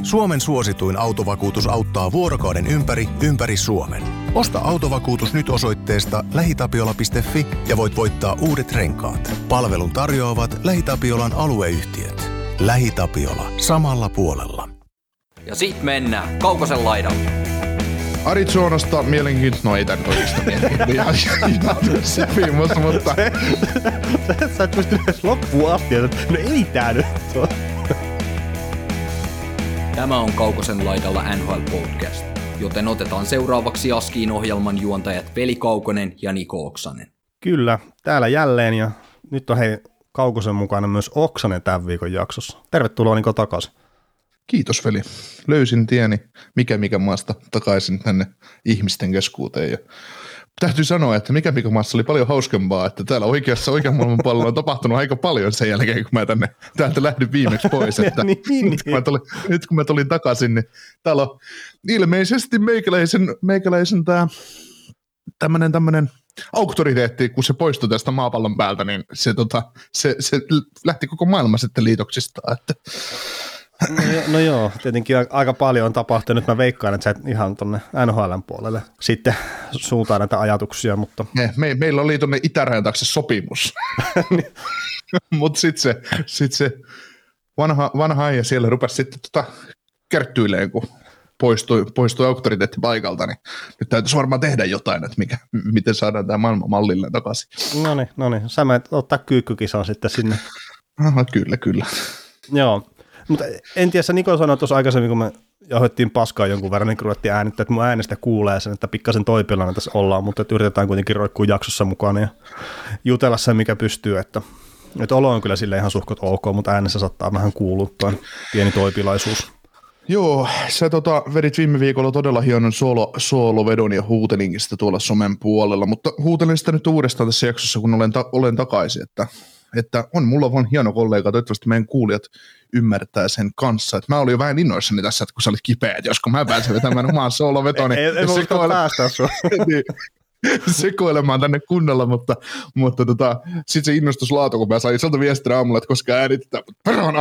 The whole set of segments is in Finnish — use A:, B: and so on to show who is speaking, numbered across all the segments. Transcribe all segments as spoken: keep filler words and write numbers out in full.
A: Suomen suosituin autovakuutus auttaa vuorokauden ympäri, ympäri Suomen. Osta autovakuutus nyt osoitteesta lähitapiola piste fi ja voit voittaa uudet renkaat. Palvelun tarjoavat LähiTapiolan alueyhtiöt. LähiTapiola. Samalla puolella.
B: Ja sit mennään Kaukosen laidalle.
C: Arizonasta mielenkiintoista, no ei tää nyt oikeastaan mielenkiintoista, ihan sopimus, mutta...
D: Sä et pystynyt edes loppuun asti, että no ei tää nyt ole.
B: Tämä on Kaukosen laidalla N H L Podcast, joten otetaan seuraavaksi Askiin ohjelman juontajat Veli Kaukonen ja Niko Oksanen.
D: Kyllä, täällä jälleen ja nyt on hei Kaukosen mukana myös Oksanen tämän viikon jaksossa. Tervetuloa Niko takaisin.
C: Kiitos veli. Löysin tieni mikä mikä maasta takaisin tänne ihmisten keskuuteen ja täytyy sanoa, että mikä mikä maassa oli paljon hauskempaa, että täällä oikeassa oikean maailman pallolla on tapahtunut aika paljon sen jälkeen, kun mä tänne täältä lähdin viimeksi pois. Että
D: niin, niin.
C: Nyt, kun mä tulin, nyt kun mä tulin takaisin, niin täällä on ilmeisesti meikäläisen, meikäläisen tää tämmönen tämmönen auktoriteetti, kun se poistui tästä maapallon päältä, niin se, tota, se, se lähti koko maailma sitten liitoksistaan, että
D: No, no joo, tietenkin aika paljon on tapahtunut. Mä veikkaan, että sä et ihan tonne N H L:n puolelle sitten suuntaan näitä ajatuksia, mutta...
C: Me, me, meillä oli tonne itärajan taakse sopimus, mutta sitten se, sit se vanha, vanha äijä siellä rupesi sitten tota kerttyileen, kun poistui, poistui auktoriteetti paikalta, niin nyt täytyisi varmaan tehdä jotain, että mikä, miten saadaan tämä maailma mallille takaisin.
D: No niin, no niin. Sä menet ottaa kyykkykisan sitten sinne.
C: Aha, kyllä, kyllä.
D: Joo. Mutta en tiedä, Niko sanoi tuossa aikaisemmin, kun me johdettiin paskaa jonkun verran, niin ruvettiin äänittää, että mun äänestä kuulee sen, että pikkasen toipilana tässä ollaan, mutta että yritetään kuitenkin roikkua jaksossa mukana ja jutella sen, mikä pystyy, että, että olo on kyllä sille ihan suhkot ok, mutta äänessä saattaa vähän kuulua tuo pieni toipilaisuus.
C: Joo, sä tota, vedit viime viikolla todella hienon solo, soolovedon ja huutelinkin sitä tuolla somen puolella, mutta huutelin sitä nyt uudestaan tässä jaksossa, kun olen, ta- olen takaisin, että että on mulla vaan hieno kollega, toivottavasti meidän kuulijat ymmärtää sen kanssa, että mä olin jo vähän innoissani tässä, että kun sä olit kipeä, että josko mä pääsen vetämään omaan soolovetoni.
D: Ei, ei, ei sekoile- päästä sua.
C: niin, sekoilemaan tänne kunnolla, mutta, mutta tota, sitten se innostuslaatu, kun mä sain sieltä viestinä aamulla, että koska äänitetään, perona.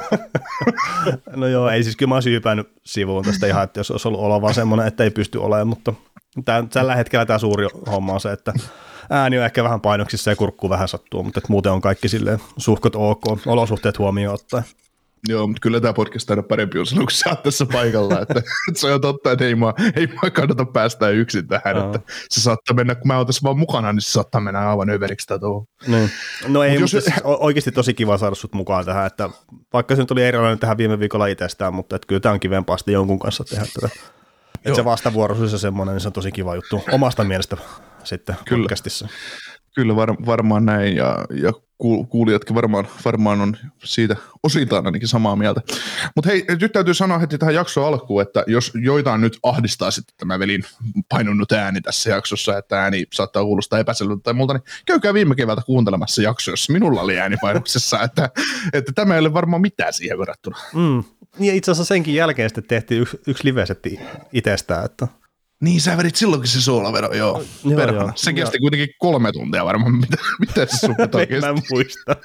D: No joo, ei siis kyllä mä olisin hypännyt sivuun tästä ihan, että jos olisi ollut olo vaan semmoinen, että ei pysty olemaan, mutta tämän, tällä hetkellä tämä suuri homma on se, että ääni on ehkä vähän painoksissa ja kurkku vähän sattuu, mutta muuten on kaikki silleen suhkot ok, olosuhteet huomioon ottaen.
C: Joo, mutta kyllä tämä podcast aina parempi on silloin, kun sä oot tässä paikalla, että, että se on totta, että ei mua, ei mua kannata päästä yksin tähän, no. Että se saattaa mennä, kun mä oon tässä vaan mukana, niin se saattaa mennä aivan överiksi tätä tuohon.
D: Niin. No ei,
C: Mut
D: mutta
C: jos...
D: oikeasti tosi kiva saada sut mukaan tähän, että vaikka se nyt oli erilainen tähän viime viikolla itsestään, mutta että kyllä tämä on kivempaa sitten jonkun kanssa tehdä tätä. Että se vastavuoroisuus ja semmoinen, niin se on tosi kiva juttu omasta mielestä sitten kyllä. Podcastissa.
C: Kyllä var, varmaan näin ja, ja kuulijatkin varmaan, varmaan on siitä osittain ainakin samaa mieltä. Mutta hei, nyt täytyy sanoa heti tähän jaksoon alkuun, että jos joitain nyt ahdistaa sitten tämä velin painunut ääni tässä jaksossa, että ääni saattaa kuulostaa epäselvältä tai multa, niin käykää viime keväältä kuuntelemassa jakso, jossa minulla oli ääni painuksessa, että, että tämä ei ole varmaan mitään siihen verrattuna.
D: Mm. Ja itse asiassa senkin jälkeen sitten tehtiin yksi, yksi live-setti itsestään, että
C: niin, sä vedit silloinkin se soolavedon, joo. joo, joo se kesti joo. Kuitenkin kolme tuntia varmaan, mitä, mitä se sun vetoi kesti.
D: Mä en muista.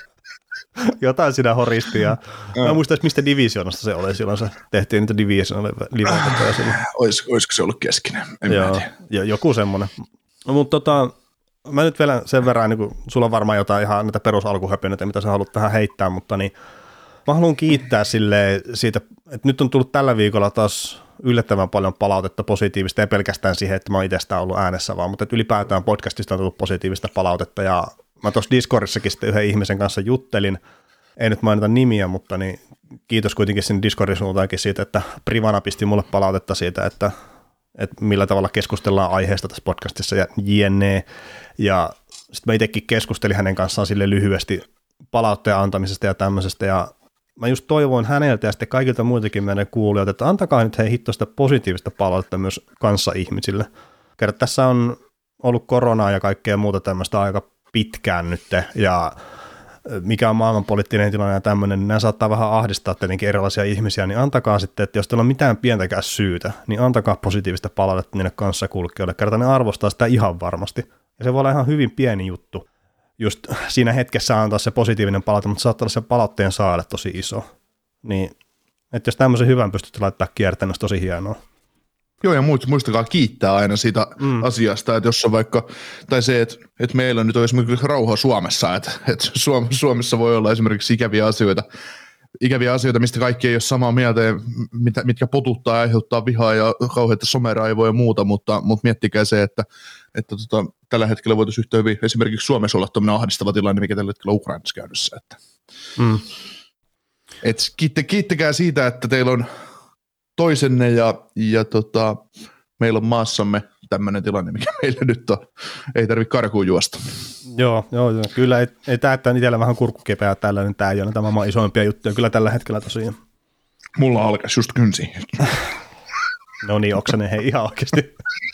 D: Jotain siinä horisti ja mä en muista, mistä divisionasta se oli silloin, se tehtiin niitä divisionalle live-vetoja silloin.
C: Olis, olisiko se ollut keskinen? En
D: joo, ja joku semmoinen. No, mutta tota, mä nyt vielä sen verran, niin kun sulla on varmaan jotain ihan näitä perusalkuhöpinöitä, mitä sä haluat tähän heittää, mutta niin mä haluan kiittää silleen siitä, että nyt on tullut tällä viikolla taas yllättävän paljon palautetta positiivista, ei pelkästään siihen, että mä oon itsestään ollut äänessä vaan, mutta että ylipäätään podcastista on tullut positiivista palautetta, ja mä tuossa Discordissakin sitten yhden ihmisen kanssa juttelin, ei nyt mainita nimiä, mutta niin kiitos kuitenkin sinne Discordin suuntaankin siitä, että Privana pisti mulle palautetta siitä, että, että millä tavalla keskustellaan aiheesta tässä podcastissa ja jne, ja sitten mä itsekin keskustelin hänen kanssaan sille lyhyesti palautteen antamisesta ja tämmöisestä, ja mä just toivoin häneltä ja sitten kaikilta muitakin meidän kuulijoilta, että antakaa nyt hei hitto sitä positiivista palautetta myös kanssaihmisille. Kerran tässä on ollut koronaa ja kaikkea muuta tämmöistä aika pitkään nyt, ja mikä on maailmanpoliittinen tilanne ja tämmöinen, niin nämä saattaa vähän ahdistaa tietenkin erilaisia ihmisiä, niin antakaa sitten, että jos teillä on mitään pientäkään syytä, niin antakaa positiivista palautetta niille kanssakulkijoille. Kerran ne arvostaa sitä ihan varmasti. Ja se voi olla ihan hyvin pieni juttu. Just siinä hetkessä antaa se positiivinen palaute, mutta saattaa olla se palautteen saajalle tosi iso. Niin Että jos tämmöisen hyvän pystytte laittaa kiertämään, olisi tosi hienoa.
C: Joo, ja muistakaa kiittää aina siitä mm. asiasta, että jos on vaikka, tai se, että, että meillä nyt on esimerkiksi rauha Suomessa, että, että Suomessa voi olla esimerkiksi ikäviä asioita, ikäviä asioita, mistä kaikki ei ole samaa mieltä, mitä, mitkä potuttaa ja aiheuttaa vihaa ja kauheita someraivoja ja muuta, mutta, mutta miettikää se, että, että tota, tällä hetkellä voitaisiin yhtä hyvin esimerkiksi Suomessa olla tämmöinen ahdistava tilanne, mikä tällä hetkellä Ukrainassa käynnissä. Että. Mm. Et kiitte, kiittäkää siitä, että teillä on toisenne ja, ja tota, meillä on maassamme tämmöinen tilanne, mikä meillä nyt on. Ei tarvitse karkuun juosta.
D: Joo, joo, joo. Kyllä ei, ei tämä, että itsellä vähän kurkkukepeä tällä, niin tämä ei ole tämä isoimpia juttuja. Kyllä tällä hetkellä tosiaan.
C: Mulla alkaisi just kynsi.
D: No niin, oksanen, hei ihan oikeasti.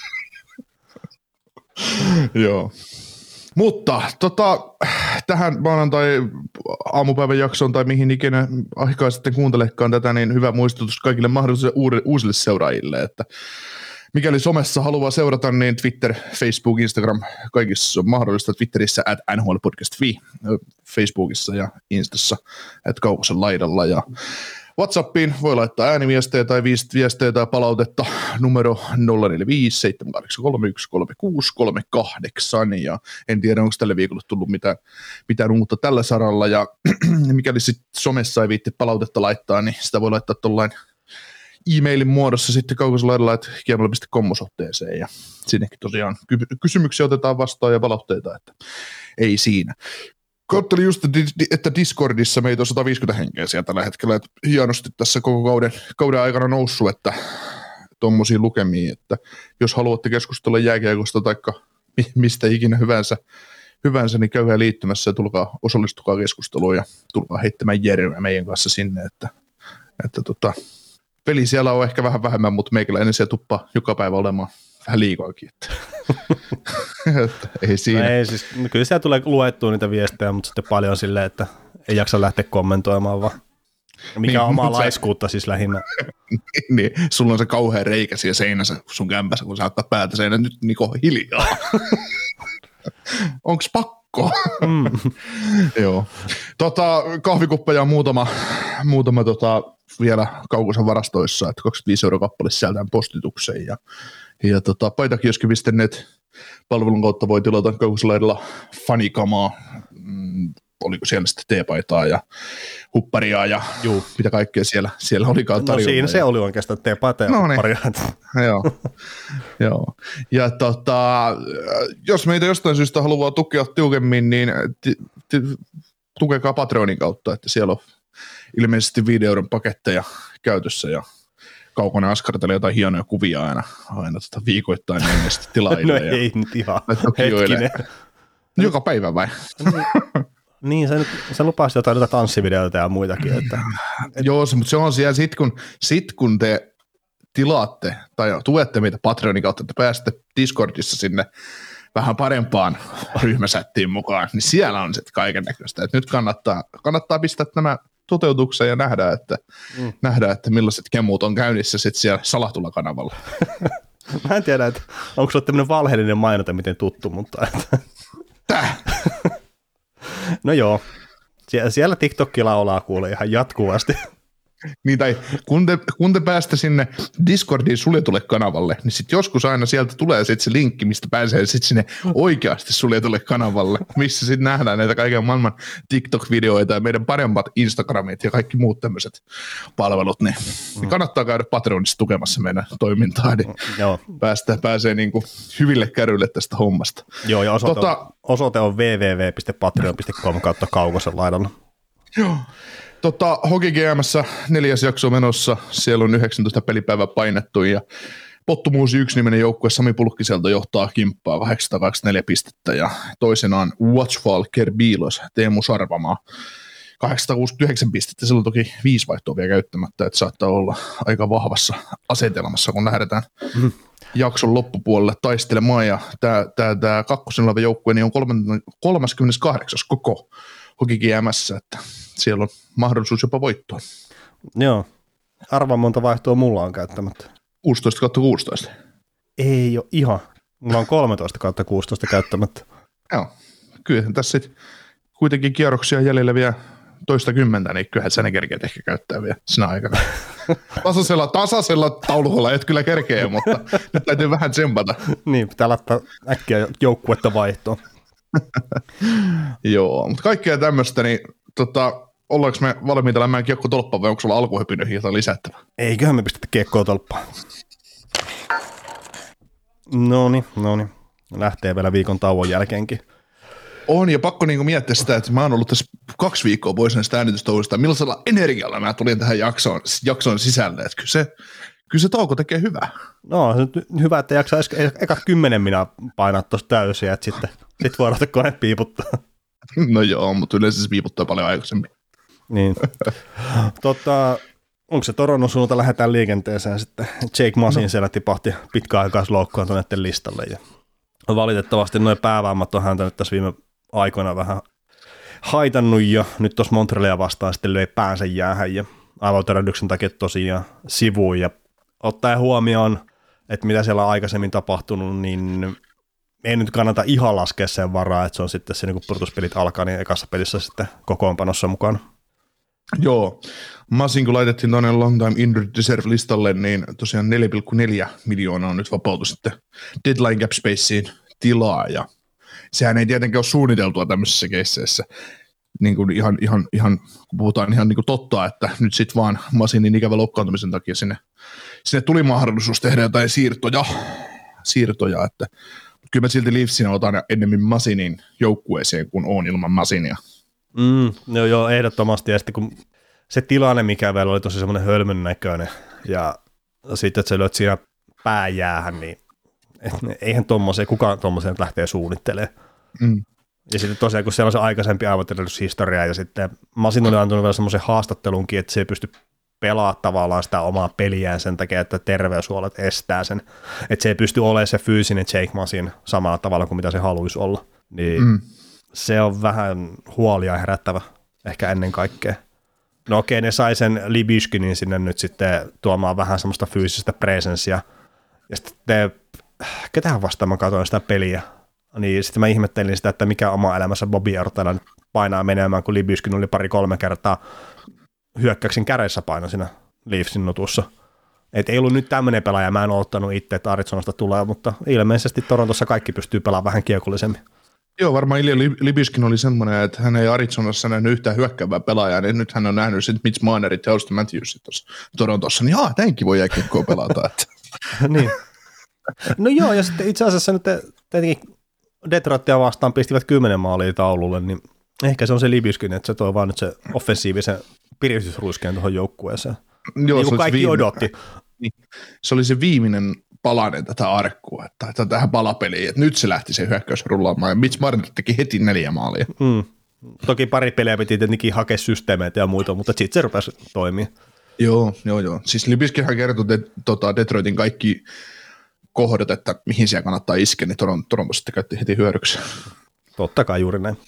C: Joo. Mutta tota, tähän maanantai aamupäivän jaksoon tai mihin ikinä aikaa sitten kuuntelekaan tätä, niin hyvä muistutus kaikille mahdollisille uusille seuraajille, että mikäli somessa haluaa seurata, niin Twitter, Facebook, Instagram, kaikissa on mahdollista. Twitterissä at N H L podcast piste fi, Facebookissa ja Instassa at Kaukosen laidalla. Ja WhatsAppiin voi laittaa ääniviestejä tai viestejä tai palautetta numero nolla neljä viisi seitsemän kahdeksan kolme yksi kolme kuusi kolme kahdeksan. Ja en tiedä, onko tälle viikolle tullut mitään, mitään uutta tällä saralla. Ja mikäli sitten somessa ei viitti palautetta laittaa, niin sitä voi laittaa tuollain e-mailin muodossa sitten kaukoselaidalla, että kiemalla piste com osoitteeseen, ja sinnekin tosiaan kysymyksiä otetaan vastaan ja palautteita, että ei siinä. Katselin just, että Discordissa meitä on sata viisikymmentä henkeä siellä tällä hetkellä, että hienosti tässä koko kauden, kauden aikana noussut, että tuommoisia lukemia, että jos haluatte keskustella jääkiekosta tai mistä ikinä hyvänsä, hyvänsä, niin käykää liittymässä ja tulkaa, osallistukaa keskusteluun ja tulkaa heittämään järjeä meidän kanssa sinne, että, että tota, peli siellä on ehkä vähän vähemmän, mutta meikäläinen siellä tuppaa joka päivä olemaan vähän liikoakin. Että. että ei siinä.
D: No ei, siis, no kyllä siellä tulee luettua niitä viestejä, mutta sitten paljon silleen, että ei jaksa lähteä kommentoimaan vaan. Mikä niin, on omaa laiskuutta siis lähinnä.
C: niin, sulla on se kauhea reikä siellä seinässä sun kämpässä, kun sä ottaa päätä seinä nyt Niko hiljaa. Onks pakko? mm. Joo. Tota, kahvikuppeja on muutama, muutama tota, vielä Kaukosen varastoissa, että kaksikymmentäviisi euroa kappale sieltään postitukseen. Ja, ja tota, paitakioski piste net palvelun kautta voi tilata Kaukoselaidalla fanikamaa. Mm, oliko siellä sitten teepaitaa ja hupparia ja Juu. mitä kaikkea siellä, siellä olikaan tarjolla.
D: No siinä ja se oli oikeastaan teepaita ja no hupparia.
C: Niin. Joo. Joo. Ja tota, jos meitä jostain syystä haluaa tukea tiukemmin, niin t- t- tukekaa Patreonin kautta, että siellä on ilmeisesti viiden euron paketteja käytössä ja Kaukonen askartelee jotain hienoja kuvia aina, aina tota viikoittain ennesti tilaille.
D: No ei nyt ihan,
C: hetkinen. Joka päivä vai?
D: Niin, se, se lupasi jotain noita tanssivideoita ja muitakin. Että,
C: et... Joo, mutta se on siellä, sit kun, sit kun te tilaatte tai tuette meitä Patreonin kautta, että pääsette Discordissa sinne vähän parempaan ryhmäsättiin mukaan, niin siellä on sitten kaiken näköistä. Et nyt kannattaa, kannattaa pistää nämä toteutukseen ja nähdä, että, mm. nähdä, että millaiset kemut on käynnissä sitten siellä salatulla kanavalla.
D: Mä en tiedä, että onko se tämmöinen valheellinen mainonta, miten tuttu, mutta...
C: Täh?
D: No joo, Sie- siellä TikTokki laulaa kuulee ihan jatkuvasti.
C: Niin tai kun te, kun te päästä sinne Discordiin suljetulle kanavalle, niin sitten joskus aina sieltä tulee sit se linkki, mistä pääsee sitten sinne oikeasti suljetulle kanavalle, missä sitten nähdään näitä kaiken maailman TikTok-videoita ja meidän paremmat Instagramit ja kaikki muut tämmöiset palvelut, niin, mm. niin kannattaa käydä Patreonissa tukemassa meidän toimintaa, niin Joo. Päästä, pääsee niinku hyville kärryille tästä hommasta.
D: Joo, ja osoite, tota, on, osoite on double-u double-u double-u piste patreon piste com kautta Kaukosen laidalla.
C: Joo. Tota, Hockey G M:ssä neljäs jakso menossa, siellä on yhdeksäntoista pelipäivää painettu ja Pottumuusi yksi niminen joukkue Sami Pulkkiselta johtaa kimppaa kahdeksansataakaksikymmentäneljä pistettä ja toisenaan Watchfall Kerbilos Teemu Sarvamaa kahdeksansataakuusikymmentäyhdeksän pistettä, sillä on toki viisi vaihtoa vielä käyttämättä, että saattaa olla aika vahvassa asetelmassa, kun lähdetään mm. jakson loppupuolelle taistelemaan ja tämä kakkosen oleva joukkue niin on kolmaskymmeneskahdeksas koko Hockey G M:ssä, että siellä on mahdollisuus jopa voittoa.
D: Joo. Arvaa monta vaihtoa mulla on käyttämättä.
C: kuusitoista kautta kuusitoista.
D: Ei ole ihan. Mulla on kolmetoista kautta kuusitoista käyttämättä.
C: Joo. Kyllä tässä sitten kuitenkin kierroksia jäljellä vielä toista kymmentä, niin kyllähän sä ne kerkeät ehkä käyttää vielä sinä aikana. Tasaisella, tasaisella taulukolla et kyllä kerkeä, mutta nyt täytyy vähän tsempata.
D: Niin, pitää laittaa äkkiä joukkuetta vaihtoon.
C: Joo, mutta kaikkea tämmöistä, niin tota, ollaanko me valmiita lämmään kiekko tolppaan vai onko sulla alkuhypinöihin jotain lisättävää?
D: Eiköhän me pistetä kiekkoa tolppaan. Noniin, noniin. Lähtee vielä viikon tauon jälkeenkin.
C: On, ja pakko niinku miettiä sitä, että mä oon ollut tässä kaksi viikkoa pois näistä äänitystouhuista, millaisella energialla mä tulin tähän jaksoon, jaksoon sisälle, että kyllä se, kyllä se tauko tekee hyvää.
D: No, se on hyvä, että jaksaa ekat kymmenen minä painaa tuossa täysiä, että sitten sit voi ruveta kone piiputtaa.
C: No joo, mutta yleensä se piiputtaa paljon aikaisemmin.
D: Niin. tota, onko se Toronnon suunnalta lähdetään liikenteeseen sitten? Jake Masin no. siellä tipahti pitkäaikaisloukkuantuneiden listalle. Ja valitettavasti nuo päävammat on häntä nyt tässä viime aikoina vähän haitannut ja nyt tuossa Montrealia vastaan sitten löi päänsä jäähän ja aivotärähdyksen takia tosiaan sivuun ja ottaen huomioon, että mitä siellä on aikaisemmin tapahtunut, niin ei nyt kannata ihan laskea sen varaa, että se on sitten se, niin kun pudotuspelit alkaa, niin ekassa pelissä sitten kokoonpanossa mukana.
C: Joo, Masin kun laitettiin tuonne Long Time Injured Reserve-listalle, niin tosiaan neljä pilkku neljä miljoonaa on nyt vapautu sitten deadline cap spaceen tilaa, ja sehän ei tietenkään ole suunniteltua tämmöisissä keisseissä, niin kuin ihan, ihan, ihan, kun puhutaan ihan niin kuin totta, että nyt sitten vaan Masinin ikävä loukkaantumisen takia sinne, sinne tuli mahdollisuus tehdä jotain siirtoja, siirtoja että kyllä mä silti Leafsinä otan ennemmin Masinin joukkueeseen, kuin on ilman Masinia.
D: Mm, joo, joo, ehdottomasti, ja sitten kun se tilanne, mikä vielä oli tosi semmoinen hölmön näköinen, ja sitten, että sä lyöt siinä pääjäähän, niin et, eihän tommoseen, kukaan tommoseen lähtee suunnittelemaan. Mm. Ja sitten tosiaan, kun siellä on se aikaisempi aivoterveyshistoria, ja sitten Masin oli antanut vielä semmoisen haastattelunkin, että se ei pysty pelaamaan tavallaan sitä omaa peliään sen takia, että terveyshuolet estää sen, että se ei pysty olemaan se fyysinen Jake Masin samalla tavalla kuin mitä se haluaisi olla. Niin mm. se on vähän huolia herättävä, ehkä ennen kaikkea. No okei, ne sai sen Libyskinin sinne nyt sitten tuomaan vähän semmoista fyysistä presenssiä, ja sitten ketähän vastaan mä katsoin sitä peliä, niin sitten mä ihmettelin sitä, että mikä oma elämässä Bobby Ortella nyt painaa menemään, kun Libyskin oli pari-kolme kertaa hyökkäyksen kädessä paino siinä Leafsin nutussa. Et ei ollut nyt tämmöinen pelaaja, mä en ole ottanut itse, että Arizonasta tulee, mutta ilmeisesti Torontossa kaikki pystyy pelaamaan vähän kiekollisemmin.
C: Joo, varmaan Ilja Libyskin oli semmoinen, että hän ei Arizonassa nähnyt yhtään hyökkäävää pelaajaa, niin nyt hän on nähnyt sitten Mitch Marnerit ja Auston Matthewsit tuossa Torontossa, niin jaa, tämänkin voi jääkiekkoa pelata.
D: Niin. No joo, ja sitten itse asiassa nyt tietenkin Detroitia vastaan pistivät kymmenen maalia taululle, niin ehkä se on se Libyskin, että se toi vaan nyt se offensiivisen piristysruiskeen tuohon joukkueeseen. Joo, niin kuin kaikki viime... odotti.
C: Niin. Se oli se viimeinen palanen tätä arkkua, että, että tähän palapeliin, että nyt se lähti se hyökkäys rullaamaan, ja Mitch Marner teki heti neljä maalia.
D: Mm. Toki pari peliä piti tietenkin hakea systeemeitä ja muita, mutta sitten se rupesi toimia.
C: Joo, joo, joo. Siis Libyskinhan kertoi de, tota, Detroitin kaikki kohdat, että mihin siellä kannattaa iskeä, niin Toronto, Toronto sitten käytti heti hyödyksi.
D: Totta kai juuri näin.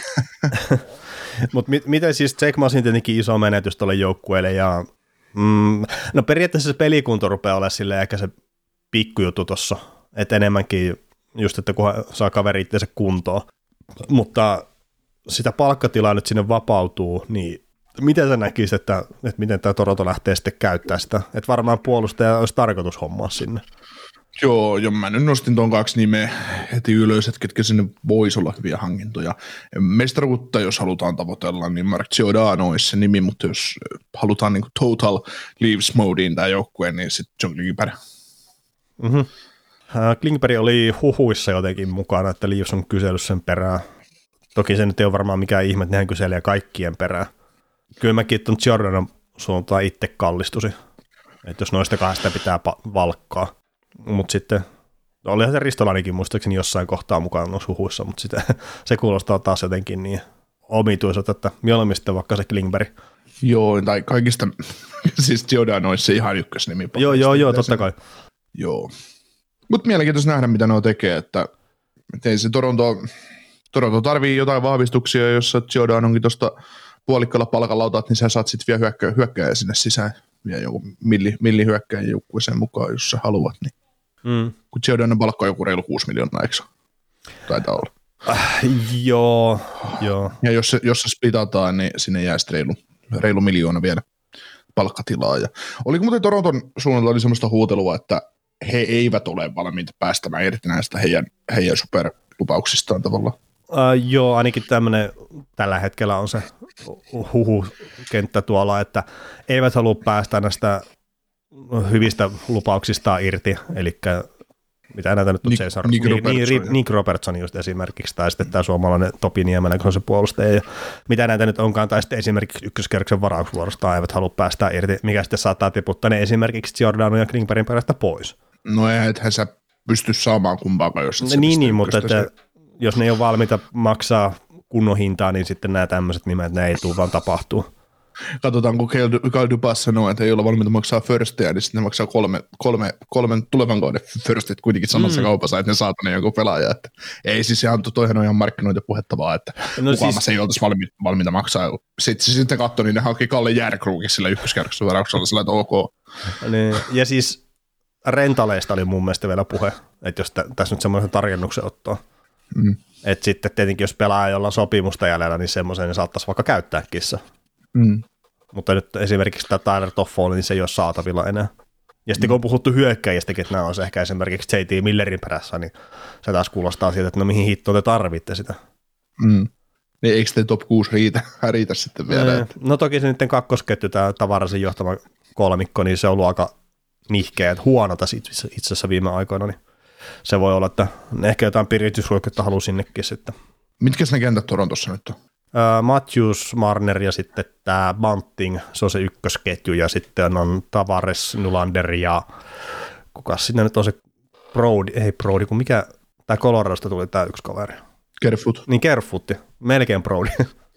D: Mutta mit, miten siis Jake Masin tietenkin iso menetys tuolle joukkueelle, ja mm, no periaatteessa se pelikunto rupeaa olemaan silleen ehkä se pikkujuttu tuossa, että enemmänkin just, että kun saa kaveri itseensä kuntoon, mutta sitä palkkatilaa nyt sinne vapautuu, niin miten sä näkisit, että, että miten tämä Toronto lähtee sitten käyttämään sitä, että varmaan puolustaja olisi tarkoitus hommaa sinne.
C: Joo, jo mä nyt nostin tuon kaksi nimeä heti ylös, että ketkä sinne voisi olla hyviä hankintoja. Mestaruutta, jos halutaan tavoitella, niin Mark Giordano olisi se nimi, mutta jos halutaan niin kuin total Leafs modeen tämä joukkue, niin sitten John Klingberg.
D: Mm-hmm. Klingberg oli huhuissa jotenkin mukana, että Leafs on kysellyt sen perään. Toki se nyt ei ole varmaan mikään ihme, että nehän kyselee kaikkien perään. Kyllä mäkin tuon Giordanon suuntaan itse kallistusi, että jos noista kahdesta pitää pa- valkkaa. Mutta sitten, olihan se Ristolanikin muistaakseni jossain kohtaa mukaan noissa huhuissa, mutta sitä, se kuulostaa taas jotenkin niin omituiselta, että mieluummin sitten vaikka se Klingberg.
C: Joo, tai kaikista, siis Giordano olisi se ihan ykkösnimi.
D: Joo, joo, joo, totta kai.
C: Joo, mutta mielenkiintoista nähdä, mitä ne tekee, että ei se Toronto, Toronto tarvii jotain vahvistuksia, jos sä Giordanonkin tuosta puolikkalla palkalla otat, niin sä saat sitten vielä hyökkää, hyökkääjä sinne sisään, vielä joku milli, milli hyökkääjä joukkueeseen mukaan, jos sä haluat, niin mm. kun Giordanon palkka on joku reilu kuusi miljoonaa, eikö taitaa olla?
D: Äh, joo, joo.
C: Ja jos se, jos se splitataan, niin sinne jää reilu, reilu miljoona vielä palkkatilaa. Ja oliko muuten Toronton suunnalta oli semmoista huutelua, että he eivät ole valmiita päästämään irti näistä heidän, heidän superlupauksistaan tavallaan?
D: Uh, joo, ainakin tämmöinen tällä hetkellä on se huhu-kenttä tuolla, että eivät halua päästä näistä hyvistä lupauksistaan irti, eli mitä näitä nyt on
C: Nick,
D: Cesar,
C: Nick,
D: Nick,
C: Robertson,
D: Nick Robertson just esimerkiksi, tai sitten tämä suomalainen Topi Niemelä, kun on se puolustaja, ja mitä näitä nyt onkaan, tai sitten esimerkiksi ykköskerroksen varausvuorosta eivät halua päästä irti, mikä sitten saattaa tiputtaa ne esimerkiksi Giordano ja Klingbergin perästä pois.
C: No eihän sä pysty saamaan kumpaakaan, jos et
D: Niin, niin mutta että, jos ne ei ole valmiita maksaa kunnon hintaa, niin sitten nämä tämmöiset nimet, ne ei tule vaan tapahtuu.
C: Katsotaan, kun Kyle Dubas sanoo, että ei ole valmiita maksaa firstia, niin sitten ne maksaa kolme, kolme, kolmen tulevan kauden firstit kuitenkin samassa mm. kaupassa, että ne saa tänne jonkun pelaaja. Että ei siis ihan, toihan on ihan markkinointipuhetta vaan, että no kukaan siis ei oltaisi valmiita, valmiita maksaa. Sitten sitten katsoi, niin ne hankki Kalle Järkruukin sillä ykköskerroksen varauksella, sillä että ok.
D: Niin, ja siis rentaleista oli mun mielestä vielä puhe, että jos t- tässä nyt semmoisen tarjennuksen ottaa. Mm. Että sitten tietenkin, jos pelaa jollain sopimusta jäljellä, niin semmoisen saattaisi vaikka käyttää kissa. Mm. Mutta nyt esimerkiksi tämä Tyler Toffoli, niin se ei ole saatavilla enää. Ja sitten mm. kun on puhuttu hyökkäjistäkin, että nämä on ehkä esimerkiksi J T Millerin perässä, niin se taas kuulostaa siitä, että no mihin hittoon te tarvitte sitä.
C: Mm. Niin eikö te top kuusi riitä, riitä sitten vielä?
D: No, no toki se niiden kakkosketju, tämä Tavarasin johtama kolmikko, niin se on ollut aika nihkeä, että huonota itse asiassa viime aikoina, niin se voi olla, että ehkä jotain piritysruoketta haluaa sinnekin sitten.
C: Mitkä ne kentät Torontossa nyt on?
D: Uh, Matthews, Marner ja sitten tämä Bunting, se on se ykkösketju, ja sitten on Tavares, Nylander ja kukas sitten nyt on se Brody, ei Brody, kun mikä, tämä Coloradosta tuli tämä yksi kaveri.
C: Kerfoot.
D: Niin Kerfoot, melkein Brody.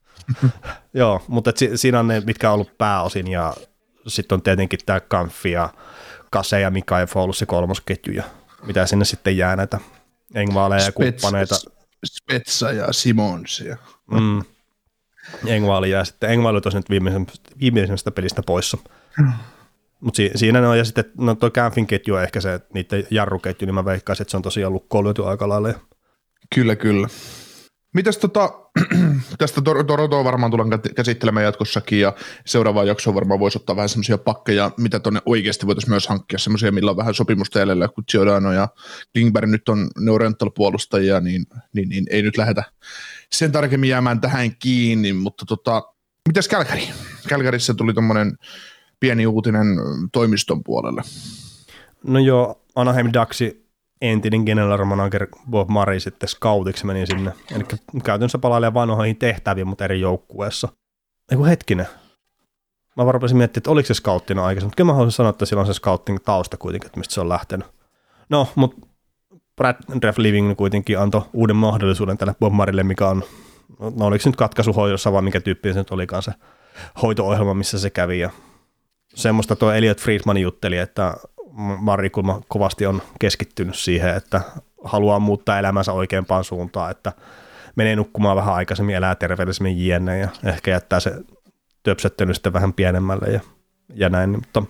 D: Joo, mutta si- siinä on ne, mitkä on ollut pääosin, ja sitten on tietenkin tämä Kampfi ja Kase ja Mikael ollut se kolmosketju, ja mitä sinne sitten jää näitä Engvaaleja ja kumppaneita.
C: Spetsa ja Simonsia.
D: Mm. Engvall jää sitten, Engvall on tosiaan viimeisemmästä, viimeisemmästä pelistä poissa. Mm. Mutta si, siinä ne on, ja sitten no tuo Campin ketju on ehkä se, niiden jarruketju, niin mä veikkaisin, että se on tosiaan lukkoon lyöty aika lailla.
C: Kyllä, kyllä. Mitäs tota, tästä Torontoa varmaan tullaan käsittelemään jatkossakin, ja seuraavaan jaksoon varmaan voisi ottaa vähän semmoisia pakkeja, mitä tuonne oikeasti voitaisiin myös hankkia, semmoisia, millä on vähän sopimusta jäljellä, kun Giordano ja Klingberg nyt on, ne on rental-puolustajia, niin, niin, niin ei nyt lähdetä sen tarkemmin jäämään tähän kiinni, mutta tota, mitäs Calgary? Calgaryssa tuli tommonen pieni uutinen toimiston puolelle.
D: No joo, Anaheim Ducksi entinen general manager Bob Murray sitten scoutiksi meni sinne, eli käytännössä palailee vanhoihin tehtäviin, mutta eri joukkueessa. Eiku hetkinen. Mä varmaan miettiä, että oliko se scouttina aikaisemmin, mutta kyllä mä haluaisin sanoa, että sillä on se scouting tausta kuitenkin, että mistä se on lähtenyt. No, mutta Brad Living kuitenkin antoi uuden mahdollisuuden tälle Bob Murraylle, mikä on, no oliko se nyt katkaisuhoidossa, vai mikä tyyppi se nyt olikaan se hoito-ohjelma, missä se kävi, ja semmoista tuo Elliot Friedman jutteli, että Murray kulma kovasti on keskittynyt siihen, että haluaa muuttaa elämänsä oikeampaan suuntaan, että menee nukkumaan vähän aikaisemmin, elää terveellisemmin jne. Ja ehkä jättää se töpsöttely sitten vähän pienemmälle ja, ja näin. Mutta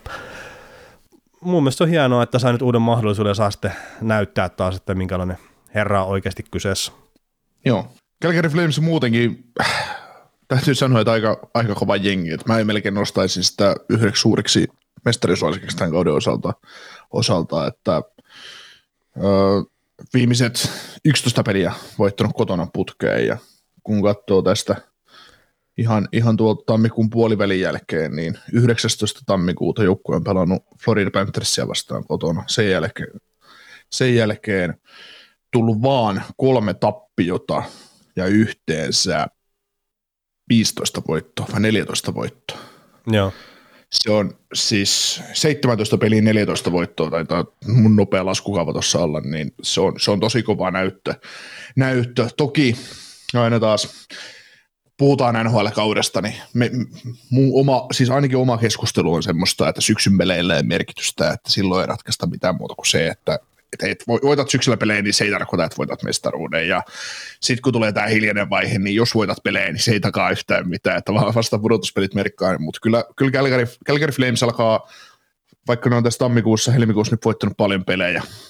D: mun mielestä on hienoa, että sai nyt uuden mahdollisuuden ja saa sitten näyttää taas, että minkälainen herra on oikeasti kyseessä.
C: Joo. Calgary Flames muutenkin, täytyy sanoa, että aika, aika kova jengi. Että mä en melkein nostaisin sitä yhdeksi suuriksi mestarisuosikeksi tämän kauden osalta, osalta että ö, viimeiset yksitoista peliä voittanut kotona putkeen, ja kun katsoo tästä ihan, ihan tuolta tammikuun puolivälin jälkeen, niin yhdeksästoista tammikuuta joukkue on pelannut Florida Panthersia vastaan kotona. Sen jälkeen, sen jälkeen tullut vaan kolme tappiota ja yhteensä viisitoista voittoa vai neljätoista voittoa.
D: Joo.
C: Se on siis seitsemäntoista peliä neljätoista voittoa, taitaa mun nopea laskukaava tuossa olla, niin se on, se on tosi kova näyttö. näyttö. Toki aina taas puhutaan N H L-kaudesta, niin me, mun oma, siis ainakin oma keskustelu on semmoista, että syksyn peleillä ei merkitystä, että silloin ei ratkaista mitään muuta kuin se, että että voitat syksyllä pelejä, niin se ei tarkoita, että voitat mestaruuden, ja sitten kun tulee tämä hiljainen vaihe, niin jos voitat pelejä, niin se ei takaa yhtään mitään, että vasta pudotuspelit merkkaa, mutta kyllä, kyllä Calgary, Calgary Flames alkaa, vaikka ne on tässä tammikuussa, helmikuussa nyt voittanut paljon pelejä,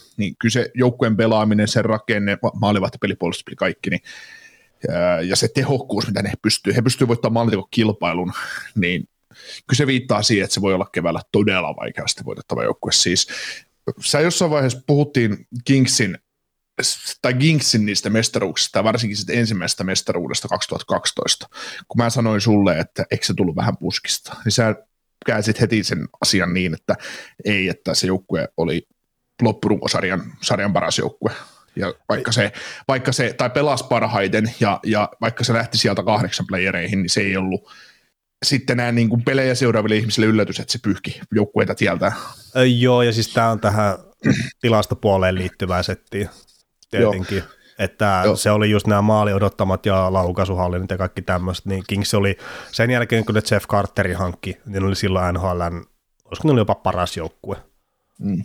C: niin kyllä se joukkueen pelaaminen, sen rakenne, maalivahti, peli, puolustuspeli, kaikki, niin, ja, ja se tehokkuus, mitä ne pystyy, he pystyy voittamaan maalintekokilpailun, niin kyllä se viittaa siihen, että se voi olla keväällä todella vaikeasti voitettava joukkue. Siis sä jossain vaiheessa puhuttiin Kingsin, tai Kingsin niistä mestaruuksista, varsinkin sitten ensimmäisestä mestaruudesta kaksituhattakaksitoista, kun mä sanoin sulle, että eikö se tullut vähän puskista, niin sä käänsit heti sen asian niin, että ei, että se joukkue oli loppurunkosarjan sarjan paras joukkue. Ja vaikka se, vaikka se, tai pelasi parhaiten, ja, ja vaikka se lähti sieltä kahdeksan playereihin, niin se ei ollut sitten nämä niin kuin pelejä seuraaville ihmisille yllätys, että se pyyhki joukkueita tieltä.
D: Ö, joo, ja siis tämä on tähän tilastopuoleen liittyvää settiä tietenkin. Joo. Että Joo. se oli just nämä maali odottamat ja laukaisuhallinnat ja kaikki tämmöiset, niin Kings oli sen jälkeen, kun ne Jeff Carterin hankki, niin oli silloin N H L:n, olisiko ne oli jopa paras joukkue.
C: Mm.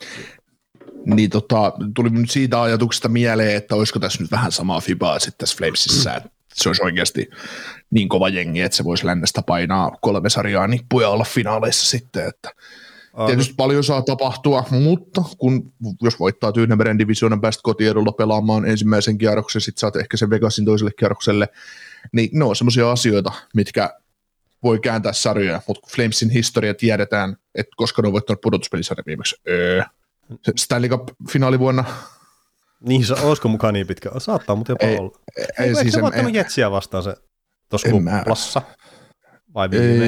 C: Niin tota, tuli nyt siitä ajatuksesta mieleen, että olisiko tässä nyt vähän samaa fibaa sitten tässä Flamesissa, mm. että se olisi oikeasti niin kova jengi, että se voisi lännestä painaa kolme sarjaa nippuja olla finaaleissa sitten, että tietysti paljon saa tapahtua, mutta kun, jos voittaa Tyynemeren divisioonan, päästä kotiedulla pelaamaan ensimmäisen kierroksen, sitten saat ehkä sen Vegasin toiselle kierrokselle, niin ne on semmoisia asioita, mitkä voi kääntää sarjoja, mutta Flamesin historia tiedetään, että koska ne on voittanut pudotuspelisarjan viimeksi, öö, Stanley Cup-finaalivuonna.
D: Niin, se olisiko mukaan niin pitkä? Saattaa, mutta jopa
C: ei,
D: olla.
C: Ei,
D: Eikö
C: siis
D: se voittanut Jetsiä vastaan se tuossa kuplassa? Vai viime?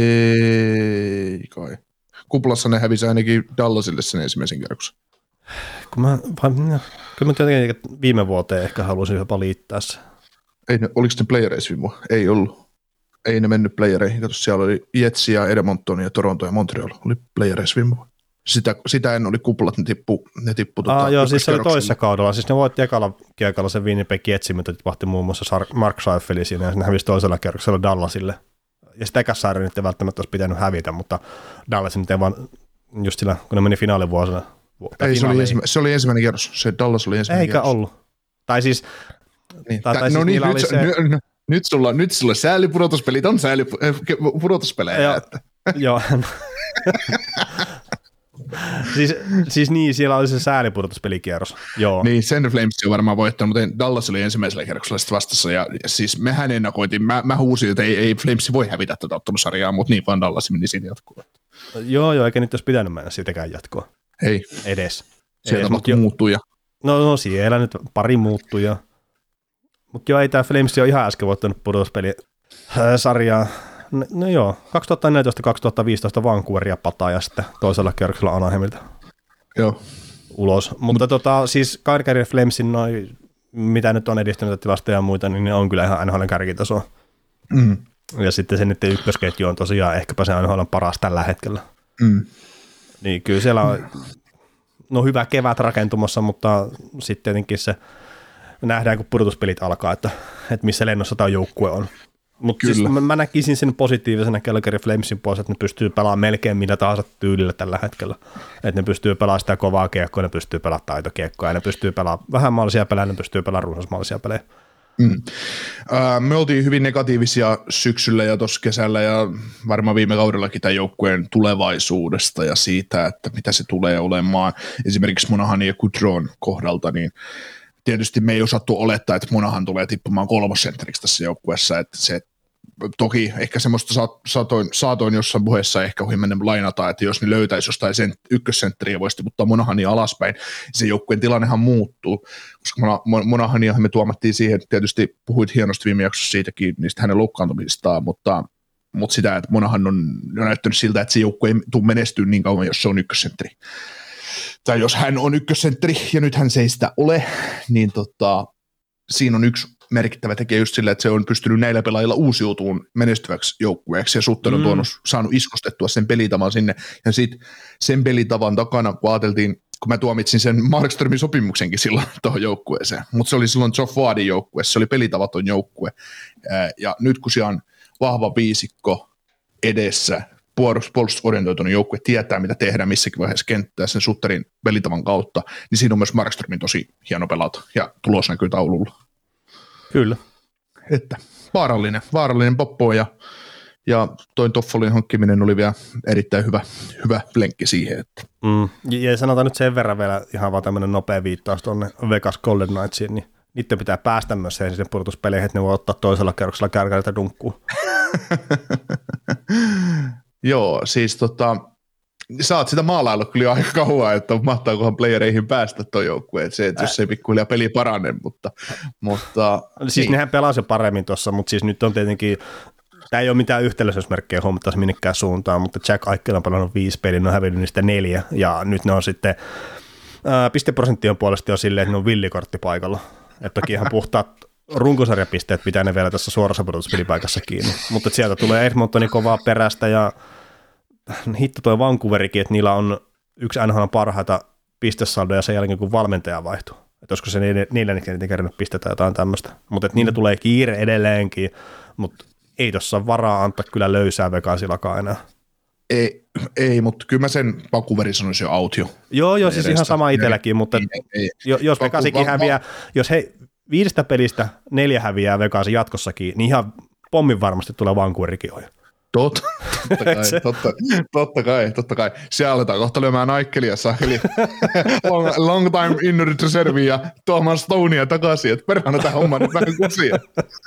C: Ei kai. Kuplassa ne hävisi ainakin Dallasille sen ensimmäisen kierroksen.
D: Kun mä, vai, kyllä mä tietenkin viime vuoteen ehkä haluaisin jopa liittää se.
C: Ei ne, oliko ne playereissa viime vuonna? Ei ollut. Ei ne mennyt playereihin. Kato, siellä oli Jetsia, Edmonton ja Toronto ja Montreal. Oli playereissa viime vuonna. Sitä, sitä en oli kuplat, ne tippu. Ne tippu
D: ah, tota, joo, siis se oli toisessa kaudella. Siis ne voitti ekalla kiekalla sen Winnipeg Jetsin, mutta tipahti muun muassa Mark Scheifele siinä, ja ne hävisi toisella kierroksella Dallasille. Ja sitä ekassa sarja nyt ei välttämättä olisi pitänyt hävitä, mutta Dallas nyt ei vaan just sillä, kun ne meni finaalivuosina.
C: Ei, se oli, ensimmä, se oli ensimmäinen kierros. Se Dallas oli ensimmäinen
D: Eikä
C: kierros.
D: ollut. Tai siis...
C: Niin.
D: Tai,
C: tai
D: tai
C: no
D: siis
C: niin, nyt,
D: se...
C: n- nyt sulla, nyt sulla säälipudotuspelit on säälipudotuspelejä.
D: Joo, joo. siis, siis niin, siellä oli se säälipudotuspelikierros. Joo.
C: Niin, sen Flames on varmaan voittanut, mutta Dallas oli ensimmäisellä kierroksella sitten vastassa, ja, ja siis mehän ennakoitiin, mä, mä huusin, että ei, ei Flames voi hävitä tätä ottelusarjaa, mutta niin vaan Dallas meni siitä jatkoon.
D: Joo, joo, eikä nyt olisi pitänyt mennä siitäkään jatkoa.
C: Ei.
D: Edes.
C: Siellä on muuttuja.
D: No, no siellä nyt pari muuttuja. Mutta joo, ei tämä Flames ole ihan äsken voittanut pudotuspelisarjaa. No, no joo, kaksituhattaneljätoista kaksituhattaviisitoista Vancouveria pataa ja sitten toisella kierroksella Anaheimilta
C: joo.
D: ulos. Mutta tota, siis Calgary Flamesin noin, mitä nyt on edistynyt tilastoja ja muita, niin ne on kyllä ihan N H L:n kärkitasoa.
C: Mm.
D: Ja sitten se niiden ykkösketju on tosiaan ehkäpä se N H L:n paras tällä hetkellä.
C: Mm.
D: Niin kyllä siellä on no, hyvä kevät rakentumassa, mutta sitten tietenkin se nähdään, kun pudotuspelit alkaa, että, että missä lennossa tämä joukkue on. Mutta siis mä, mä näkisin sen positiivisena Calgary Flamesin puolesta, että ne pystyy pelaamaan melkein millä tahansa tyylillä tällä hetkellä. Että ne pystyy pelaamaan sitä kovaa kiekkoa, ne pystyy pelaamaan taitokiekkoa, ja ne pystyy pelaamaan vähän maalisia pelejä, ne pystyy pelaamaan runsasmaalisia pelejä.
C: Mm. Uh, me oltiin hyvin negatiivisia syksyllä ja tuossa kesällä ja varmaan viime kaudellakin tämän joukkueen tulevaisuudesta ja siitä, että mitä se tulee olemaan. Esimerkiksi Monahanin ja Goodron kohdalta, niin tietysti me ei osattu olettaa, että Monahan tulee tippumaan kolmosentteriksi tässä joukkueessa, että se toki ehkä semmoista saatoin, saatoin jossain puheessa ehkä ohimennen lainata, että jos ne löytäisi jostain sen ykkössentteriä, voisi tiputtaa Monahania alaspäin, se joukkueen tilannehan muuttuu, koska Monahania me tuomattiin siihen, tietysti puhuit hienosti viime jaksossa siitäkin, niistä hänen loukkaantumisistaan, mutta, mutta sitä, että Monahan on näyttänyt siltä, että se joukkue ei tule menestyä niin kauan, jos se on ykkössentteri. Tai jos hän on ykkössentteri, ja nyt hän se ei sitä ole, niin tota, siinä on yksi merkittävä tekijä just sillä, että se on pystynyt näillä pelaajilla uusiutumaan menestyväksi joukkueeksi, ja Sutter on mm. tuonut, saanut iskostettua sen pelitavan sinne, ja sitten sen pelitavan takana, kun ajateltiin, kun mä tuomitsin sen Markströmin sopimuksenkin silloin tuohon joukkueeseen, mutta se oli silloin Geoff Wardin joukkue, se oli pelitavaton joukkue, ja nyt kun siellä on vahva viisikko edessä, puolustusorientoitunut joukkue tietää, mitä tehdään missäkin vaiheessa kenttää sen Sutterin pelitavan kautta, niin siinä on myös Markströmin tosi hieno pelata, ja tulos näkyy taululla.
D: Kyllä.
C: Että vaarallinen, vaarallinen poppo, ja Ja toi Toffolin hankkiminen oli vielä erittäin hyvä, hyvä lenkki siihen. Että.
D: Mm. Ja sanotaan nyt sen verran vielä ihan vaan tämmöinen nopea viittaus tuonne Vegas Golden Knightsiin, niin niiden pitää päästä myös siihen sitten pudotuspeleihin, että ne voi ottaa toisella kerroksella kärkäriltä dunkkuun.
C: Joo, siis tota, sä oot sitä maalaillut kyllä aika kauan, että mahtaakohan playereihin päästä toi joukkue, että se, että jos ei pikkuhiljaa peli parane, mutta... mutta
D: siis
C: niin.
D: Nehän pelasi jo paremmin tuossa, mutta siis nyt on tietenkin, tämä ei ole mitään yhtäläisyysmerkkejä huomattaisi minnekään suuntaan, mutta Jack Eichel on pelannut viisi peliä, ne on hävinnyt niistä neljä, ja nyt ne on sitten, ää, pisteprosentti on puolesta jo silleen, että ne on villikortti paikalla, että toki ihan puhtaat runkosarjapisteet pitää ne vielä tässä suorassa pudotuspelipaikassa kiinni, mutta sieltä tulee Edmontonin kovaa perästä, ja hitto toi Vancouverikin, että niillä on yksi N H L parhaita pistesaldoja sen jälkeen, kun valmentaja vaihtui. Että olisiko se neljänneksi eniten kerännyt pistetä jotain tämmöistä. Mutta niillä mm. tulee kiire edelleenkin, mutta ei tuossa ole varaa antaa kyllä löysää Vegasillakaan enää.
C: Ei, ei, mutta kyllä mä sen Vancouveri sanoisi jo out jo.
D: Joo, joo, siis ihan sama itselläkin, mutta
C: ei, ei.
D: jos Vegasikin häviää, jos he viidestä pelistä neljä häviää Vegasin jatkossakin, niin ihan pommin varmasti tulee Vancouverikin jo.
C: Totta, totta kai, totta, totta kai, totta kai. Siellä aletaan kohta lyömään Aikelia sakeli. long, long time injured reserve ja Thomas Stonea takaisin, että perhana tämä homma nyt vähän kusia.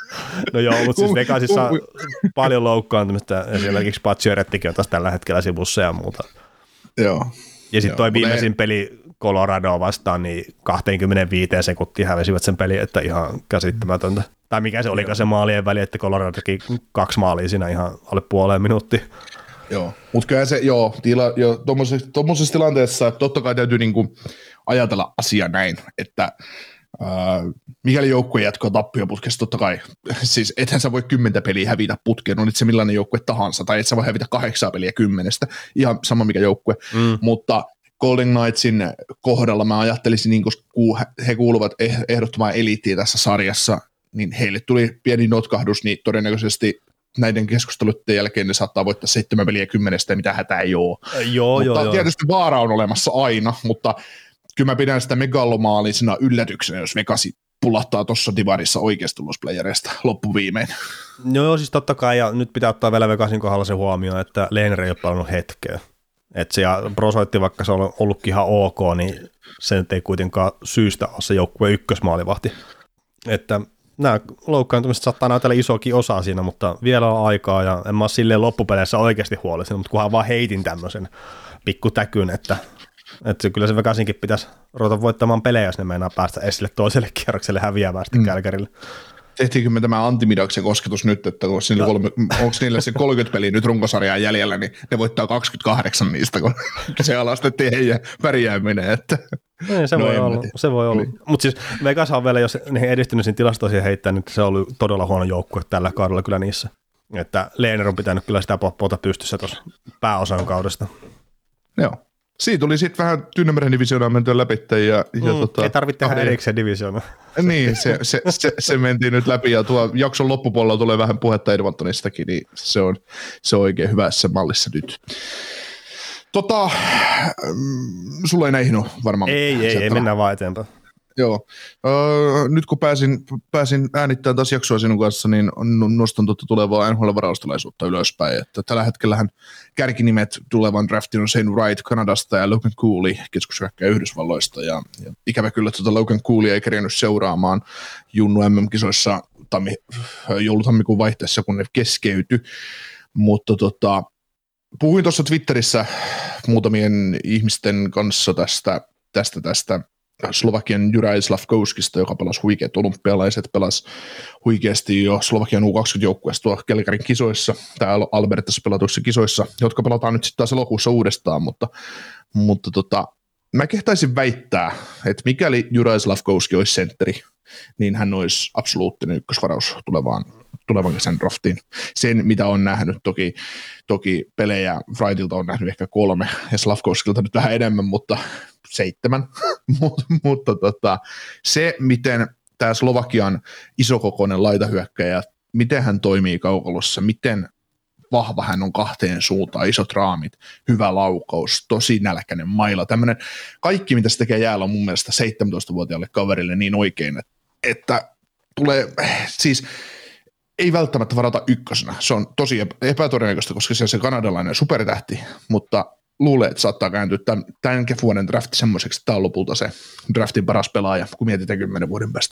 D: No joo, mutta siis Vegasissa on paljon loukkaantumista, esimerkiksi Paciorettikin on taas tällä hetkellä sivussa ja muuta.
C: Joo.
D: Ja sitten toi viimeisin peli Colorado vastaan, niin kaksikymmentäviisi sekuntia hävisivät sen peli, että ihan käsittämätöntä. Tai mikä se olikaan se maalien väli, että Colorado teki kaksi maalia siinä ihan alle puoleen minuuttia.
C: Joo, mutta kyllä se, joo, tila, jo, tuommoisessa tilanteessa totta kai täytyy niinku ajatella asia näin, että äh, mikäli joukkue jatkaa tappioputkessa, totta kai, siis ethän sä voi kymmentä peliä hävitä putkeen, on nyt se millainen joukkue tahansa, tai et sä voi hävitä kahdeksaa peliä kymmenestä, ihan sama mikä joukkue, mm. mutta Golden Knightsin kohdalla mä ajattelisin, niin kun he kuuluvat ehdottomaan eliittiin tässä sarjassa, niin heille tuli pieni notkahdus, niin todennäköisesti näiden keskusteluiden jälkeen ne saattaa voittaa seitsemän peliä kymmenestä, ja mitä hätää ei ole.
D: Joo,
C: mutta
D: joo,
C: tietysti joo. Vaara on olemassa aina, mutta kyllä mä pidän sitä megalomaalisena yllätyksenä, jos Vegasi pulahtaa tuossa divarissa oikeasta losplayereista loppuviimein.
D: No joo, siis totta kai, ja nyt pitää ottaa vielä Vegasin kohdalla se huomioon, että Lehner ei ole palannut hetkeä. Että se ja Brosoitti, vaikka se on ollutkin ihan ok, niin se nyt ei kuitenkaan syystä ole se joukkueen ykkösmaalivahti. Että nämä loukkaantumiset saattaa näytellä isokin osa siinä, mutta vielä on aikaa, ja en mä ole silleen loppupeleissä oikeasti huolissani, mutta kunhan vaan heitin tämmöisen pikkutäkyn, että, että kyllä se Vegasinkin pitäisi ruveta voittamaan pelejä, jos ne meinaa päästä esille toiselle kierrokselle häviämään sitten mm. Kälkärille.
C: Tehtiinkö me tämä Antti Midaksen kosketus nyt, että onko niillä, kolme, onko niillä se kolmekymmentä peliä nyt runkosarjaa jäljellä, niin ne voittaa kaksikymmentäkahdeksan niistä, kun se alastettiin heidän pärjääminen. Että
D: Ei, se, no voi olla, se voi olla. Niin. Mutta siis Vegas on vielä, jos ne edistynyt siinä tilastoisia heittää, niin se on ollut todella huono joukkue tällä kaudella kyllä niissä. Että Lehner on pitänyt kyllä sitä poppota pystyssä tuossa pääosan kaudesta.
C: Joo. Siitä tuli sitten vähän Tynnemeren divisioonaa mentyä läpi. Ja, ja
D: mm,
C: tota,
D: ei tarvitse tehdä erikseen divisioonaa.
C: Niin, se, se, se, se mentiin nyt läpi, ja tuo jakson loppupuolella tulee vähän puhetta Edmontonistakin, niin se on, se on oikein hyvässä mallissa nyt. Tota, sulla ei näihin ole varmaan.
D: Ei, ei, ei, mennään vaan eteenpäin.
C: Joo. Öö, nyt kun pääsin, pääsin äänittämään taas jaksoa sinun kanssa, niin nostan tuota tulevaa N H L-varaustelaisuutta ylöspäin. Että tällä hetkellähän kärkinimet tulevan draftin on Shane Wright Kanadasta ja Logan Cooley keskushyökkäjä Yhdysvalloista. Ja, ja ikävä kyllä tuota Logan Cooley ei kerännyt seuraamaan Junnu M M-kisoissa tammi, joulutammikuun vaihteessa, kun ne keskeytyi. Mutta tota, puhuin tuossa Twitterissä muutamien ihmisten kanssa tästä, tästä, tästä Slovakian Juraj Slafkovskista, joka pelasi huikeat olympialaiset, pelasi huikeasti jo Slovakian U kaksikymmentä-joukkueessa tuolla Kelkarin kisoissa, tai Albertassa pelatuissa kisoissa, jotka pelataan nyt sitten taas elokuussa uudestaan, mutta, mutta tota, mä kehtaisin väittää, että mikäli Juraj Slafkovski olisi sentteri, niin hän olisi absoluuttinen ykkösvaraus tulevaan, tulevan kesän draftiin. Sen, mitä on nähnyt, toki, toki pelejä Wrightilta on nähnyt ehkä kolme, ja Slafkovskilta nyt vähän enemmän, mutta seitsemän, Mut, mutta tota, se, miten tämä Slovakian isokokoinen laitahyökkäjä, miten hän toimii kaukalossa, miten vahva hän on kahteen suuntaan, isot raamit, hyvä laukaus, tosi nälkäinen maila, tämmöinen, kaikki mitä se tekee jäällä on mun mielestä seitsemäntoistavuotiaalle kaverille niin oikein, että, että tulee, siis ei välttämättä varata ykkösenä. Se on tosi epätodennäköistä, koska se on se kanadalainen supertähti, mutta luulee, että saattaa kääntyä tämän, tämän vuoden drafti semmoiseksi, että tämä on lopulta se draftin paras pelaaja, kun mietitään kymmenen vuoden päästä.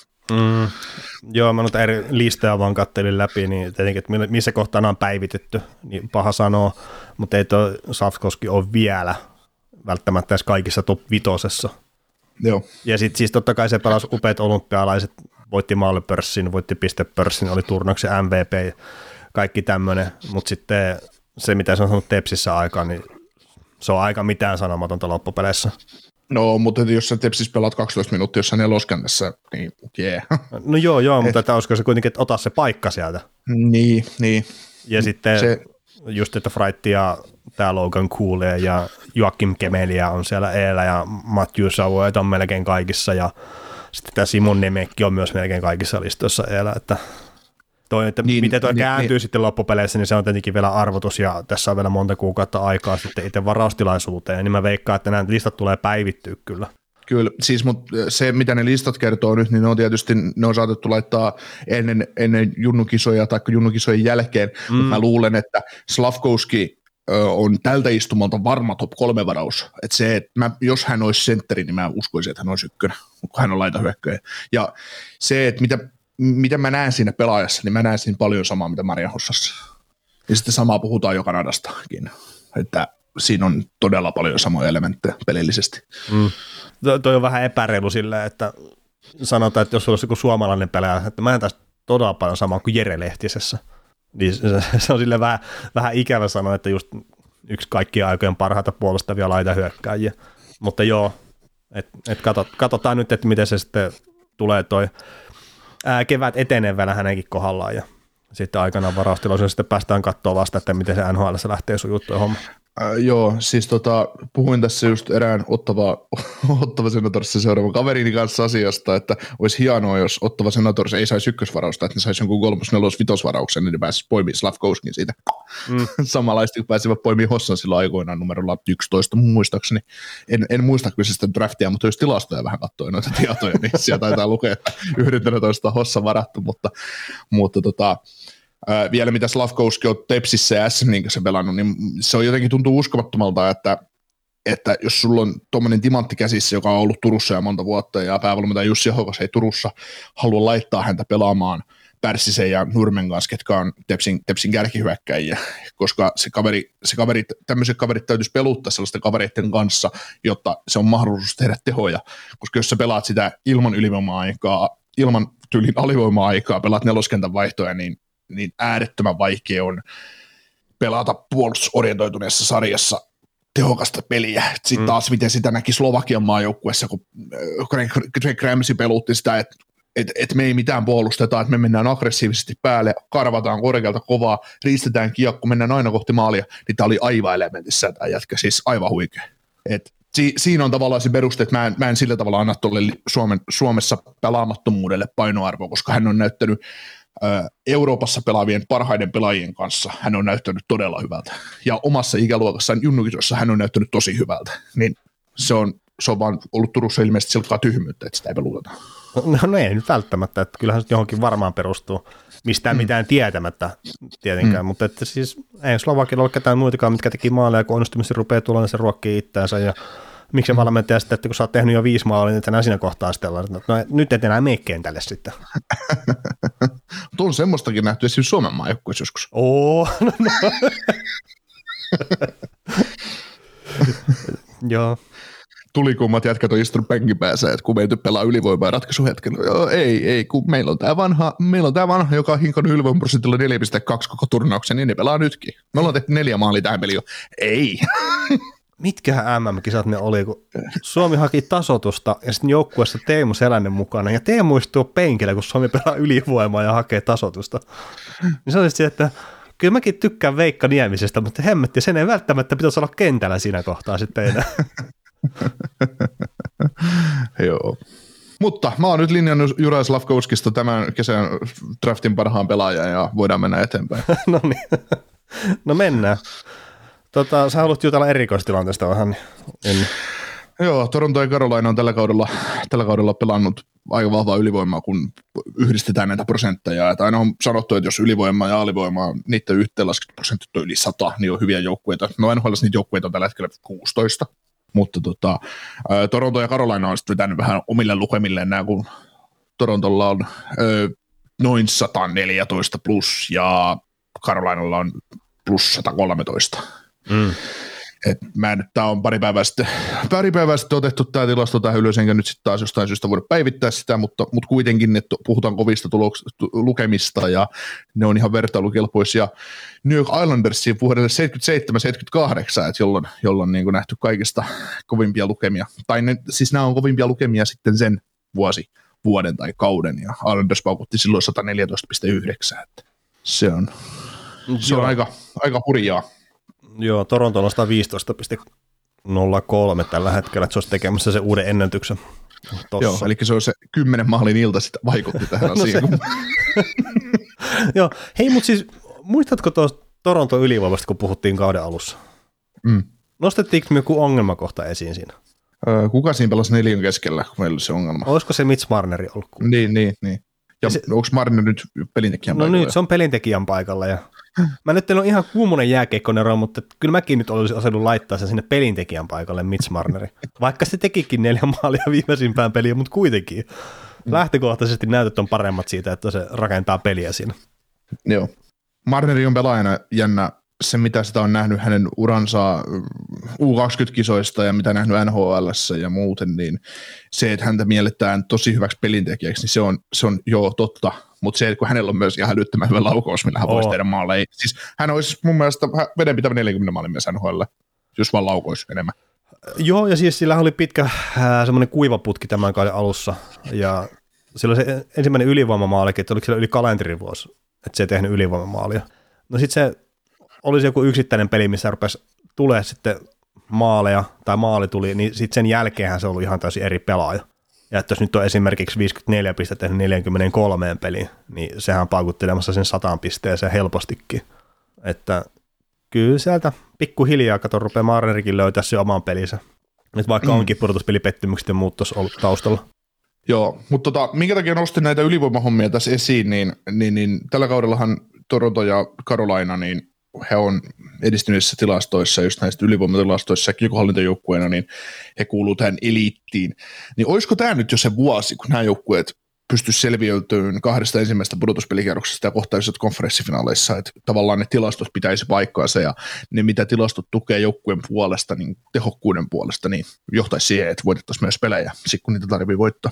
D: Mm, joo, mä noita eri listoja vaan kattelin läpi, niin tietenkin, että missä kohtaa nämä on päivitetty, niin paha sanoa, mutta ei tuo Safkoski ole vielä välttämättä edes kaikissa top vitosessa.
C: Joo.
D: Ja sitten siis totta kai se pelasi upeat olympialaiset, voitti maalipörssin, voitti pistepörssin, oli turnauksen M V P, kaikki tämmöinen, mutta sitten se, mitä se on sanonut Tepsissä aikaan, niin se on aika mitään sanomatonta loppupeleissä.
C: No, mutta jos sä Tepsissä pelaat kaksitoista minuuttia jossain neloskännessä, niin jee. Yeah. No
D: joo, joo, mutta että olisiko se kuitenkin, että ota se paikka sieltä.
C: Niin, niin.
D: Ja sitten se just, että Fright ja tämä Logan Cooley ja Joakim Kemelia on siellä eellä ja Matthew Sauet on melkein kaikissa ja sitten tämä Simon Nemekki on myös melkein kaikissa listoissa eellä, että toi, että niin, miten tuo niin, kääntyy niin. Sitten loppupeleissä, niin se on tietenkin vielä arvotus ja tässä on vielä monta kuukautta aikaa sitten itse varaustilaisuuteen, niin mä veikkaan, että nämä listat tulee päivittyä kyllä.
C: Kyllä, siis mutta se mitä ne listat kertoo nyt, niin ne on tietysti, ne on saatettu laittaa ennen, ennen junnukisoja tai junnukisojen jälkeen, mm. mutta mä luulen, että Slavkovski on tältä istumalta varma top kolme varaus, että se, että mä, jos hän olisi sentteri, niin mä uskoisin, että hän olisi ykkönen, kun hän on laitahyökkäjä. Ja se, että mitä, mitä mä näen siinä pelaajassa, niin mä näen siinä paljon samaa, mitä Maria Hossassa. Ja sitten samaa puhutaan jo Kanadastakin, että siinä on todella paljon samoja elementtejä pelillisesti. Mm.
D: Toi on vähän epäreilu silleen, että sanotaan, että jos olisi joku suomalainen pelaaja, että mä en taas todella paljon samaa kuin Jere Lehtisessä. Niin se on sille vähän, vähän ikävä sanoa, että just yksi kaikkien aikojen parhaita puolustavia laitahyökkääjiä. Mutta joo, et, et katot, katsotaan nyt, että miten se sitten tulee toi ää, kevät etenee vielä hänenkin kohdallaan ja sitten aikanaan varaustilaisuudessa sitten päästään katsoa vasta, että miten se N H L:ssä lähtee sun juttujen homma.
C: Äh, joo, siis tota, puhuin tässä just erään Ottava, Ottava Senatorsin seuraavan kaverini kanssa asiasta, että olisi hienoa, jos Ottava Senators ei saisi ykkösvarausta, että ne saisi jonkun kolmos, nelos, vitosvarauksen, niin ne pääsisi poimimaan Slavkovskin siitä. Mm. Samanlaisesti kun pääsivät poimimaan Hossan silloin aikoinaan numerolla yksitoista muistaakseni. En, en muista kyllä sitä draftia, mutta jos tilastoja vähän katsoi noita tietoja, niin siellä taitaa lukea, että yhdentoista Hossa varattu, mutta, mutta tota, Äh, vielä mitä Slavkovski on Tepsissä ja S M N:ssä pelannut, niin se on jotenkin tuntuu uskomattomalta, että, että jos sulla on tuommoinen timantti käsissä, joka on ollut Turussa jo monta vuotta, ja päävalmentaja Jussi Ahokas ei Turussa halua laittaa häntä pelaamaan Pärssisen ja Nurmen kanssa, ketkä on Tepsin, Tepsin kärkihyökkäjiä, koska se kaveri, se kaverit, tämmöiset kaverit täytyisi peluttaa sellaisten kavereiden kanssa, jotta se on mahdollisuus tehdä tehoja, koska jos sä pelaat sitä ilman ylivoima-aikaa, ilman tyylin alivoima-aikaa, pelaat neloskentän vaihtoja, niin niin äärettömän vaikea on pelata puolustusorientoituneessa sarjassa tehokasta peliä. Sitten taas, miten sitä näki Slovakian maajoukkueessa, kun Greg Ramsey pelutti sitä, että et, et me ei mitään puolusteta, että me mennään aggressiivisesti päälle, karvataan korkealta kovaa, riistetään kiekko, mennään aina kohti maalia, niin tämä oli aivan elementissä tämä jätkä, siis aivan huikea. Et si, siinä on tavallaan se peruste, että mä en, mä en sillä tavalla anna tuolle Suomen, Suomessa pelaamattomuudelle painoarvoa, koska hän on näyttänyt Euroopassa pelaavien parhaiden pelaajien kanssa hän on näyttänyt todella hyvältä. Ja omassa ikäluokassaan junnukisossa hän on näyttänyt tosi hyvältä. Niin se on, se on vaan ollut Turussa ilmeisesti silkkaa tyhmyyttä, että sitä ei peluteta.
D: No, no ei nyt välttämättä, että kyllähän se johonkin varmaan perustuu mistään mm. mitään tietämättä tietenkään, mm. mutta että siis ei Slovakilla ole ketään muitakaan, mitkä teki maaleja, kun onnistumisesti rupeaa tulla, niin se ruokkii itseänsä ja miksi se valmentaja sitten, että kun sä oot tehnyt jo viisi maalia, niin et enää siinä kohtaa sitten olla, no nyt et enää mene kentälle sitten.
C: Mutta on semmoistakin nähty esimerkiksi Suomen maajoukkueessa joskus.
D: Oo, no, no. Joo.
C: Tulikummat jätkät on istunut penkin päässä, että kun meitä pelaa ylivoimaa ratkaisuhetkellä. Joo, ei, ei, kun meillä on tämä vanha, meillä on tämä vanha, joka on hinkannut ylivoimaprosentilla neljä pilkku kaksi koko turnauksen, niin ne pelaa nytkin. Me ollaan tehty neljä maalia tähän peliin jo. Ei.
D: Mitkähän M M-kisat ne oli, kun Suomi haki tasotusta ja sitten joukkueessa Teemu Selänen mukana. Ja Teemu istuu penkillä, kun Suomi pelaa ylivoimaa ja hakee tasotusta. Niin se oli sitten, että kyllä mäkin tykkään Veikka Niemisestä, mutta hemmetti, sen ei välttämättä pitäisi olla kentällä siinä kohtaa sitten enää.
C: Joo. Mutta mä oon nyt linjannut Juraj Slavkovskista tämän kesän draftin parhaan pelaajan ja voidaan mennä eteenpäin.
D: No niin, no mennään. Tota, sä haluat jutella erikoistilanteesta vähän. En.
C: Joo, Toronto ja Carolina on tällä kaudella, tällä kaudella pelannut, aika vahvaa ylivoimaa, kun yhdistetään näitä prosentteja. Että aina on sanottu, että jos ylivoimaa ja alivoimaa, niiden yhteenlasketut prosentit on yli sata, niin on hyviä joukkueita. No N H L:ssä niitä joukkueita on tällä hetkellä kuusitoista, mutta tota, Toronto ja Carolina on sitten vetänyt vähän omille lukemilleen nämä, kun Torontolla on ö, noin sata neljätoista plus ja Carolinalla on plus sata kolmetoista. Mm. Et mä en, tää on pari päivää sitten, pari päivää sitten otettu tämä tilasto tähän ylös, enkä nyt sitten taas jostain syystä voida päivittää sitä, mutta, mutta kuitenkin että puhutaan kovista tuloks, lukemista ja ne on ihan vertailukelpoisia New York Islandersiin vuodelle seitsemänkymmentäseitsemän seitsemänkymmentäkahdeksan, että jolloin, jolloin niin kuin nähty kaikista kovimpia lukemia. Tai ne, siis nämä on kovimpia lukemia sitten sen vuosi, vuoden tai kauden, ja Islanders paukutti silloin sata neljätoista pilkku yhdeksän, että se on, se on aika, aika hurjaa.
D: Joo, Toronto on sata viisitoista pilkku nolla kolme tällä hetkellä, että se olisi tekemässä sen uuden ennätyksen. Tossa.
C: Joo, eli se on se kymmenen maalin ilta sitten vaikutti tähän asiaan.
D: No Joo, hei, mutta siis muistatko tuosta Toronton ylivoimasta, kun puhuttiin kauden alussa?
C: Mm.
D: Nostettiinko me joku ongelmakohta esiin siinä?
C: Öö, kuka siinä pelasi neljän keskellä, kun meillä oli se ongelma?
D: Olisiko se Mitch Marneri ollut?
C: Niin, niin, niin. Ja se, onko Marner nyt pelintekijän
D: no
C: paikalla?
D: No nyt se on pelintekijän paikalla. Ja mä nyt en ole ihan kuumunen jääkeikkonero, mutta kyllä mäkin nyt olisin osannut laittaa sen sinne pelintekijän paikalle Mitch Marneri. Vaikka se tekikin neljä maalia viimeisimpään peliin, mutta kuitenkin. Lähtökohtaisesti näytöt on paremmat siitä, että se rakentaa peliä siinä.
C: Joo. Marneri on pelaajana jännä. Se, mitä sitä on nähnyt hänen uransa U kaksikymmentä-kisoista ja mitä nähnyt N H L:ssä ja muuten, niin se, että häntä mielletään tosi hyväksi pelintekijäksi, niin se on, se on joo totta, mutta se, että kun hänellä on myös ihan älyttömän hyvä laukaus, millä hän voisi tehdä maaleja. Siis hän olisi mun mielestä vedenpitävä neljäkymmentä maalin mies N H L, jos vaan laukoisi enemmän.
D: Joo, ja siis sillä oli pitkä äh, semmoinen kuivaputki tämän kauden alussa, ja silloin se ensimmäinen ylivoimamaalikin, että oliko sillä yli kalenterivuosi, että se ei tehnyt ylivoimamaalia. No sitten se olisi joku yksittäinen peli, missä rupesi tulee sitten maaleja, tai maali tuli, niin sitten sen jälkeenhän se on ollut ihan täysin eri pelaaja. Ja että jos nyt on esimerkiksi viisikymmentäneljä pistettä tehnyt neljäkymmentäkolme peliin, niin sehän on paukuttelemassa sen sataan pisteeseen helpostikin. Että kyllä sieltä pikkuhiljaa, kato, rupeaa Marnerikin löytää se oman pelinsä. Nyt vaikka mm. onkin pudotuspelipettymykset ja muut tuossa ollut taustalla.
C: Joo, mutta tota, minkä takia nostin näitä ylivoimahommia tässä esiin, niin, niin, niin tällä kaudellahan Toronto ja Carolina, niin he on edistyneissä tilastoissa, just näistä ylivoimatilastoissa ja kiekohallintojoukkueena, niin he kuuluu tähän eliittiin. Niin olisiko tämä nyt jo se vuosi, kun nämä joukkueet pystyisivät selviäytymään kahdesta ensimmäisestä pudotuspelikierroksesta ja kohtaisista konferenssifinaaleissa, että tavallaan ne tilastot pitäisi paikkaansa ja ne, mitä tilastot tukee joukkueen puolesta, niin tehokkuuden puolesta, niin johtaisi siihen, että voitettaisiin myös pelejä, sit kun niitä tarvitsee voittaa.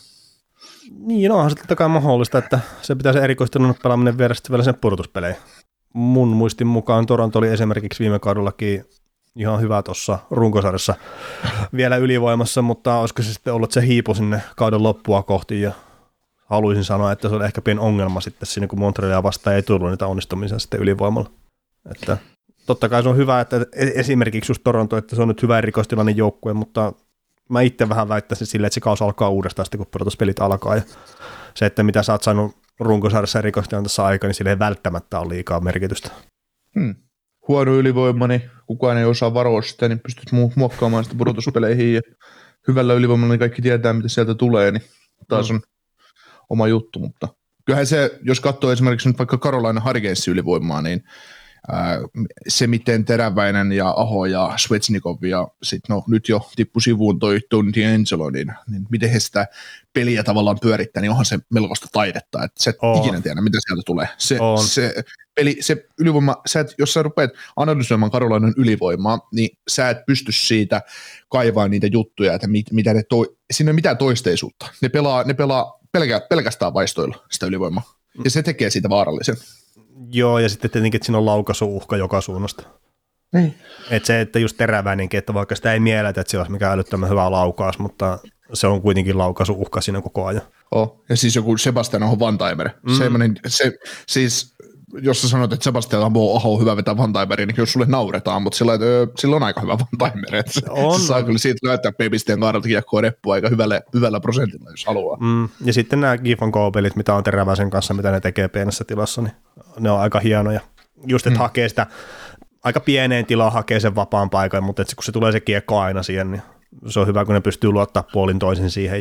D: Niin, onhan se totta kai mahdollista, että se pitäisi erikoistunut pelaaminen viedä sitten vielä sen pudotuspeleihin. Mun muistin mukaan Toronto oli esimerkiksi viime kaudellakin ihan hyvä tuossa runkosarjassa vielä ylivoimassa, mutta olisiko se sitten ollut, että se hiipu sinne kauden loppua kohti ja haluaisin sanoa, että se oli ehkä pieni ongelma sitten siinä, kun Montrealia vastaan ei tullut niitä onnistumisia sitten ylivoimalla. Että totta kai se on hyvä, että esimerkiksi just Toronto, että se on nyt hyvä erikoistilainen joukkue, mutta mä itse vähän väittäisin silleen, että se kausi alkaa uudestaan sitten, kun pudotuspelit alkaa ja se, että mitä sä oot saanut runkosarjassa erikoistilanteessa aikaa, niin sillä ei välttämättä ole liikaa merkitystä. Hmm.
C: Huono ylivoima, niin kukaan ei osaa varoa sitä, niin pystyt muokkaamaan sitä pudotuspeleihin ja hyvällä ylivoimalla niin kaikki tietää, mitä sieltä tulee, niin taas on oma juttu, mutta kyllähän se, jos katsoo esimerkiksi nyt vaikka Carolina Hurricanesin ylivoimaa, niin ää, se miten Teräväinen ja Aho ja Svechnikov ja sitten no nyt jo tippu sivuun toi Tony DeAngelo, niin, niin miten he sitä peliä tavallaan pyörittää, niin onhan se melkoista taidetta, että sä et oh. ikinä tiedä, mitä sieltä tulee. Se, oh. se peli, se ylivoima, sä et, jos sä rupeat analysoimaan Carolinan ylivoimaa, niin sä et pysty siitä kaivaa niitä juttuja, että mit, mitä ne toi, siinä ei ole mitään toisteisuutta. Ne pelaa, ne pelaa pelkä, pelkästään vaistoilla sitä ylivoimaa, ja se tekee siitä vaarallisen.
D: Joo, ja sitten tietenkin, että siinä on laukaisuuhka joka suunnasta.
C: Niin.
D: Että se, että just Teräväinenkin, että vaikka sitä ei mielletä, että sillä olisi mikään älyttömän hyvä laukaus, mutta se on kuitenkin laukaisuuhka siinä koko ajan.
C: Oh, ja siis joku Sebastian Aho Vantimer. Mm. Sellainen, se, siis jos sä sanot, että Sebastian Aho on hyvä vetää Vantimeriin, niin jos sulle nauretaan, mutta sillä, sillä on aika hyvä Vantimer. Se, se saa kyllä siitä löytää P-pisteen kaaralta kiekkoa reppua aika hyvällä, hyvällä prosentilla, jos haluaa.
D: Mm. Ja sitten nämä Gifon K-pelit, mitä on Teräväisen kanssa, mitä ne tekee pienessä tilassa, niin ne on aika hienoja. Just, että mm. hakee sitä aika pieneen tilaan, hakee sen vapaan paikan, mutta kun se tulee se kiekko aina siihen, niin se on hyvä, kun ne pystyy luottaa puolin toisin siihen ja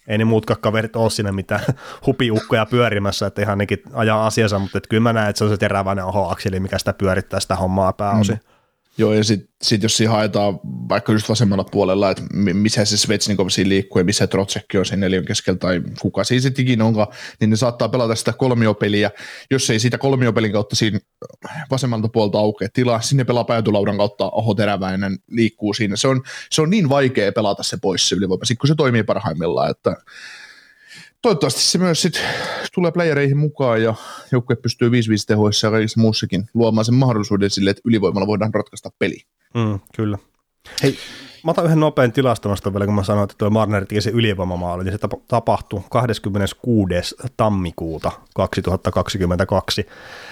D: ei ne muutkaan kaverit ole siinä mitään hupiukkoja pyörimässä, että ihan nekin ajaa asiansa, mutta kyllä mä näen, että se on se teräväinen oho-akseli, mikä sitä pyörittää sitä hommaa pääosin. Mm.
C: Joo, ja sitten sit jos siinä haetaan vaikka just vasemmalla puolella, että missä se Svetsnikov siinä liikkuu ja missä Trotsekki on sen neljän keskellä tai kuka siinä sitten ikinä onkaan, niin ne saattaa pelata sitä kolmiopeliä. Jos ei siitä kolmiopelin kautta siinä vasemmalta puolta aukea tilaa, sinne pelaa päätylaudan kautta Aho Teräväinen liikkuu siinä. Se on, se on niin vaikea pelata se pois se ylivoima, sit kun se toimii parhaimmillaan, että toivottavasti se myös sit tulee playereihin mukaan ja joukkue pystyy viisi viisi tehoissa ja kaikissa muussakin luomaan sen mahdollisuuden sille, että ylivoimalla voidaan ratkaista peli.
D: Mm, kyllä. Hei, mä otan yhden nopean tilastonoston vielä, kun mä sanoin, että tuo Marner teki se ylivoimamaali, niin se tapahtui kahdeskymmeneskuudes tammikuuta kaksituhattakaksikymmentäkaksi.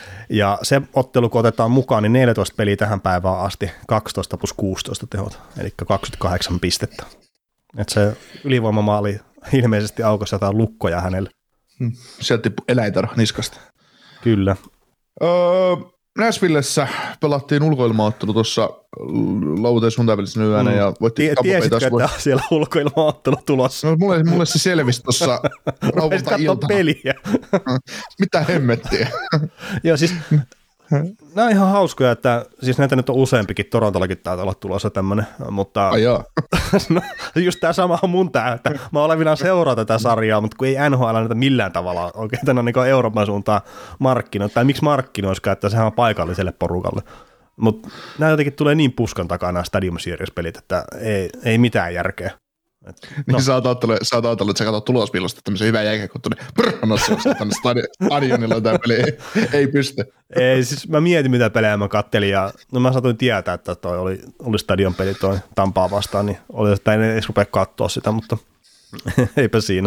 D: Ja se ottelu, kun otetaan mukaan, niin neljätoista peliä tähän päivään asti, kaksitoista plus kuusitoista tehot, eli kaksikymmentäkahdeksan pistettä. Että se ylivoimamaali ilmeisesti aukossa jotain lukkoja hänelle.
C: Hmm. Sieltä tippui eläintarha niskasta.
D: Kyllä.
C: Öö, Nashvillessä pelattiin ulkoilmaottelu tuossa lauantai sunnuntai yönä mm. ja voitti Tampa Bay.
D: Tiesitkö, että voi... siellä ulkoilmaottelu tulossa?
C: No, mulle, mulle se selvisi tuossa lauantai-iltana.
D: Peliä.
C: Mitä hemmettiä?
D: Joo, siis nämä on ihan hauskoja, että siis näitä nyt on useampikin, Torontollakin taitaa olla tulossa tämmöinen, mutta no, just tämä sama on mun tää, että mä olevinaan seuraa tätä sarjaa, mutta kun ei N H L näitä millään tavalla oikein tänne niin Euroopan suuntaan markkinoita, tai miksi markkinoisikaan, että sehän on paikalliselle porukalle, mutta nämä jotenkin tulee niin puskan takaa nämä Stadium Series-pelit, että ei, ei mitään järkeä. Et, no.
C: Niin sä oot ajatellut, että sä katsot tulospiilosta tämmöisen hyvän jälkeenkuttuneen brrranossa tänne stadionilla tämä peli ei, ei pysty.
D: Ei, siis mä mietin mitä pelejä mä kattelin ja no mä saatoin tietää, että toi oli, oli stadion peli toi Tampaa vastaan, niin oli, että en edes rupea katsoa sitä, mutta eipä siinä.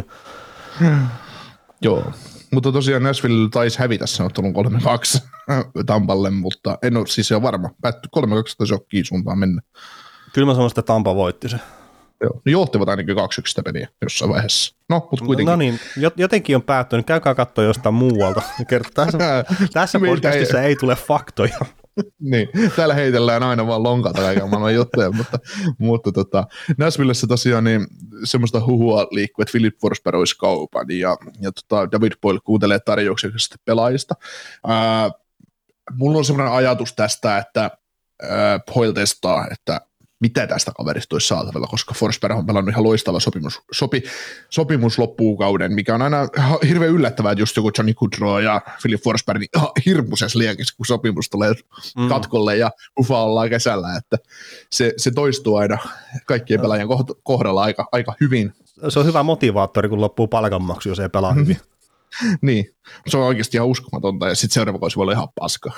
C: Joo, mutta tosiaan Nashville taisi hävitä sen ottelun kolme kaksi Tampalle, mutta en ole siis jo varma. Päättyi kolme kaksi tai shokkiin suuntaan mennä.
D: Kyllä mä sanon, että Tampa voitti se.
C: Joo, ne johtivat ainakin kaksi yksi sitä peliä jossain vaiheessa. No, mutta kuitenkin.
D: No niin, jotenkin on päättynyt. Käykää katsoa jostain muualta. Tässä, tässä podcastissa ei tule faktoja.
C: Niin, täällä heitellään aina vaan lonkalta kaiken maailman juttuja, mutta, mutta tota, Nashvillessä tosiaan niin semmoista huhua liikkuu, että Philip Forsberg olisi kaupan ja, ja tota, David Boyle kuuntelee tarjouksia pelaajista. Ää, mulla on semmoinen ajatus tästä, että ää, Boyle testaa, että mitä tästä kaverista olisi saatavilla, koska Forsberg on pelannut ihan loistava sopimus, sopi, sopimus loppuukauden, mikä on aina hirveän yllättävää, että just joku Johnny Gaudreau ja Philip Forsberg niin ihan hirmuisessa liekissä, kun sopimus tulee mm. katkolle ja ufa ollaan kesällä, että se, se toistuu aina kaikkien pelaajien kohdalla aika, aika hyvin.
D: Se on hyvä motivaattori, kun loppuu palkanmaksu, jos ei pelaa mm-hmm. hyvin.
C: Niin, se on oikeasti ihan uskomatonta, ja sitten seuraava kausi voi olla ihan paska.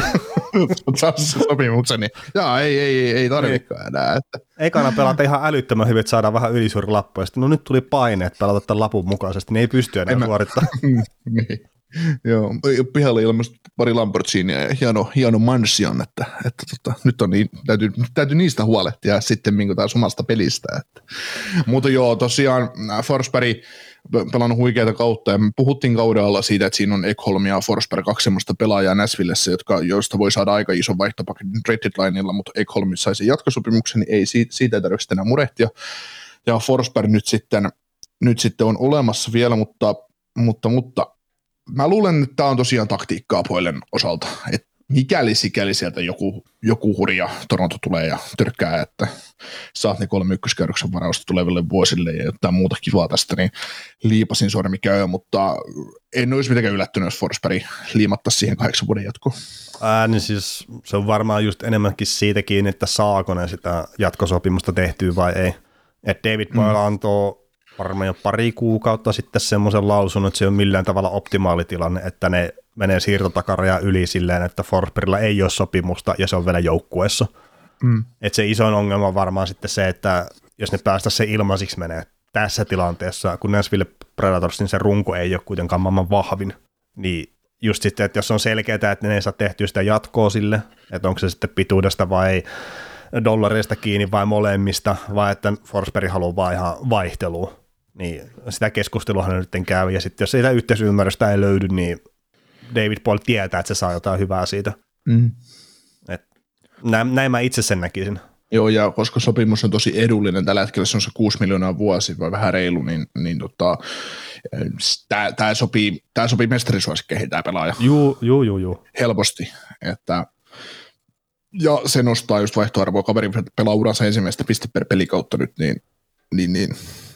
C: Saa se sopimuksen, niin jaa, ei, ei, ei tarvitsekaan enää. Että.
D: Ekana pelata ihan älyttömän hyvin, että saadaan vähän ylisuurilappuja, ja sitten no nyt tuli paine, että pelata tämän lapun mukaisesti, niin ei pysty enää en suorittamaan.
C: Niin, joo, pihalla ilmestyi pari Lamborghinia ja hieno, hieno mansion, että, että tota, nyt on niin, täytyy, täytyy niistä huolehtia sitten minkä taas omasta pelistä. Että. Mutta joo, tosiaan Forsberg pelannut huikeita kautta, ja me puhuttiin kauden alla siitä, että siinä on Ekholm ja Forsberg kaksi semmoista pelaajaa Nashvillessä, jotka, joista voi saada aika iso vaihtopaketin trade deadlineilla, mutta Ekholm saisi jatkosopimuksen, niin ei siitä, siitä ei tarvitse enää murehtia, ja Forsberg nyt sitten, nyt sitten on olemassa vielä, mutta, mutta, mutta mä luulen, että tämä on tosiaan taktiikkaa Boylen osalta, että mikäli sikäli sieltä joku, joku hurja Toronto tulee ja törkkää, että saat ne kolme ykköskäydöksen varausta tuleville vuosille ja jotain muuta kivaa tästä, niin liipasin sormi käy, mutta en olisi mitenkään yllättynyt, jos Forsberg liimattaisi siihen kahdeksan vuoden jatkoon.
D: Ää, niin siis se on varmaan just enemmänkin siitä kiinni, että saako ne sitä jatkosopimusta tehtyä vai ei. Että David Boyle mm. antoi varmaan jo pari kuukautta sitten semmoisen lausun, että se on millään tavalla optimaalitilanne, että ne menee siirtotakaraja yli silleen, että Forsbergilla ei ole sopimusta ja se on vielä joukkueessa. Mm. Että se isoin ongelma on varmaan sitten se, että jos ne päästä se ilmaisiksi menee tässä tilanteessa, kun Nashville Predators, niin se runko ei ole kuitenkaan maailman vahvin. Niin just sitten, että jos on selkeää, että ne ei saa tehtyä sitä jatkoa sille, että onko se sitten pituudesta vai dollareista kiinni vai molemmista, vai että Forsberg haluaa vaan ihan vaihtelua, niin sitä keskustelua hän nyt käy, ja sitten jos sitä yhteisymmärrystä ei löydy, niin David Boyle tietää, että se saa jotain hyvää siitä. Mm. Et näin, näin mä itse sen näkisin.
C: Joo, ja koska sopimus on tosi edullinen, tällä hetkellä se on se kuusi miljoonaa vuosi, vai vähän reilu, niin, niin tota, tämä sopii, tää sopii mestarisuosikkeihin tämä pelaaja.
D: Juu, juu, juu, juu.
C: Helposti, että ja se nostaa just vaihtoarvoa, kaveri pelaa uransa ensimmäistä piste per pelikautta nyt, niin, niin, niin.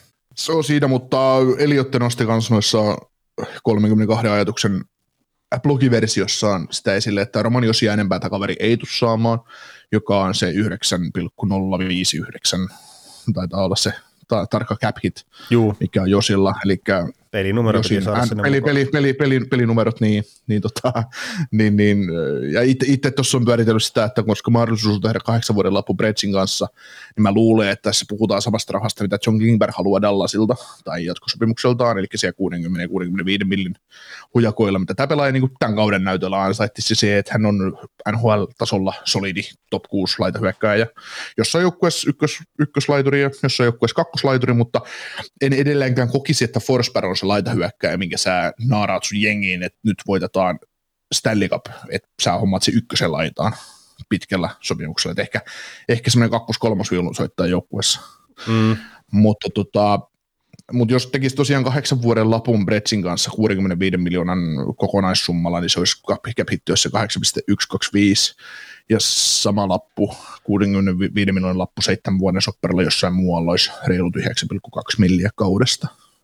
C: Se on siinä, mutta Eliotte nosti kanssa noissa kolmekymmentäkaksi ajatuksen blogiversiossaan sitä esille, että Romanios jää enempää tämä kaveri ei tule saamaan, joka on se yhdeksän pilkku nolla viisi yhdeksän, taitaa olla se ta- tarkka cap hit, Juu. mikä on Josilla, eli
D: pelinumerot
C: Josin, peli, peli, peli, peli, pelinumerot, niin, niin, tota, niin, niin ja itse tuossa on pyöritellyt sitä, että koska mahdollisuus on tehdä kahdeksan vuoden lappu Bredsin kanssa, niin mä luulen, että tässä puhutaan samasta rahasta, mitä John Klingberg haluaa Dallasilta tai jatkosopimukseltaan, eli siellä kuusikymmentä kuusikymmentäviisi millin hujakoilla, mitä tämä pelaaja niin tämän kauden näytöllä ansaitti se, että hän on N H L-tasolla solidi top kuusi laitahyökkääjä, jossain joukkueessa ykkös, ykköslaituri ja jossain joukkueessa kakkoslaituri, mutta en edelleenkään kokisi, että Forsberg on se laitahyökkääjä, minkä sä naaraat sun jengiin, että nyt voitetaan Stanley Cup, että sä hommaat se ykkösen laitaan pitkällä sopimuksella, että ehkä, ehkä semmoinen kakkos-kolmos viulun soittaa joukkueessa. Mm. Mutta tota, mut jos tekisi tosiaan kahdeksan vuoden lapun Bredsin kanssa kuusikymmentäviisi miljoonan kokonaissummalla, niin se olisi cap-hitti, jos se kahdeksan pilkku yksi kaksikymmentäviisi ja sama lappu, kuusikymmentäviisi miljoonan lappu seitsemän vuoden sopperilla jossain muualla olisi reilut yhdeksän pilkku kaksi milliä kaudesta.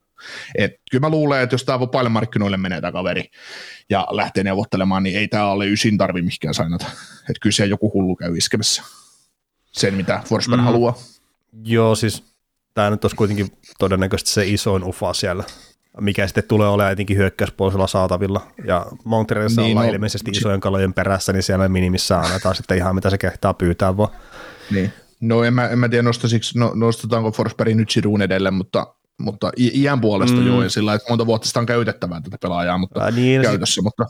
C: Et kyllä mä luulen, että jos tämä vapaille menee tämä kaveri ja lähtee neuvottelemaan, niin ei tämä alle ysin tarvi mihinkään sainata. Että kyllä siellä joku hullu käy iskemässä sen, mitä Forsberg mm. haluaa.
D: Joo, siis tämä nyt olisi kuitenkin todennäköisesti se isoin ufa siellä, mikä sitten tulee olemaan etenkin hyökkäyspuolisella saatavilla. Ja Montrealissa niin, ollaan no, ilmeisesti isojen kalojen perässä, niin siellä minimissä annetaan sitten ihan mitä se kehtaa pyytää vaan.
C: Niin. No en mä, en mä tiedä, nostasiko, no, nostetaanko Forsbergin nyt Giroun edelleen, mutta mutta iän puolesta mm. joo, ja sillä että monta vuotta sitä on käytettävää tätä pelaajaa, mutta Ää, niin, käytössä. Sit, mutta...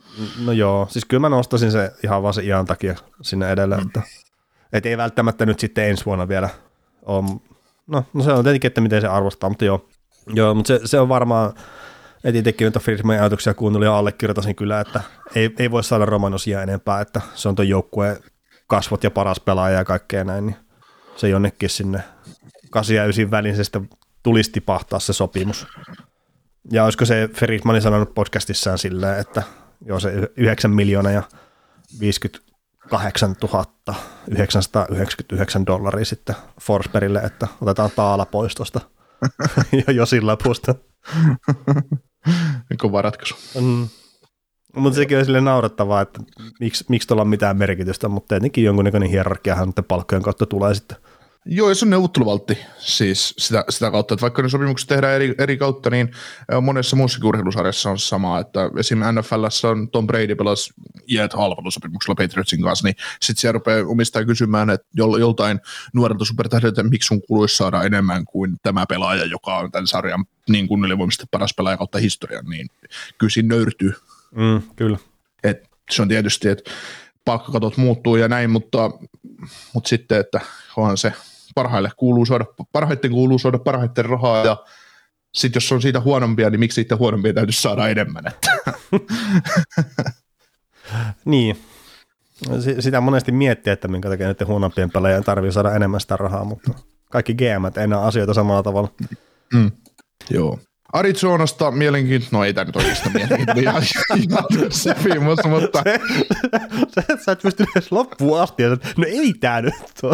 D: No joo, siis kyllä mä nostasin se ihan vaan se iän takia sinne edelle, mm. että et ei välttämättä nyt sitten ensi vuonna vielä ole, no, no se on tietenkin, että miten se arvostaa, mutta joo, joo mutta se, se on varmaan, että itsekin nyt on Friedmanin ajatuksia kuunnellut ja allekirjoitasin kyllä, että ei, ei voi saada Romanosia enempää, että se on tuon joukkueen kasvot ja paras pelaaja ja kaikkea näin, niin se jonnekin sinne kahdeksan ja yhdeksän väliin se sitten tulisi tipahtaa se sopimus. Ja olisiko se Friedmanin sanonut podcastissaan silleen, että joo se yhdeksän miljoonaa ja viisikymmentäkahdeksantuhatta yhdeksänsataayhdeksänkymmentäyhdeksän dollaria sitten Forsbergille, että otetaan taala pois tuosta ja Josin lapusta.
C: Kova ratkaisu.
D: Mm. Mutta sekin on silleen naurettavaa, että miksi, miksi tuolla on mitään merkitystä, mutta tietenkin jonkunnäköinen hierarkiahan nyt palkkojen kautta tulee sitten.
C: Joo, ja se on neuvotteluvaltti siis sitä, sitä kautta, että vaikka ne sopimukset tehdään eri, eri kautta, niin monessa muussakin urheilusarjassa on sama, että esimerkiksi N F L:ssä on Tom Brady pelasi iät halvalla sopimuksella Patriotsin kanssa, niin sitten siellä rupeaa omistaja kysymään, että joltain nuorelta supertähdeltä, miksi sun kuluisi saada enemmän kuin tämä pelaaja, joka on tämän sarjan niin kuin ylivoimaisesti paras pelaaja kautta historian, niin kyllä siinä nöyrtyy.
D: Mm, kyllä.
C: Et se on tietysti, että palkkakatot muuttuu ja näin, mutta, mutta sitten, että onhan se parhaille kuuluu saada, parhaiten kuuluu saada parhaiten rahaa ja sitten jos on siitä huonompia, niin miksi siitä huonompia täytyisi saada enemmän? Että.
D: Niin, sitä monesti miettii, että minkä takia näiden huonompien pelaajien tarvii saada enemmän sitä rahaa, mutta kaikki G M:t ei näe asioita samalla tavalla.
C: Mm. Joo. Arizonasta mielenkiintoista, no ei tämä nyt oikeastaan mielenkiintoista, ihan se fiimus, mutta...
D: Se, se, sä et pystynyt edes loppuun asti, että no ei tämä nyt ole.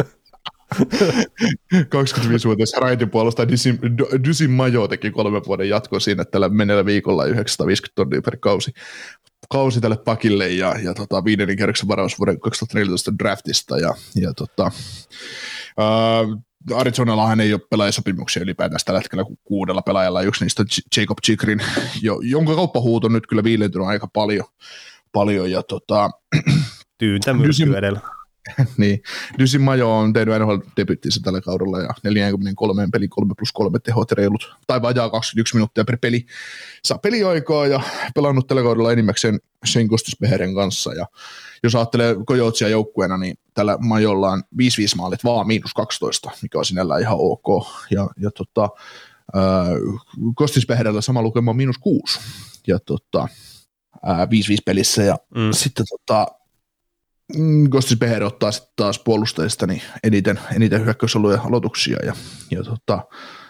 C: kaksikymmentäviisivuotias raitin puolesta Dysi Majo teki kolmen vuoden jatko siinä tällä menellä viikolla yhdeksänsataaviisikymmentä tonnia per kausi, kausi tälle pakille ja, ja tota, viidennen kerroksen varaus vuoden kaksituhattaneljätoista draftista ja, ja tota, uh, Arizonallahan ei ole pelaajasopimuksia ylipäätään tällä hetkellä kuudella pelaajalla, yksi niistä Jacob Chikrin, jo, jonka kauppahuut on nyt kyllä viilentynyt aika paljon, paljon ja tota,
D: tyyntä myrkkyä edellä.
C: Niin, Dysi Majo on tehnyt N H L-debyyttinsä tällä kaudella ja neljäkymmentäkolme peli kolme plus kolme tehot reilut, tai vajaa kaksikymmentäyksi minuuttia per peli. Saa peliaikaa ja pelannut tällä kaudella enimmäkseen Shane Gostisbeherin kanssa. Ja jos ajattelee Coyotesia joukkueena, niin tällä Majolla on viisi viisi maalit vaan miinus kaksitoista, mikä on sinällään ihan ok. Ja, ja tota, Gostisbeherillä sama lukema on miinus kuusi ja tota, viisi viisi pelissä. Ja mm. sitten tota, Ghost Bear ottaa sitten taas puolustajista niin eniten, eniten hyökkäysoluja aloituksia ja, ja tota,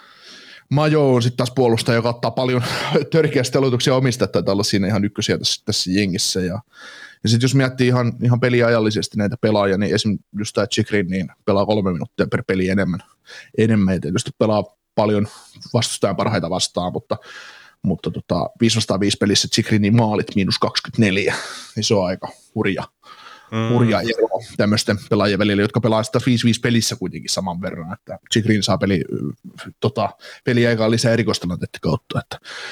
C: Majo on sitten taas puolustaja, joka ottaa paljon törkeästi aloituksia omista, että taitaa olla siinä ihan ykkösiä tässä, tässä jengissä. Ja, ja sitten jos miettii ihan, ihan peliajallisesti näitä pelaajia, niin esimerkiksi just tämä Chikrin niin pelaa kolme minuuttia per peli enemmän. enemmän ja tietysti pelaa paljon vastustajan parhaita vastaan, mutta, mutta tota, viisi vastaan viisi pelissä Chikrinin maalit miinus kaksikymmentäneljä, niin se on aika hurja. Mm. hurja ero tämmöisten pelaajien välillä, jotka pelaa sitä viisi viisi pelissä kuitenkin saman verran, että Chikrin saa peli, tota, peliaikaa lisää erikoistilanteiden kautta.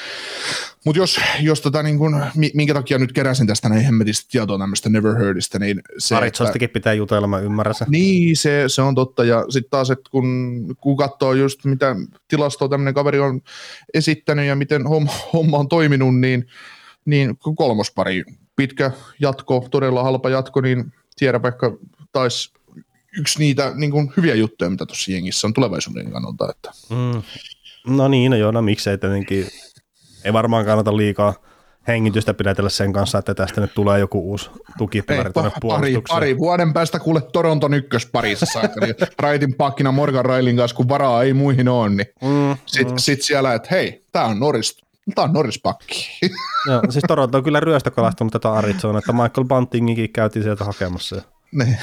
C: Mutta jos, jos tota, niin kun, minkä takia nyt keräsin tästä näin hemmetistä tietoa tämmöistä Never Heardista, niin se...
D: Aritsostakin pitää jutella, mä ymmärrän se.
C: Niin, se, se on totta, ja sitten taas, että kun, kun katsoo just mitä tilastoa tämmöinen kaveri on esittänyt ja miten homma, homma on toiminut, niin, niin kolmospari pitkä jatko, todella halpa jatko, niin tiedä vaikka taisi yksi niitä niin kuin hyviä juttuja, mitä tuossa jengissä on tulevaisuuden kannalta. Että.
D: Mm. No niin, no joo, no miksei tietenkin. Ei varmaan kannata liikaa hengitystä pidätellä sen kanssa, että tästä nyt tulee joku uusi tukipilari tuonne puolustukseen.
C: Pari, pari vuoden päästä kuule Toronton ykkösparissa, Raitin pakkina Morgan Railin kanssa, kun varaa ei muihin ole, niin mm, sitten mm. sit siellä, että hei, tää on Norris. Tämä on Norris-pakki.
D: Joo, siis Toronto on kyllä ryöstökalastunut tätä Arizonaa, että Michael Buntingikin käytiin sieltä hakemassa.
C: Ne.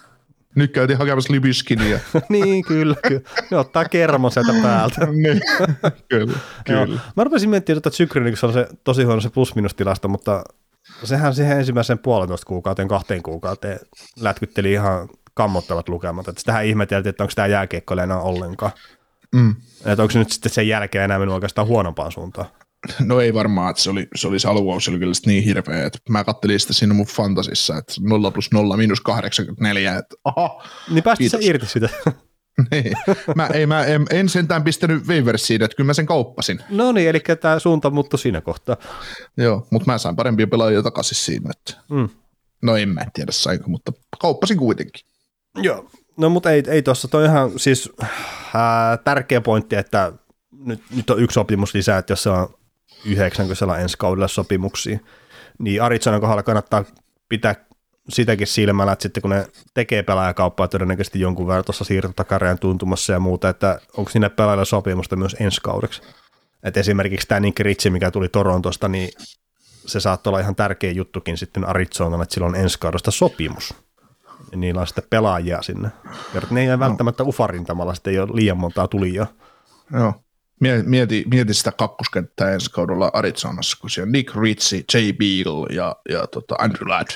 C: Nyt käytiin hakemassa Libyskinia.
D: Niin, kyllä, kyllä. Ne ottaa kermo sieltä päältä.
C: Niin, kyllä, kyllä.
D: Mä rupesin miettimään, että Chikrin on se tosi huono se plus-minus-tilasta, mutta sehän siihen ensimmäisen puolentoista kuukauteen, kahteen kuukauteen lätkytteli ihan kammottavat lukemat. Että sitähän ihmeteltiin, että onko tämä jääkiekkoilla enää ollenkaan. Mm. Että onko se nyt sitten sen jälkeen enää mennyt oikeastaan huonompaan suuntaan?
C: No ei varmaan, että se oli se, oli se aluvaus oli kyllä niin hirveä, että mä kattelin sitä siinä mun fantasissa, että nolla plus nolla miinus kahdeksankymmentäneljä, että aha.
D: Niin päästit sä irti sitä?
C: Niin, mä, ei, mä en, en sentään pistänyt waiversiin, että kyllä mä sen kauppasin.
D: No niin, eli tämä suunta muuttui siinä kohtaa.
C: Joo, mutta mä sain parempia pelaajia takaisin siinä, että mm. no en mä tiedä sainko, mutta kauppasin kuitenkin.
D: Joo, no mutta ei, ei tuossa, toi ihan siis ää, tärkeä pointti, että nyt, nyt on yksi sopimus lisää, että jos se on yhdeksänkymmentä ensi kaudella sopimuksia, niin Arizonan kohdalla kannattaa pitää sitäkin silmällä, että sitten kun ne tekee pelaajakauppaa todennäköisesti jonkun verran tuossa siirtotakareen tuntumassa ja muuta, että onko niille pelaajilla sopimusta myös ensi kaudeksi. Että esimerkiksi tämä Nick Ritchie, mikä tuli Torontosta, niin se saattaa olla ihan tärkeä juttukin sitten Arizonalle, että sillä on ensi kaudesta sopimus. Ja niillä on sitten pelaajia sinne. Ja ne ei ole välttämättä ufarintamalla, sitten ei ole liian montaa tulijaa.
C: Joo. Mieti, mieti sitä kakkoskenttää ensi kaudella Arizonassa, kun siellä on Nick Ritchie, Jay Beagle ja, ja tota Andrew Ladd.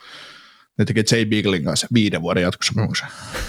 C: Ne tekee Jay Beaglein kanssa viiden vuoden jatkosopimuksen.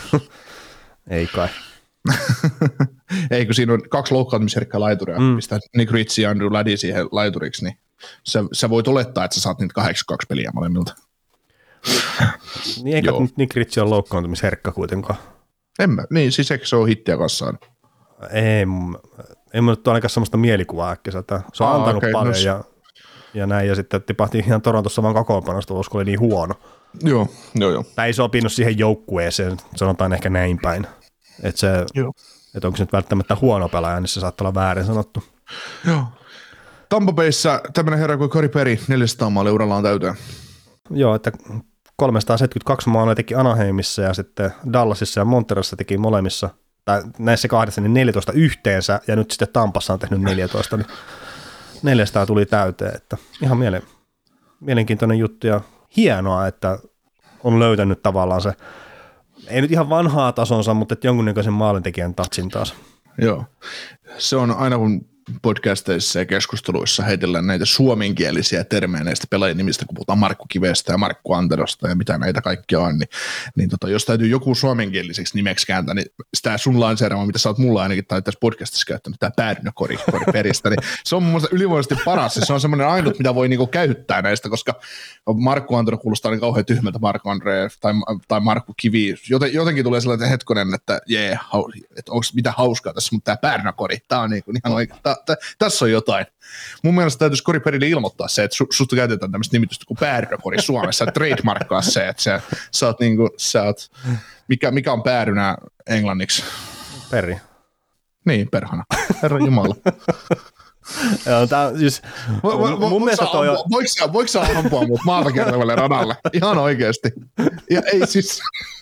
D: Ei kai.
C: Ei, kun siinä on kaksi loukkaantumisherkkää laituria, mm. mistä Nick Ritchie ja Andrew Laddin siihen laituriksi, niin sä, sä voit olettaa, että sä saat niitä kahdeksankymmentäkaksi peliä molemmilta.
D: Niin eikä Nick Ritchie on loukkaantumisherkkä kuitenkaan.
C: En mä, niin siis eikö se ole hittiä kassaan?
D: Ei, ei mun nyt ole ainakaan sellaista mielikuvaa äkkiseltä. Se on Aa, antanut okay, paljon no, ja, ja näin, ja sitten tipahti ihan Torontossa vaan kakoonpanosta, koska oli niin huono.
C: Joo, joo, joo.
D: Tämä ei sopinut siihen joukkueeseen, sanotaan ehkä näin päin. Että se, että onko se nyt välttämättä huono pelaaja, niin se saattaa olla väärin sanottu.
C: Joo. Tampa Bayssä tämmöinen herra kuin Corey Perry, neljäsataa maalia urallaan täyteen.
D: Joo, että kolmesataaseitsemänkymmentäkaksi maalia teki Anaheimissa ja sitten Dallasissa ja Monterassa teki molemmissa. Tai näissä kahdessa niin neljätoista yhteensä, ja nyt sitten Tampassa on tehnyt neljätoista, niin neljäsataa tuli täyteen, että ihan mielen, mielenkiintoinen juttu, ja hienoa, että on löytänyt tavallaan se, ei nyt ihan vanhaa tasonsa, mutta että jonkunnäköisen maalintekijän tatsin taas.
C: Joo, se on aina kun podcasteissa ja keskusteluissa heitellään näitä suomenkielisiä termejä näistä pelaajien nimistä, kun puhutaan Markku Kivestä ja Markku Anterosta ja mitä näitä kaikkia on, niin, niin tota, jos täytyy joku suomenkieliseksi nimeksi kääntää, niin sitä sun lanseeraama, mitä sä oot mulla ainakin tai tässä podcastissa käyttänyt, tämä Pärnökori Peristä, niin se on mun mielestä ylivoimaisesti paras, se on semmoinen ainut, mitä voi niinku käyttää näistä, koska Markku Antero kuulostaa niin kauhean tyhmältä Markku Andre tai, tai Markku Kivi, Joten, jotenkin tulee sellainen hetkonen, että jee, yeah, että onko mitä hauskaa tässä, mutta tämä Pärnökori, tämä on niinku ihan oikein. T- tässä on jotain. Mun mielestä täytyisi Corey Perrylle ilmoittaa se, että su- susta käytetään tämmöistä nimitystä kuin Päärynäkori Suomessa, että trademarkkaa se, että sä, sä oot niinku, sä oot, mikä, mikä on päärynä englanniksi?
D: Peri.
C: Niin, perhana. Herran jumala.
D: Joo, tää, siis,
C: vo, vo, vo,
D: mun mielestä toi on...
C: Voiko sä, voiko sä ampua mut maalta kertavalle radalle? Ihan oikeesti. Ja ei siis...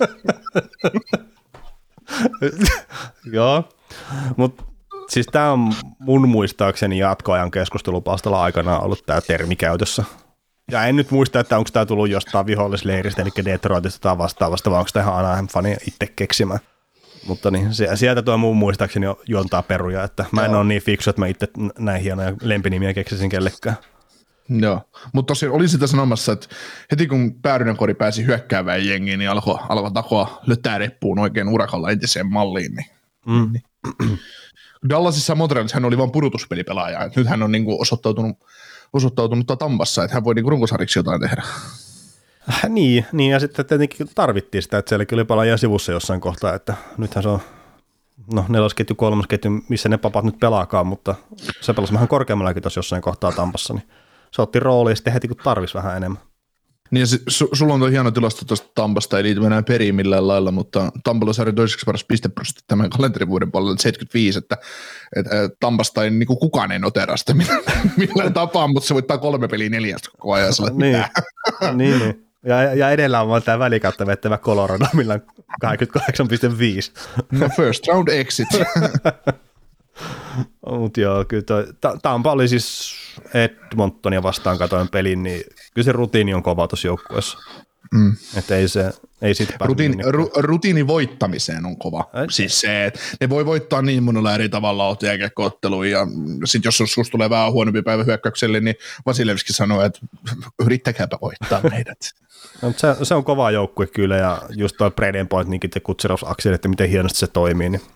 D: Joo, mutta siis tämä on mun muistaakseni jatkoajan keskustelupalstalla aikana ollut tämä termi käytössä. Ja en nyt muista, että onko tämä tullut jostain vihollisleiristä, eli Detroitista tai vastaavasta, vai onko tämä ihan Anaheim-fani itse keksimään. Mutta niin, sieltä tuo mun muistaakseni juontaa peruja, että mä en Joo. ole niin fiksu, että mä itse näin hienoja lempinimiä keksisin kellekään.
C: Joo, mutta tosiaan olin sitä sanomassa, että heti kun Päärynän kori pääsi hyökkäävään jengiin, niin alkoi alko takoa lötää reppuun oikein urakalla entiseen malliin. Niin. Mm. Niin. Dallasissa ja Montrealissa hän oli vain pudotuspelipelaaja. Nyt hän on niinku osoittautunut, osoittautunut Tampassa, että hän voi niinku runkosarjiksi jotain tehdä.
D: Äh, niin, niin, ja sitten tietenkin tarvittiin sitä, että sielläkin oli pelaajia sivussa jossain kohtaa, että nythän se on no nelosketju, kolmosketju, missä ne papat nyt pelaakaan, mutta se pelasi vähän korkeammallakin tuossa jossain kohtaa Tampassa, niin se otti roolia sitten heti, kun tarvisi vähän enemmän.
C: Niin ja su- sulla on tuo hieno tilasto tuosta Tampasta, ei liity enää periin millään lailla, mutta Tampalla sarja toiseksi paras pisteprosentti tämän kalenterivuoden puolella seitsemänkymmentäviisi, että, että Tampasta ei niin kuin kukaan ei noteraa sitä millään, millään tapaa, mutta se voittaa kolme peliä neljästä koko ajan.
D: niin, niin, niin. Ja, ja edellä on vaan tämä välikautta vettävä Colorado, millä on kahdeksankymmentäkahdeksan pilkku viisi.
C: No first round exit.
D: Mutta joo, kyllä toi, Tampa oli siis Edmontonia vastaan katoin pelin, niin kyllä se rutiini on kova tuossa joukkueessa. Mm. Että ei se, ei sit
C: Rutiini, ru, rutiini voittamiseen on kova. Et? Siis se, että ne voi voittaa niin monella eri tavalla ottajääkiekko-otteluun, ja sitten jos susta tulee vähän huonompi päivä hyökkäykselle, niin Vasilevski sanoo, että yrittäkääpä voittaa meidät.
D: No, se, se on kova joukkue kyllä, ja just toi Braden Point, niin te Kutserov-akseli, että miten hienosti se toimii, niin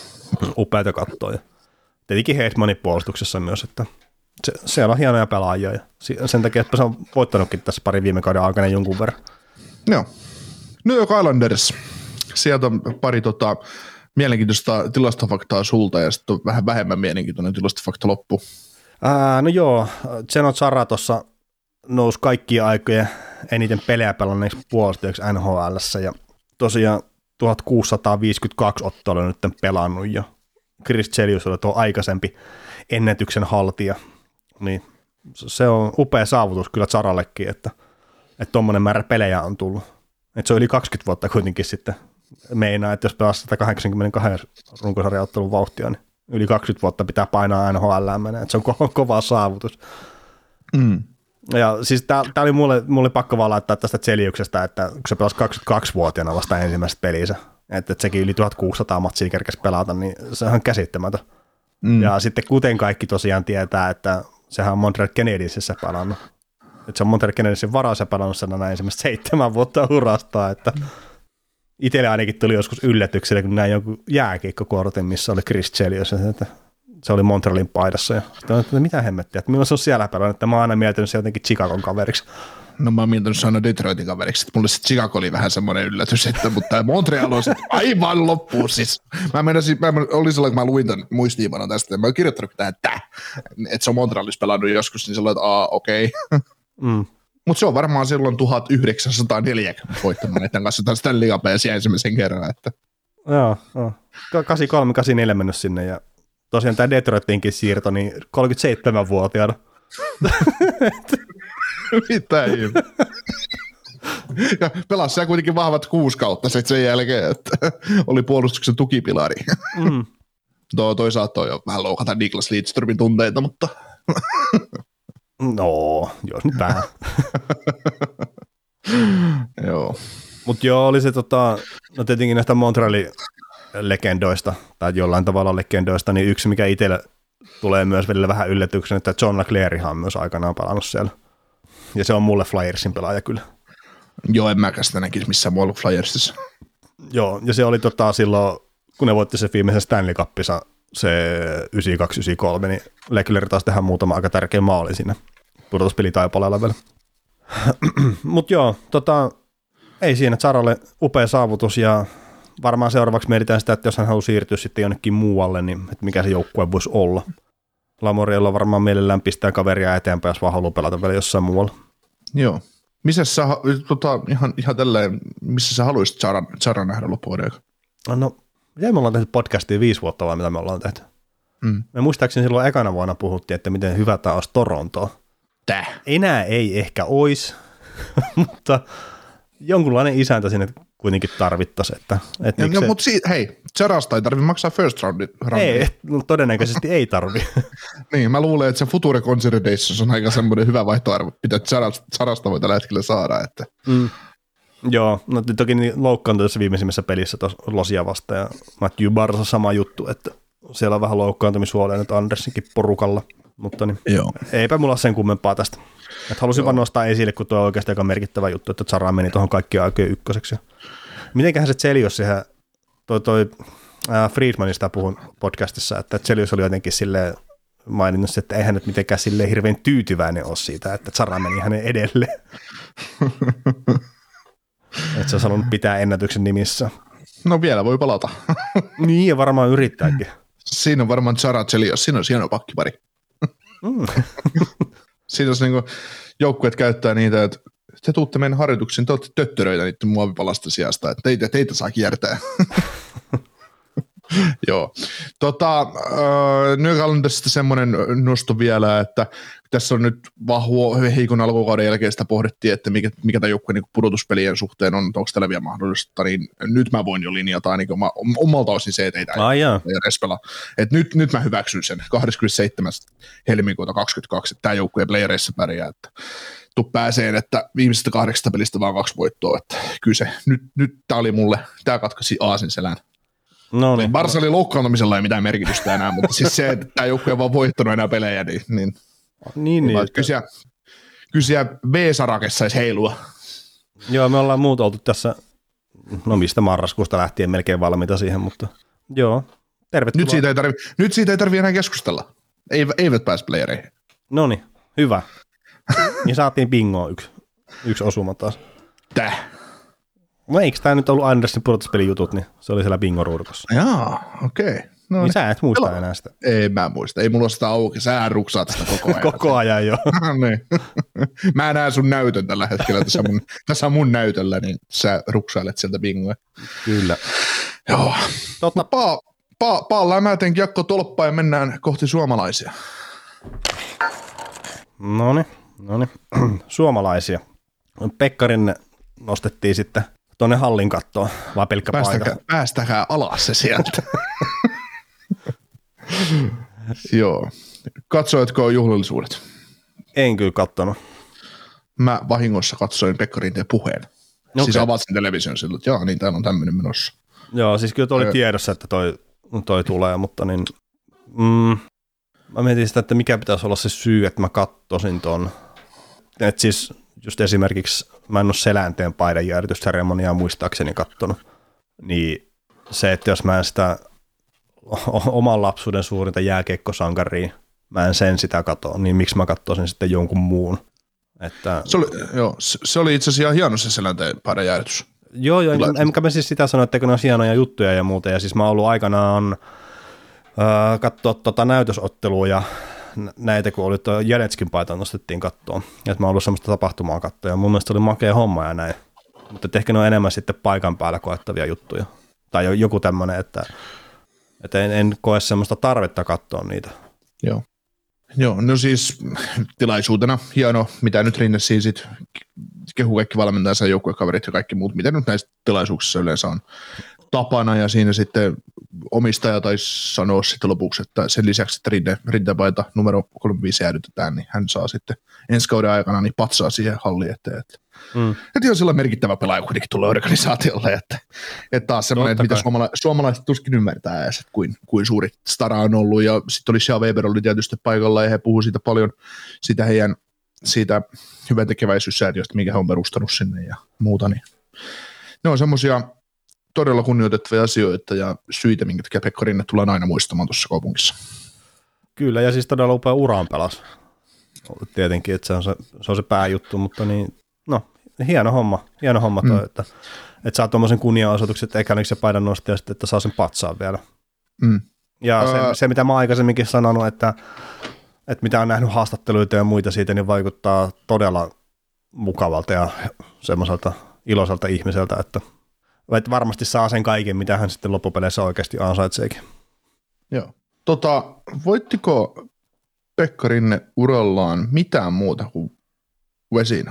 D: upeata katsoa. Ja tietenkin Hedmanin puolustuksessa myös, että se, siellä on hienoja pelaajia, ja sen takia, että se on voittanutkin tässä pari viime kauden aikana jonkun verran.
C: Joo. New York Islanders. Sieltä on pari tota, mielenkiintoista tilastofaktaa sulta, ja sitten on vähän vähemmän mielenkiintoinen tilastofakta loppu.
D: Ää, no joo, Zeno Chara tuossa nousi kaikkia aikojen eniten pelejä pelanneeksi puolustajaksi N H L:ssä, ja tosiaan tuhatkuusisataaviisikymmentäkaksi ottelua on nyt pelannut, ja Chris Chelios oli tuo aikaisempi ennätyksen haltija, niin se on upea saavutus kyllä Charallekin, että että tuommoinen määrä pelejä on tullut. Että se on yli kaksikymmentä vuotta kuitenkin sitten meinaa, että jos pelaa sata kahdeksankymmentäkaksi runkosarjaottelun vauhtia, niin yli kaksikymmentä vuotta pitää painaa N H L:ään mennä, että se on ko- kova saavutus. Mm. Ja siis tää, tää oli mulle, mulle pakko vaan laittaa tästä Cheliuksesta, että kun se pelasi kaksikymmentäkaksivuotiaana vasta ensimmäiset pelinsä, että, että sekin yli tuhatkuusisataa matsia kerkesi pelata, niin se on ihan käsittämätön. Mm. Ja sitten kuten kaikki tosiaan tietää, että sehän on Montreal Canadiensissa pelannut. Että se on Montreal Canadiensin varassa pelannut sen näin ensimmäistä seitsemän vuotta urasta, että itselle ainakin tuli joskus yllätyksellä, kun näin jonkun jääkiekkokortin, missä oli Chris Chelios, että se oli Montrealin paidassa, ja sitten että mitä hemmettiä, että milloin se on siellä pelannut, että mä oon aina miettinyt se jotenkin Chicagon kaveriksi.
C: No mä oon miettinyt se aina Detroitin kaveriksi, että mulle se Chicago oli vähän semmoinen yllätys, että, mutta Montreal on sitten aivan loppuun siis. Mä menisin, mä olin sellainen, kun mä luin tämän muistiinpanon tästä, ja mä oon kirjoittanut tähän tää, että se on Montrealissa pelannut joskus, niin sellainen, että aah, okei. Okay. Mm. Mutta se on varmaan silloin tuhatyhdeksänsataaneljäkymmentä voittamaan näiden kanssa tämän Stanley Cupia ensimmäisen kerran. Että.
D: Joo, joo. kahdeksankymmentäkolme kahdeksankymmentäneljä mennyt sinne, ja tosiaan tämä Detroitinkin siirto, niin kolmekymmentäseitsemänvuotiaana.
C: Mitä ihme. Ja pelasi siellä kuitenkin vahvat kuusi kautta sen jälkeen, että oli puolustuksen tukipilari. Mm. Tuo toisaalta toi on vähän loukata Niklas Lidströmin tunteita, mutta...
D: No, jos nyt vähän.
C: Joo.
D: Mutta joo, oli se tota, no tietenkin näistä Montrealin legendoista, tai jollain tavalla legendoista, niin yksi, mikä itselle tulee myös välillä vähän yllätyksen, että John LeClairihan on myös aikanaan pelannut siellä. Ja se on mulle Flyersin pelaaja kyllä.
C: Joo, en mäkään sitä näkisi missään muualla Flyersissa.
D: Joo, ja se oli tota silloin, kun ne voitti se viimeisen Stanley Cupissa, se yhdeksänkymmentäkaksi yhdeksänkymmentäkolme, niin Leclerc taas tehdä muutama aika tärkeä maali siinä pudotuspelitaipaleella vielä. Mutta joo, tota, ei siinä, Charalle upea saavutus, ja varmaan seuraavaksi mietitään sitä, että jos hän haluaa siirtyä sitten jonnekin muualle, niin että mikä se joukkue voisi olla. Lamoriella varmaan mielellään pistää kaveria eteenpäin, jos vaan haluaa pelata vielä jossain muualla.
C: Joo. Missä sä, tota, ihan, ihan tälleen, missä sä haluaisit Charan nähdä loppuvuoden?
D: No, mitä me ollaan tehty podcastia viisi vuotta vai mitä me ollaan tehty? Mm. Me muistaakseni silloin ekana vuonna puhuttiin, että miten hyvä tämä olisi Toronto.
C: Tää.
D: Enää ei ehkä olisi, mutta jonkunlainen isäntä sinne kuitenkin tarvittaisiin. Että, että
C: ja,
D: se...
C: Mutta hei, Charasta ei tarvitse maksaa first roundin.
D: Ei, no, todennäköisesti ei tarvi.
C: Niin, mä luulen, että se Future Consolidations on aika semmoinen hyvä vaihtoarvo, mitä Charasta voi tällä hetkellä saada. Että.
D: Mm. Joo, no toki niin loukkaantui tässä viimeisimmässä pelissä tuossa Losia vastaan, ja Matthew Barsa sama juttu, että siellä on vähän loukkaantumishuolia nyt Andersinkin porukalla, mutta niin,
C: Joo.
D: eipä mulla sen kummempaa tästä. Et halusin Joo. vaan nostaa esille, kun tuo on oikeasti aika merkittävä juttu, että Zara meni tuohon kaikkien aikojen ykköseksi. Mitenköhän se Chelios siihen, toi, toi äh, Friedmanista puhun podcastissa, että Chelios oli jotenkin silleen maininnut, että eihän nyt mitenkään silleen hirveän tyytyväinen ole siitä, että Zara meni hänen edelleen. Että se olisi halunnut pitää ennätyksen nimissä.
C: No vielä voi palata.
D: Niin, ja varmaan yrittääkin.
C: Siinä on varmaan Zara Chelios, siinä on hieno pakkipari. Mm. Siinä on niin joukkueet käyttää niitä, että te tuutte meidän harjoituksiin, te olette töttöröitä niiden muovipalasta sijasta, että teitä, teitä saa kiertää. Joo. Tota, äh, New Calendarsista semmoinen nosto vielä, että tässä on nyt vahvo heikon alkukauden jälkeen sitä pohdittiin, että mikä, mikä tämä joukkue niin pudotuspelien suhteen on, onko tällä vielä mahdollista, niin nyt mä voin jo linjata ainakin oma, omalta osin se, että ei tämä respela. Että nyt, nyt mä hyväksyn sen kahdeskymmenesseitsemäs helmikuuta kaksikymmentäkaksi, että tämä joukkue playereissa pärjää, että tuu pääseen, että viimeisestä kahdeksasta pelistä vaan kaksi voittoa, että kyllä se, nyt, nyt tämä oli mulle, tämä katkaisi aasin selän.
D: No niin.
C: Barsa oli loukkaantumisella ei mitään merkitystä enää, mutta siis se, että tämä joukkue on vaan voittanut enää pelejä, niin, niin,
D: niin, niin
C: kyllä, kyllä siellä V-sarakessa saisi heilua.
D: Joo, me ollaan muut oltu tässä, no mistä marraskuusta lähtien melkein valmiita siihen, mutta joo, tervetuloa.
C: Nyt siitä ei tarvi, nyt siitä ei tarvi enää keskustella, ei, eivät pääse playereihin.
D: No niin, hyvä. Niin saatiin bingoa yksi, yksi osuma taas.
C: Täh?
D: No eikö tämä nyt ollut Andersin pudotuspelijutut, niin se oli siellä bingo-ruudukossa.
C: Jaa, okei. Okay. No
D: niin sä et muista Hello. enää sitä.
C: Ei mä muista, ei mulla ole sitä auki, sä ruksaat sitä koko ajan.
D: Koko ajan jo.
C: niin. Mä näen sun näytön tällä hetkellä, tässä on mun, tässä on mun näytöllä, niin sä ruksailet sieltä bingoa.
D: Kyllä.
C: Joo. Totta. Pa, pa, paallaan mä teen kiekko tolppaan ja mennään kohti suomalaisia.
D: Noniin, noniin. Suomalaisia. Pekkarin nostettiin sitten tuonne hallin kattoon, vaan pelkkä
C: päästäkää,
D: paikka.
C: Päästäkää alas se sieltä. Joo. Katsoitko juhlallisuudet?
D: En kyllä kattonut.
C: Mä vahingossa katsoin Pekkarin teen puheen. Okay. Siis avasin television silloin, että jaa, niin täällä on tämmöinen menossa.
D: Joo, siis kyllä oli tiedossa, että toi, toi tulee, mutta niin, mm, mä mietin sitä, että mikä pitäisi olla se syy, että mä kattosin ton. Että siis just esimerkiksi mä en ole Selänteen paidan jäädytysseremoniaa muistaakseni kattonut, niin se, että jos mä en sitä oman lapsuuden suurinta jääkiekkosankaria, mä en sen sitä katso, niin miksi mä katsoisin sitten jonkun muun. Että... Se, oli, joo, se oli itse asiassa ihan hieno se Selänteen paidan jäädytys. Joo, joo en, enkä mä siis sitä sano, että ne on hienoja juttuja ja muuta, ja siis mä oon ollut aikanaan äh, katsoa tota näytösottelua ja näitä, kun oli tuo Janetskin paita nostettiin kattoon, että mä oon ollut semmoista tapahtumaa kattoa, ja mun mielestä oli makea homma ja näin, mutta ehkä ne on enemmän sitten paikan päällä koettavia juttuja, tai joku tämmöinen, että, että en, en koe semmoista tarvetta katsoa niitä.
C: Joo. Joo, no siis tilaisuutena hieno, mitä nyt Rinne siis sit kehuu kaikki valmentajansa, joukkuekaverit ja kaikki muut, mitä nyt näissä tilaisuuksissa yleensä on tapana, ja siinä sitten omistaja taisi sanoa sitten lopuksi, että sen lisäksi, että Rinne, Rinnepaita numero kolmekymmentäviisi jäädytetään, niin hän saa sitten ensi kauden aikana niin patsaa siihen halliin eteen. Että, mm. että on sillä merkittävä pelaaja kuitenkin tulee organisaatiolle, että, että taas semmoinen, että mitä suomala- suomalaiset tuskin ymmärtää edes, että kuin, kuin suuri stara on ollut, ja sitten oli Shea Weber oli tietysti paikalla, ja he puhuu siitä paljon, siitä heidän siitä hyväntekeväisyyssäätiöstä, mikä he on perustanut sinne ja muuta, niin ne on semmoisia todella kunnioitettavia asioita ja syitä, minkä takia Pekka Rinne tullaan aina muistamaan tuossa kaupungissa.
D: Kyllä, ja siis todella upea uraan pelas. Tietenkin, että se on se, se, on se pääjuttu, mutta niin, no, hieno homma, hieno homma toi, mm. että, että saa tuommoisen kunnia-osoituksen, että eikä se paidan nosti ja sitten, että saa sen patsaan vielä. Mm. Ja se, uh, se, mitä mä aikaisemminkin sanonut, että, että mitä on nähnyt haastatteluita ja muita siitä, niin vaikuttaa todella mukavalta ja semmoiselta iloiselta ihmiseltä, että että varmasti saa sen kaiken, mitä hän sitten loppupeleissä oikeasti ansaitseekin.
C: Joo. Tota, voittiko Pekka Rinne urallaan mitään muuta kuin Vezina?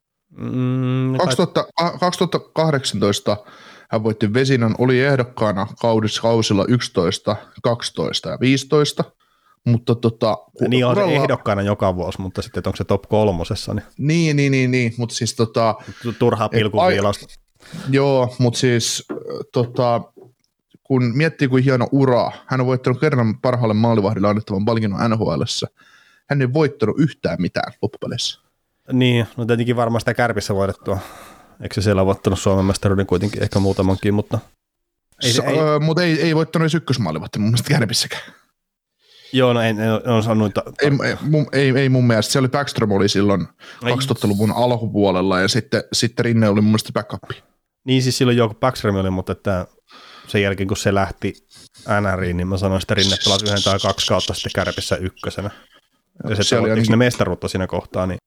D: Mm,
C: kaksituhatta, kaksituhattakahdeksantoista hän voitti Vesinan, oli ehdokkaana kaudissa, kausilla yksitoista, kaksitoista ja viisitoista, mutta tota...
D: Niin on
C: uralla...
D: se ehdokkaana joka vuosi, mutta sitten onko se top kolmosessa? Niin,
C: niin, niin, niin, niin. mutta siis tota...
D: Turhaa pilkunviilausta.
C: Joo, mutta siis tota... kun miettii kuin hieno ura, hän on voittanut kerran parhaalle maalivahdille annettavan palkinnon N H L:ssä. Hän ei voittanut yhtään mitään loppupeleissä.
D: Niin, no tietenkin varmaan sitä Kärpissä voitettua. Eikö se siellä voittanut Suomen mestaruuden kuitenkin ehkä muutamankin, mutta...
C: Ei, so, ei, öö, mutta ei, ei voittanut edes ykkösmaalivahti mun mielestä Kärpissäkään.
D: Joo, no en, en, en saanut noita...
C: Ei, ei, ei mun mielestä. Se oli Backstrom oli silloin kaksituhattaluvun alkupuolella ja sitten, sitten Rinne oli mun mielestä backup.
D: Niin siis silloin joku Backstrom oli, mutta että sen jälkeen kun se lähti N R:iin, niin mä sanoin, että Rinne pelasi yhden tai kaksi kautta sitten Kärpissä ykkösenä. Ja se, se oli ainakin... ne mestaruutta siinä kohtaa, niin...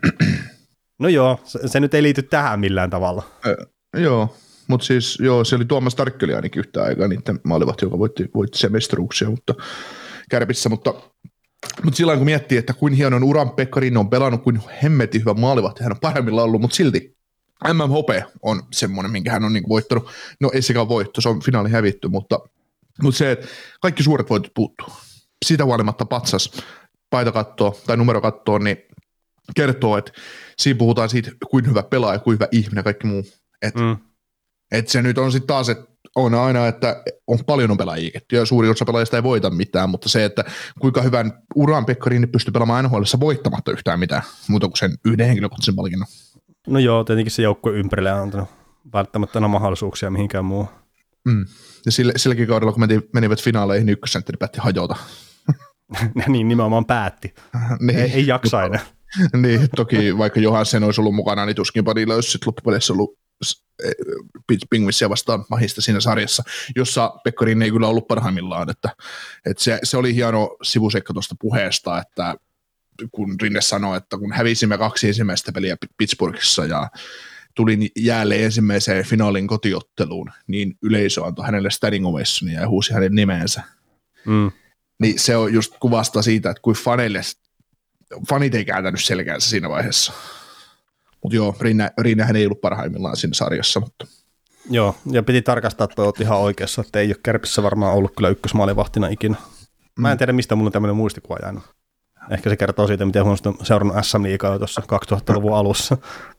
D: No joo, se, se nyt ei liity tähän millään tavalla.
C: Ö, joo, mutta siis joo, se oli Tuomas Tarkkeli ainakin yhtä aikaa niiden maalivahti, joka voitti, voitti se mestaruuksia, mutta Kärpissä, mutta, mutta silloin kun miettii, että kuin hienon uran Pekka Rinne on pelannut, kuin hemmetin hyvä maalivahti, hän on parhaimmillaan ollut, mutta silti M M H P on semmoinen, minkä hän on niin voittanut. No ei sekään voitto, se on finaali hävitty, mutta, mutta se, että kaikki suuret voitot puuttuu. Siitä huolimatta patsas paitakattoa tai numerokattoa, niin kertoo, että siinä puhutaan siitä, kuin hyvä pelaaja, kuin hyvä ihminen ja kaikki muu. Että mm. et se nyt on sitten taas, että on aina, että on paljon on pelaajia, ja suuri osa pelaajista ei voita mitään, mutta se, että kuinka hyvän uran Pekka Rinne pystyy pelaamaan N H L:ssä voittamatta yhtään mitään, muuta kuin sen yhden henkilökohtaisen palkinnon.
D: No joo, tietenkin se joukkue ympärille on antanut välttämättä aina mahdollisuuksia mihinkään muuhun.
C: Mm. Ja sillä, silläkin kaudella, kun menivät finaaleihin, niin ykkössentteri päätti hajota.
D: Niin nimenomaan päätti. niin. Ei, ei jaksa enää.
C: Niin, toki vaikka Johansen olisi ollut mukana, niin tuskin Padilla olisi sitten loppupeleissä ollut Penguinsia vastaan mahista siinä sarjassa, jossa Pekka Rinne ei kyllä ollut parhaimmillaan. Että, että se, se oli hieno sivuseikka tuosta puheesta, että kun Rinne sanoi, että kun hävisimme kaksi ensimmäistä peliä Pittsburghissa ja tulin jälleen ensimmäiseen finaalin kotiotteluun, niin yleisö antoi hänelle standing ovationia ja huusi hänen nimensä. Mm. Niin se on just kuvasta siitä, että kuin faneille, fanit ei kääntänyt selkäänsä siinä vaiheessa. Mutta joo, Rinne, Rinnehän ei ollut parhaimmillaan siinä sarjassa. Mutta.
D: Joo, ja piti tarkastaa, että olet ihan oikeassa, että ei ole Kärpissä varmaan ollut kyllä ykkösmaalivahtina ikinä. Mä en tiedä, mistä mulla on tämmöinen muistikuva jäänyt. Ehkä se kertoo siitä, miten huonosti on seurannut S M-liigaa jo tuossa kaksituhattaluvun alussa.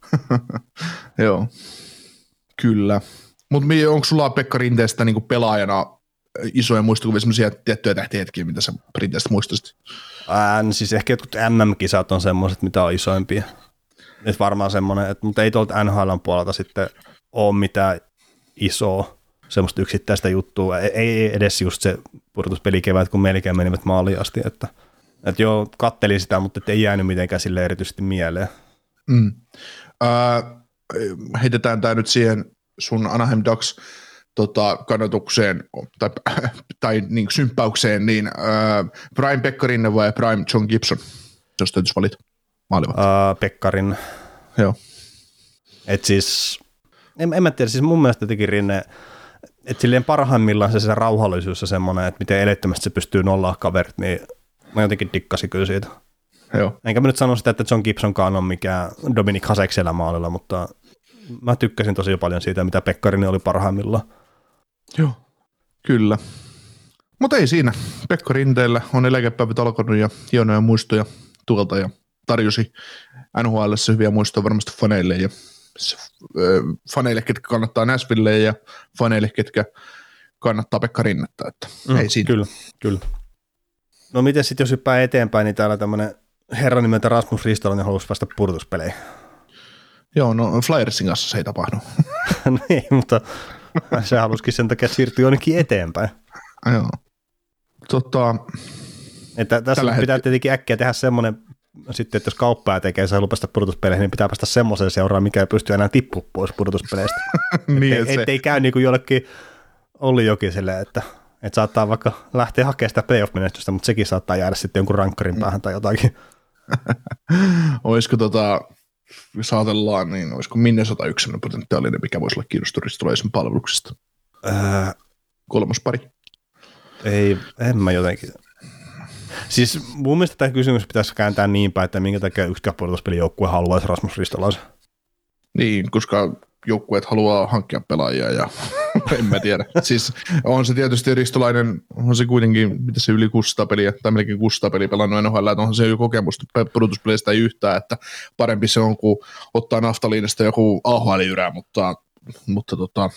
C: Joo, kyllä. Mutta onko sulla Pekka Rinteestä niinku pelaajana isoja muistikuvia, semmoisia tiettyjä tähtihetkiä, mitä sä Rinteestä muistasit?
D: Ään, siis ehkä jotkut M M-kisat on semmoiset, mitä on isoimpia. Et varmaan semmoinen, että, mutta ei tuolta N H L:n puolelta sitten ole mitään isoa semmoista yksittäistä juttua. Ei, ei edes just se pudotuspelikevät, kun melkein menivät maaliin asti, että Että joo, kattelin sitä, mutta ei jäänyt mitenkään sille erityisesti mieleen.
C: Mm. Äh, heitetään tämä nyt siihen sun Anaheim Ducks tota, kannatukseen tai, tai niin, symppäykseen, niin äh, Prime Pekka Rinne vai Prime John Gibson, jos täytyisi valita maalivat?
D: Äh, Pekka Rinne.
C: Joo.
D: Et siis, en, en mä tiedä, siis mun mielestä teki Rinne, että silleen parhaimmillaan se, se rauhallisuus ja semmoinen, että miten elettömästi se pystyy nollaa kaverit, niin mä jotenkin dikkasin kyllä siitä.
C: Joo.
D: Enkä mä nyt sano sitä, että John Gibsonkaan on mikään Dominic Hasek siellä maalilla, mutta mä tykkäsin tosi paljon siitä, mitä Pekka Rinne oli parhaimmillaan.
C: Joo, kyllä. Mutta ei siinä. Pekka Rinteellä on eläkepäivät alkanut ja hienoja muistoja tuolta ja tarjosi N H L:ssä hyviä muistoja varmasti faneille ja faneille, ketkä kannattaa Nashville ja faneille, ketkä kannattaa Pekka Rinnettä. Että mm, ei siinä.
D: Kyllä, kyllä. No miten sitten jos hyppää eteenpäin, niin täällä tämmöinen herra nimeltä Rasmus Ristolainen haluaisi päästä pudotuspeleihin.
C: Joo, no Flyersin kanssa se ei tapahdu.
D: No ei, mutta se halusikin sen takia siirtyä jonnekin eteenpäin.
C: Joo. Tota,
D: että tässä pitää hetki... tietenkin äkkiä tehdä semmoinen, sitten, että jos kauppaa tekee ja se haluaa päästä pudotuspeleihin, niin pitää päästä semmoiseen seuraan, mikä ei pysty enää tippumaan pois pudotuspeleistä. niin, ettei, ettei käy niin kuin jollekin Olli Jokiselle, että että saattaa vaikka lähteä hakemaan sitä playoff-menestystä, mutta sekin saattaa jäädä sitten jonkun rankkarin päähän tai jotakin.
C: Olisiko tota, jos ajatellaan, niin olisiko Minnesota yksi sellainen potentiaalinen, mikä voisi olla kiinnostunut Ristolaisen palveluksesta?
D: Öö,
C: Kolmas pari.
D: Ei, en mä jotenkin. Siis mun mielestä tämä kysymys pitäisi kääntää niin päin, että minkä takia yksikään pudotuspelijoukkue haluaisi Rasmus Ristolaisen.
C: Niin, koska joukkueet haluaa hankkia pelaajia ja en mä tiedä. Siis on se tietysti Ristolainen, on se kuitenkin, mitä se yli kuusisataa peliä, tai melkein kuusisataa peliä pelannut N H L, että onhan se jo kokemusta pudotuspeleistä ei yhtään, että parempi se on kuin ottaa naftaliinista joku A H L-yrää, mutta, mutta tota,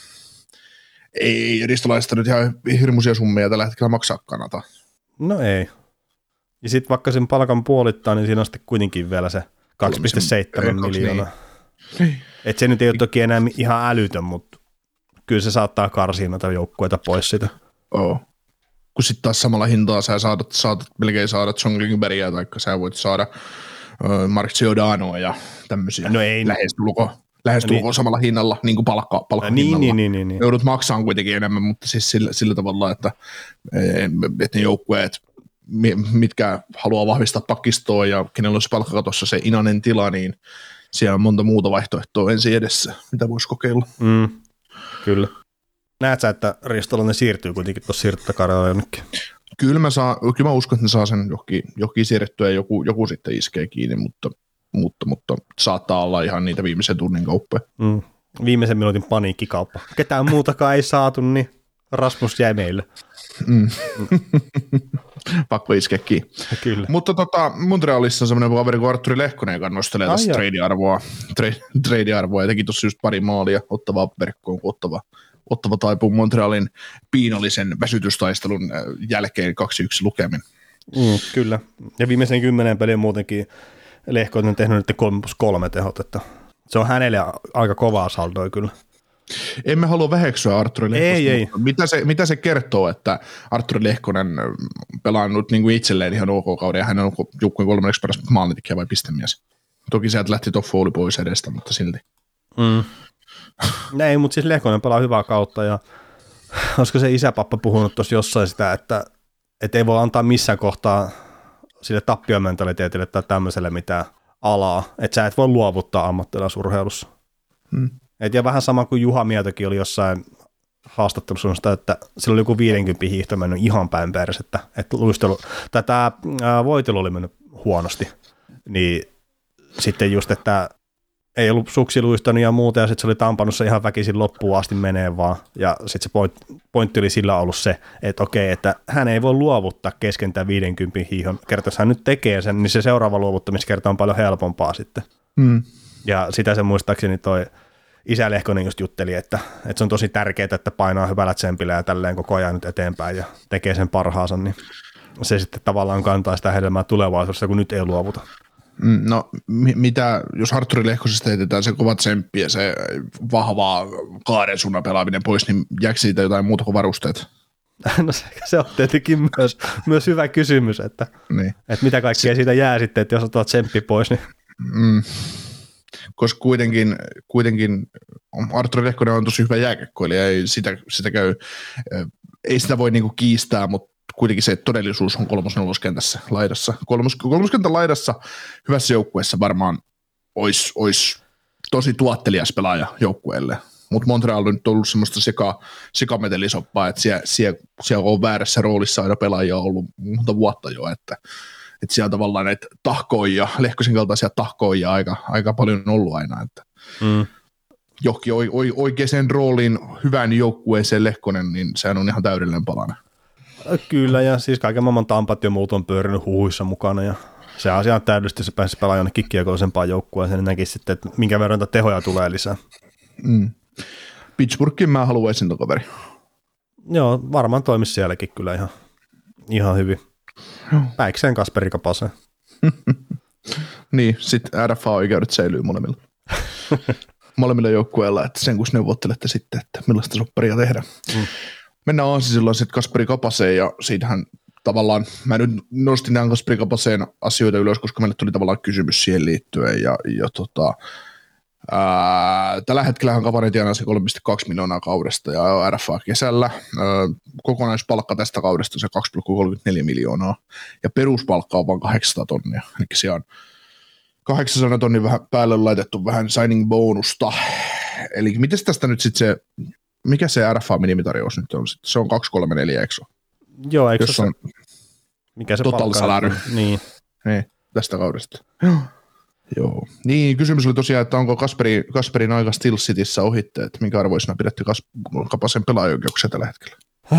C: ei Ristolaisesta nyt ihan hirmuisia summia tällä hetkellä maksaa kannata.
D: No ei. Ja sitten vaikka sen palkan puolittaa, niin siinä on sitten kuitenkin vielä se kaksi pilkku seitsemän miljoonaa.
C: Niin.
D: Et se nyt ei ole toki enää ihan älytön, mutta kyllä se saattaa karsia noita joukkueita pois sitä.
C: Oo. Kun sitten taas samalla hintaa sä saatat, saatat melkein saada John Klingbergia, tai sä voit saada uh, Mark Giordanoa ja tämmöisiä.
D: No ei.
C: Lähestulko, lähestulko niin. Samalla hinnalla, niin kuin palkka, palkkahinnalla.
D: Niin, niin, niin, niin.
C: Joudut maksamaan kuitenkin enemmän, mutta siis sillä, sillä tavalla, että, että ne joukkueet, mitkä haluaa vahvistaa pakistoa ja kenellä olisi palkkakatossa se inainen tila, niin siellä on monta muuta vaihtoehtoa ensin edessä, mitä voisi kokeilla.
D: Mm, kyllä. Näet sä, että Ristolainen siirtyy kuitenkin tuossa siirtokaudella jonnekin? Kyllä
C: mä, saa, kyllä mä uskon, että ne saa sen johonkin, johonkin siirrettyä ja joku, joku sitten iskee kiinni, mutta, mutta, mutta saattaa olla ihan niitä viimeisen tunnin kauppoja.
D: Mm. Viimeisen minuutin paniikkikauppa. Ketään muutakaan ei saatu, niin Rasmus jäi meille.
C: Mm. Pakko iskeä kiinni.
D: Kyllä.
C: Mutta tota, Montrealissa on semmoinen kaveri kuin Artturi Lehkonen, joka nostelee tässä trade-arvoa, tra- trade-arvoa ja teki tuossa just pari maalia ottavaa verkkoon, kun ottava, ottava taipuu Montrealin piinallisen väsytystaistelun jälkeen kaksi yksi lukemin.
D: Mm, kyllä. Ja viimeisen kymmenen pelin muutenkin Lehkonen on tehnyt nyt kolme plus kolme tehot, että se on hänelle aika kovaa saldoa kyllä.
C: Emme halua väheksyä Artturi Lehkosta.
D: Ei, ei.
C: Mitä se, mitä se kertoo, että Artturi Lehkonen pelannut niin kuin itselleen ihan ok kauden ja hän on joukkueen kolmanneksi paras maalintekijä vai pistemies? Toki sieltä lähti Toffoli pois edestä, mutta silti.
D: Mm. Ei, mutta siis Lehkonen pelaa hyvää kautta ja olisiko se isäpappa puhunut tuossa jossain sitä, että, että ei voi antaa missään kohtaa sille tappiomentaliteetille tai tämmöiselle mitään alaa, että sä et voi luovuttaa ammattilaisurheilussa. Mm. Et ja vähän sama kuin Juha Mietokin oli jossain haastattelussa sitä, että sillä oli joku viisikymmentä hiihto mennyt ihan päin perässä, että, että luistelu, tai tämä voitelu oli mennyt huonosti, niin sitten just, että ei ollut suksi luistanut ja muuta, ja sitten se oli tampannut se ihan väkisin loppuun asti menee vaan, ja sitten se point, pointti oli sillä ollut se, että okei, että hän ei voi luovuttaa kesken tämän viisikymmentä hiihon, kerta jos hän nyt tekee sen, niin se seuraava luovuttamiskerta on paljon helpompaa sitten. Mm. Ja sitä se muistaakseni toi isä Lehkonen just jutteli, että, että se on tosi tärkeää, että painaa hyvällä tsempillä ja tälleen koko ajan nyt eteenpäin ja tekee sen parhaansa, niin se sitten tavallaan kantaa sitä hedelmää tulevaisuudessa, kun nyt ei luovuta.
C: No mitä, jos Artturi Lehkosesta heitetään se kova tsemppi ja se vahvaa kaaren suunnan pelaaminen pois, niin jääkö siitä jotain muuta kuin varusteet?
D: No se, se on tietenkin myös, myös hyvä kysymys, että, niin. että mitä kaikkea siitä jää sitten, että jos otat tsemppi pois, niin...
C: Mm. Koska kuitenkin, kuitenkin Artturi Lehkonen on tosi hyvä jääkiekkoilija, ei sitä, sitä käy, ei sitä voi niinku kiistää, mutta kuitenkin se todellisuus on kolmos-neloskentässä laidassa. Kolmos, kolmoskentän laidassa hyvässä joukkueessa varmaan olisi, olisi tosi tuottelias pelaaja joukkueelle, mutta Montreal on nyt ollut semmoista seka, sekametelisoppaa, että siellä, siellä, siellä on väärässä roolissa aina pelaajia ollut monta vuotta jo, että että siellä tavallaan näitä tahkoja, Lehkosen kaltaisia tahkoja aika, aika paljon on ollut aina, että mm. johonkin oikeaan rooliin hyvään joukkueeseen Lehkonen, niin sehän on ihan täydellinen palanen.
D: Kyllä, ja siis kaiken maailman Tampat ja muut on pyörinyt huhuissa mukana, ja se asia on täydellisesti, se pääsisi pelaamaan jonnekin kiekollisempaan joukkueeseen, niin näkisi sitten, että minkä verran tehoja tulee lisää. Mm.
C: Pittsburghin mä haluaisin tuon kaveri.
D: Joo, varmaan toimisi sielläkin kyllä ihan, ihan hyvin. Päikseen Kasperi Kapaseen.
C: Niin, sitten R F A-oikeudet säilyy molemmilla. molemmilla joukkueilla, että sen kun neuvottelette sitten, että millaista sopparia tehdään. Mm. Mennään Aansi silloin sitten Kasperi Kapaseen, ja siitähän tavallaan, mä nyt nostin nämä Kasperi Kapaseen asioita ylös, koska meille tuli tavallaan kysymys siihen liittyen, ja, ja tota, ää, tällä hetkellähän Kapanen tienasi kolme pilkku kaksi miljoonaa kaudesta, ja R F A kesällä, ää, kokonaispalkka tästä kaudesta se kaksi pilkku kolmekymmentäneljä miljoonaa, ja peruspalkka on vain kahdeksansataa tonnia, eli siellä on kahdeksansadan tonnin vähän päälle on laitettu vähän signing bonusta, eli miten tästä nyt sitten se, mikä se R F A-minimitarjous nyt on? Se on kaksi kolme neljä, eikö
D: Joo, eikö
C: se on...
D: Mikä se
C: Total
D: palkka?
C: salary.
D: Niin.
C: Niin, tästä kaudesta. Joo. Niin, kysymys oli tosiaan, että onko Kasperi, Kasperin aika Steel Cityssä ohitte, että minkä arvoisena pidätte Kas- Kapasen pelaajoikeuksia tällä hetkellä?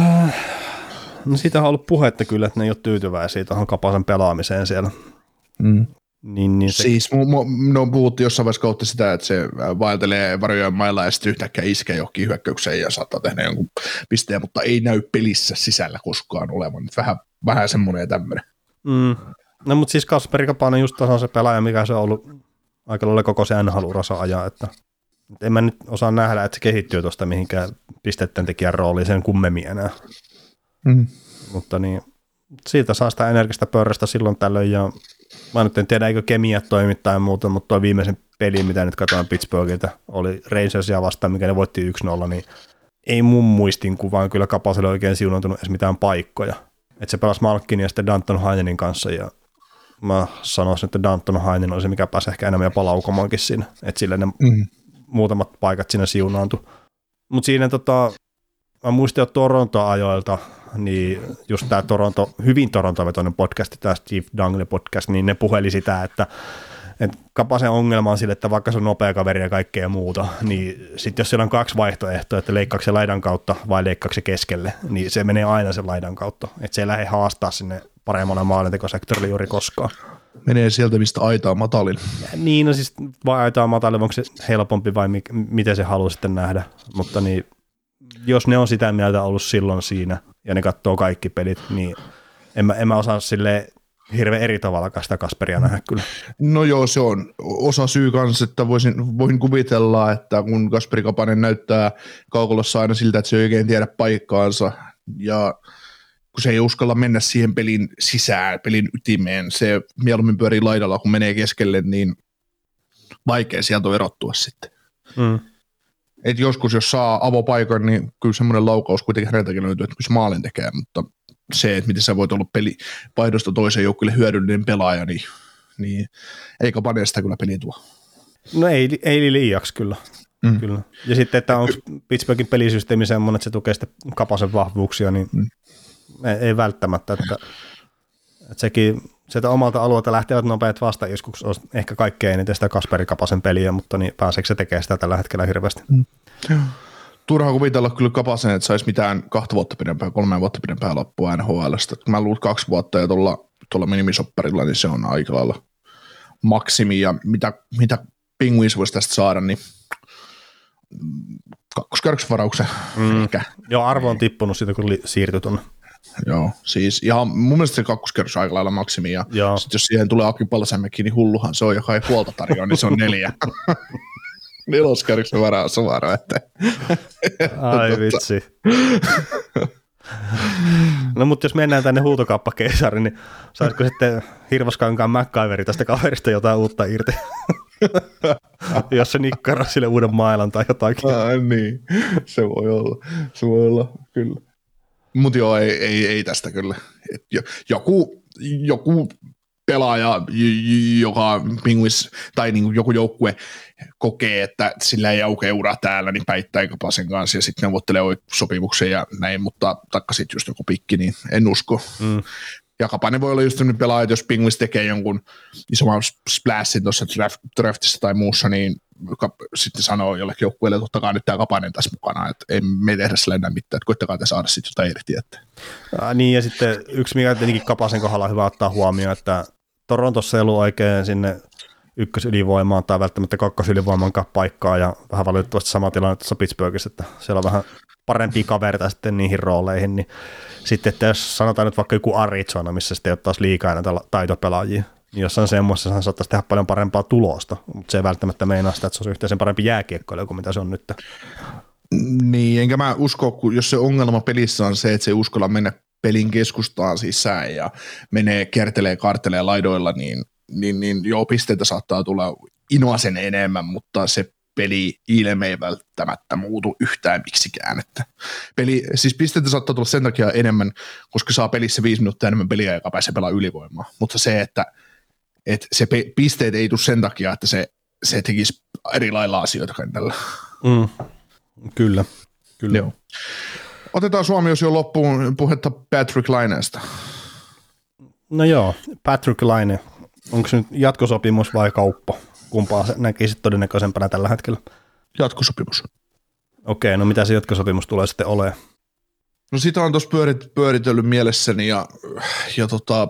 D: No siitä on ollut puhetta kyllä, että ne ei ole tyytyväisiä tuohon Kapasen pelaamiseen siellä.
C: Mm.
D: Niin, niin se...
C: Siis no puhuttiin jossain vaiheessa kautta sitä, että se vaeltelee varjojen mailla ja sitten yhtäkkiä iskee johonkin hyökkäykseen ja saattaa tehdä jonkun pisteen, mutta ei näy pelissä sisällä koskaan olevan. Vähän, vähän semmoinen ja tämmöinen.
D: Mm. No mutta siis Kasperi Kapanen just tasan se pelaaja, mikä se on ollut aika lailla koko se N H L-uransa ajan, että en mä nyt osaa nähdä, että se kehittyy tuosta mihinkään pistetten tekijän rooliin sen kummemmin enää.
C: Mm.
D: Mutta niin, siitä saa sitä energistä pörrästä silloin tällöin ja mä nyt en tiedä, eikö kemiat toimi tai muuta, mutta tuo viimeisen peli, mitä nyt katsotaan Pittsburghilta, oli Rangersia vastaan, mikä ne voitti yksi nolla, niin ei mun muistinkuvaan kyllä Kapaselle oikein siunantunut edes mitään paikkoja. Että se pelasi Malkin ja sitten Danton Heinenin kanssa ja mä sanoisin, että Danton Heinen oli se, mikä pääsi ehkä enemmän jopa laukomaankin siinä, että sille ne mm. muutamat paikat siinä siunaantui. Mutta siinä tota, mä muistin jo Toronto-ajoilta, niin just tämä Toronto, hyvin Toronto-vetoinen podcast, tämä Steve Dangle podcast, niin ne puheli sitä, että, että Kapasen ongelma on sille, että vaikka se on nopea kaveri ja kaikkea muuta, niin sitten jos siellä on kaksi vaihtoehtoa, että leikkaako se laidan kautta vai leikkaako se keskelle, niin se menee aina sen laidan kautta, että se ei lähde haastaa sinne paremmalle maalintekosektorille juuri koskaan.
C: Menee sieltä, mistä aitaa matalin.
D: Niin, no siis vai aitaa matalin, onko se helpompi vai mi- miten se haluaa sitten nähdä, mutta niin jos ne on sitä mieltä ollut silloin siinä ja ne katsoo kaikki pelit, niin en mä, en mä osaa silleen hirveän eri tavalla sitä Kasperia nähdä kyllä.
C: No joo, se on osa syy kanssa, että voisin, voin kuvitella, että kun Kasperi Kapanen näyttää kaukolossa aina siltä, että se ei oikein tiedä paikkaansa ja kun se ei uskalla mennä siihen pelin sisään, pelin ytimeen, se mieluummin pyörii laidalla, kun menee keskelle, niin vaikea sieltä on erottua sitten. Mm. Et joskus, jos saa avopaikan, niin kyllä semmoinen laukaus kuitenkin häneltäkin löytyy, että kyllä maalin tekee, mutta se, että miten sä voit olla peli vaihdosta toiseen joukkueelle hyödyllinen pelaaja, niin, niin ei Kapane sitä kyllä peli tuo.
D: No ei, ei liiaksi kyllä. Mm. kyllä. Ja sitten, että onko Pittsburghin pelisysteemi semmoinen, että se tukee sitten Kapasen vahvuuksia, niin mm. ei, ei välttämättä, että, että sekin sieltä omalta alueelta lähtevät nopeat vastaiskuksi, olisi ehkä kaikkein eniten sitä Kasperi Kapasen peliä, mutta niin pääseekö se tekemään sitä tällä hetkellä hirveästi? Mm.
C: Turha kuvitella kyllä Kapasen, että saisi mitään kahta vuotta pidempään, kolme vuotta pidempään loppua N H L:stä. Mä luulen kaksi vuotta ja tuolla, tuolla minimisopparilla, niin se on aika lailla maksimi. Ja mitä, mitä Penguins voisi tästä saada, niin kakkoskerroksen varauksen mm. ehkä.
D: Joo, arvo on tippunut siitä, kun siirtyi tuonne.
C: Joo, siis ihan mun mielestä se kakkoskerros on aika lailla maksimi, ja sit jos siihen tulee Aki Palsamäki, niin hulluhan se on, joka ei puolta tarjoa, niin se on neljä. Neloskerroksen varaa suoraan, että...
D: Ai vitsi. No mutta jos mennään tänne huutokauppakeisariin, niin saisiko sitten Hirvaskankaan MacGyveri tästä kaverista jotain uutta irti? Jos se nikkaraa sille uuden mailan tai jotakin.
C: Ai niin, se voi olla, se voi olla, kyllä. Mutta joo, ei, ei, ei tästä kyllä. Et joku, joku pelaaja, joka Penguins, tai niin joku joukkue kokee, että sillä ei aukea ura täällä, niin päittää Kapasen kanssa ja sitten neuvottelee sopimuksen ja näin, mutta takka sitten just joku pikki, niin en usko. Mm. Ja Kapanen voi olla just sellainen pelaaja, että jos Penguins tekee jonkun isomman splashin tuossa draft, draftissa tai muussa, niin sitten sanoo jollekin joukkueelle, että ottakaa nyt tämä Kapanen tässä mukana, että ei me tehdä sillä enää mitään, että koittakaa te saada sitten jotain irti. Että.
D: Ja, niin ja sitten yksi, mikä tietenkin Kapasen kohdalla on hyvä ottaa huomioon, että Torontossa ei ollut oikein sinne ykkösylivoimaan tai välttämättä kakkosylivoimaan paikkaa ja vähän valitettavasti sama tilanne tuossa Pittsburghissa, että siellä on vähän parempia kavereita sitten niihin rooleihin, niin sitten, että jos sanotaan nyt vaikka joku Arizona, missä sitten ei ole taas liikaa näitä taitopelaajia, niin jossain semmoisessa hän saattaisi tehdä paljon parempaa tulosta, mutta se ei välttämättä meinaa sitä, että se olisi yhteisen parempi jääkiekkoilija kuin mitä se on nyt.
C: Niin, enkä mä usko, kun jos se ongelma pelissä on se, että se ei uskalla mennä pelin keskustaan sisään ja menee, kertelee, kartelee laidoilla, niin, niin, niin joo, pisteitä saattaa tulla inoasen enemmän, mutta se peli-ilme ei välttämättä muutu yhtään miksikään. Että peli, siis pisteitä saattaa tulla sen takia enemmän, koska saa pelissä viisi minuuttia enemmän peliä, joka pääsee pelaamaan ylivoimaa. Mutta se, että, että se pe- pisteet ei tule sen takia, että se, se tekisi eri lailla asioita kentällä.
D: Mm. Kyllä. Kyllä.
C: Joo. Otetaan Suomi, jos jo loppuun puhetta Patrick Laineesta.
D: No joo, Patrick Laine, onko se nyt jatkosopimus vai kauppa? Kumpaa se näkisit todennäköisempänä tällä hetkellä?
C: Jatkosopimus.
D: Okei, no mitä se jatkosopimus tulee sitten olemaan?
C: No sitä on tuossa pyörit, pyöritellyt mielessäni ja, ja tota,